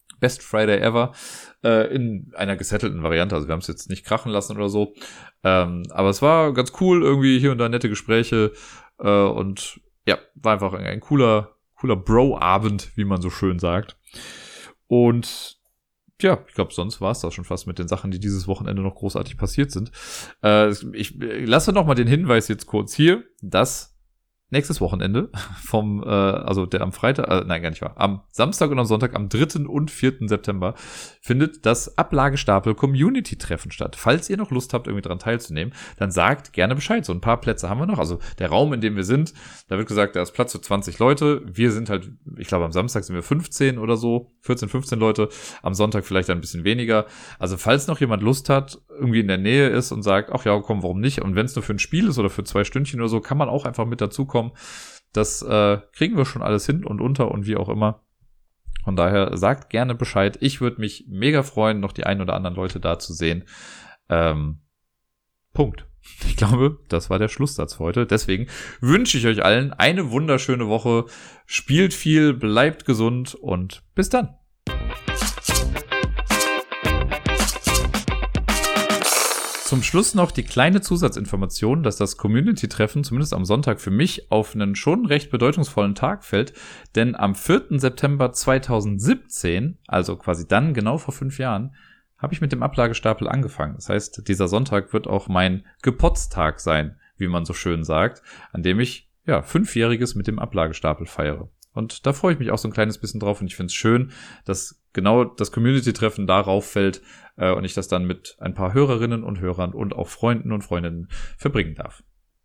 Best Friday ever, in einer gesettelten Variante. Also wir haben es jetzt nicht krachen lassen oder so. Aber es war ganz cool, irgendwie hier und da nette Gespräche. Und ja, war einfach ein cooler Bro-Abend, wie man so schön sagt. Und ja, ich glaube, sonst war es das schon fast mit den Sachen, die dieses Wochenende noch großartig passiert sind. Ich lasse noch mal den Hinweis jetzt kurz hier, dass nächstes Wochenende also der am Freitag, nein, gar nicht wahr, am Samstag und am Sonntag, am 3. und 4. September findet das Ablagestapel Community Treffen statt. Falls ihr noch Lust habt, irgendwie dran teilzunehmen, dann sagt gerne Bescheid. So ein paar Plätze haben wir noch. Also der Raum, in dem wir sind, da wird gesagt, da ist Platz für 20 Leute. Wir sind halt, ich glaube, am Samstag sind wir 15 oder so, 14, 15 Leute. Am Sonntag vielleicht ein bisschen weniger. Also falls noch jemand Lust hat, irgendwie in der Nähe ist und sagt, ach ja, komm, warum nicht? Und wenn es nur für ein Spiel ist oder für 2 Stündchen oder so, kann man auch einfach mit dazukommen. Das kriegen wir schon alles hin und unter und wie auch immer. Von daher sagt gerne Bescheid. Ich würde mich mega freuen, noch die ein oder anderen Leute da zu sehen. Punkt. Ich glaube, das war der Schlusssatz für heute. Deswegen wünsche ich euch allen eine wunderschöne Woche. Spielt viel, bleibt gesund und bis dann. Zum Schluss noch die kleine Zusatzinformation, dass das Community-Treffen zumindest am Sonntag für mich auf einen schon recht bedeutungsvollen Tag fällt, denn am 4. September 2017, also quasi dann genau vor 5 Jahren, habe ich mit dem Ablagestapel angefangen. Das heißt, dieser Sonntag wird auch mein Gepotztag sein, wie man so schön sagt, an dem ich 5-Jähriges mit dem Ablagestapel feiere. Und da freue ich mich auch so ein kleines bisschen drauf und ich finde es schön, dass genau das Community-Treffen darauf fällt und ich das dann mit ein paar Hörerinnen und Hörern und auch Freunden und Freundinnen verbringen darf.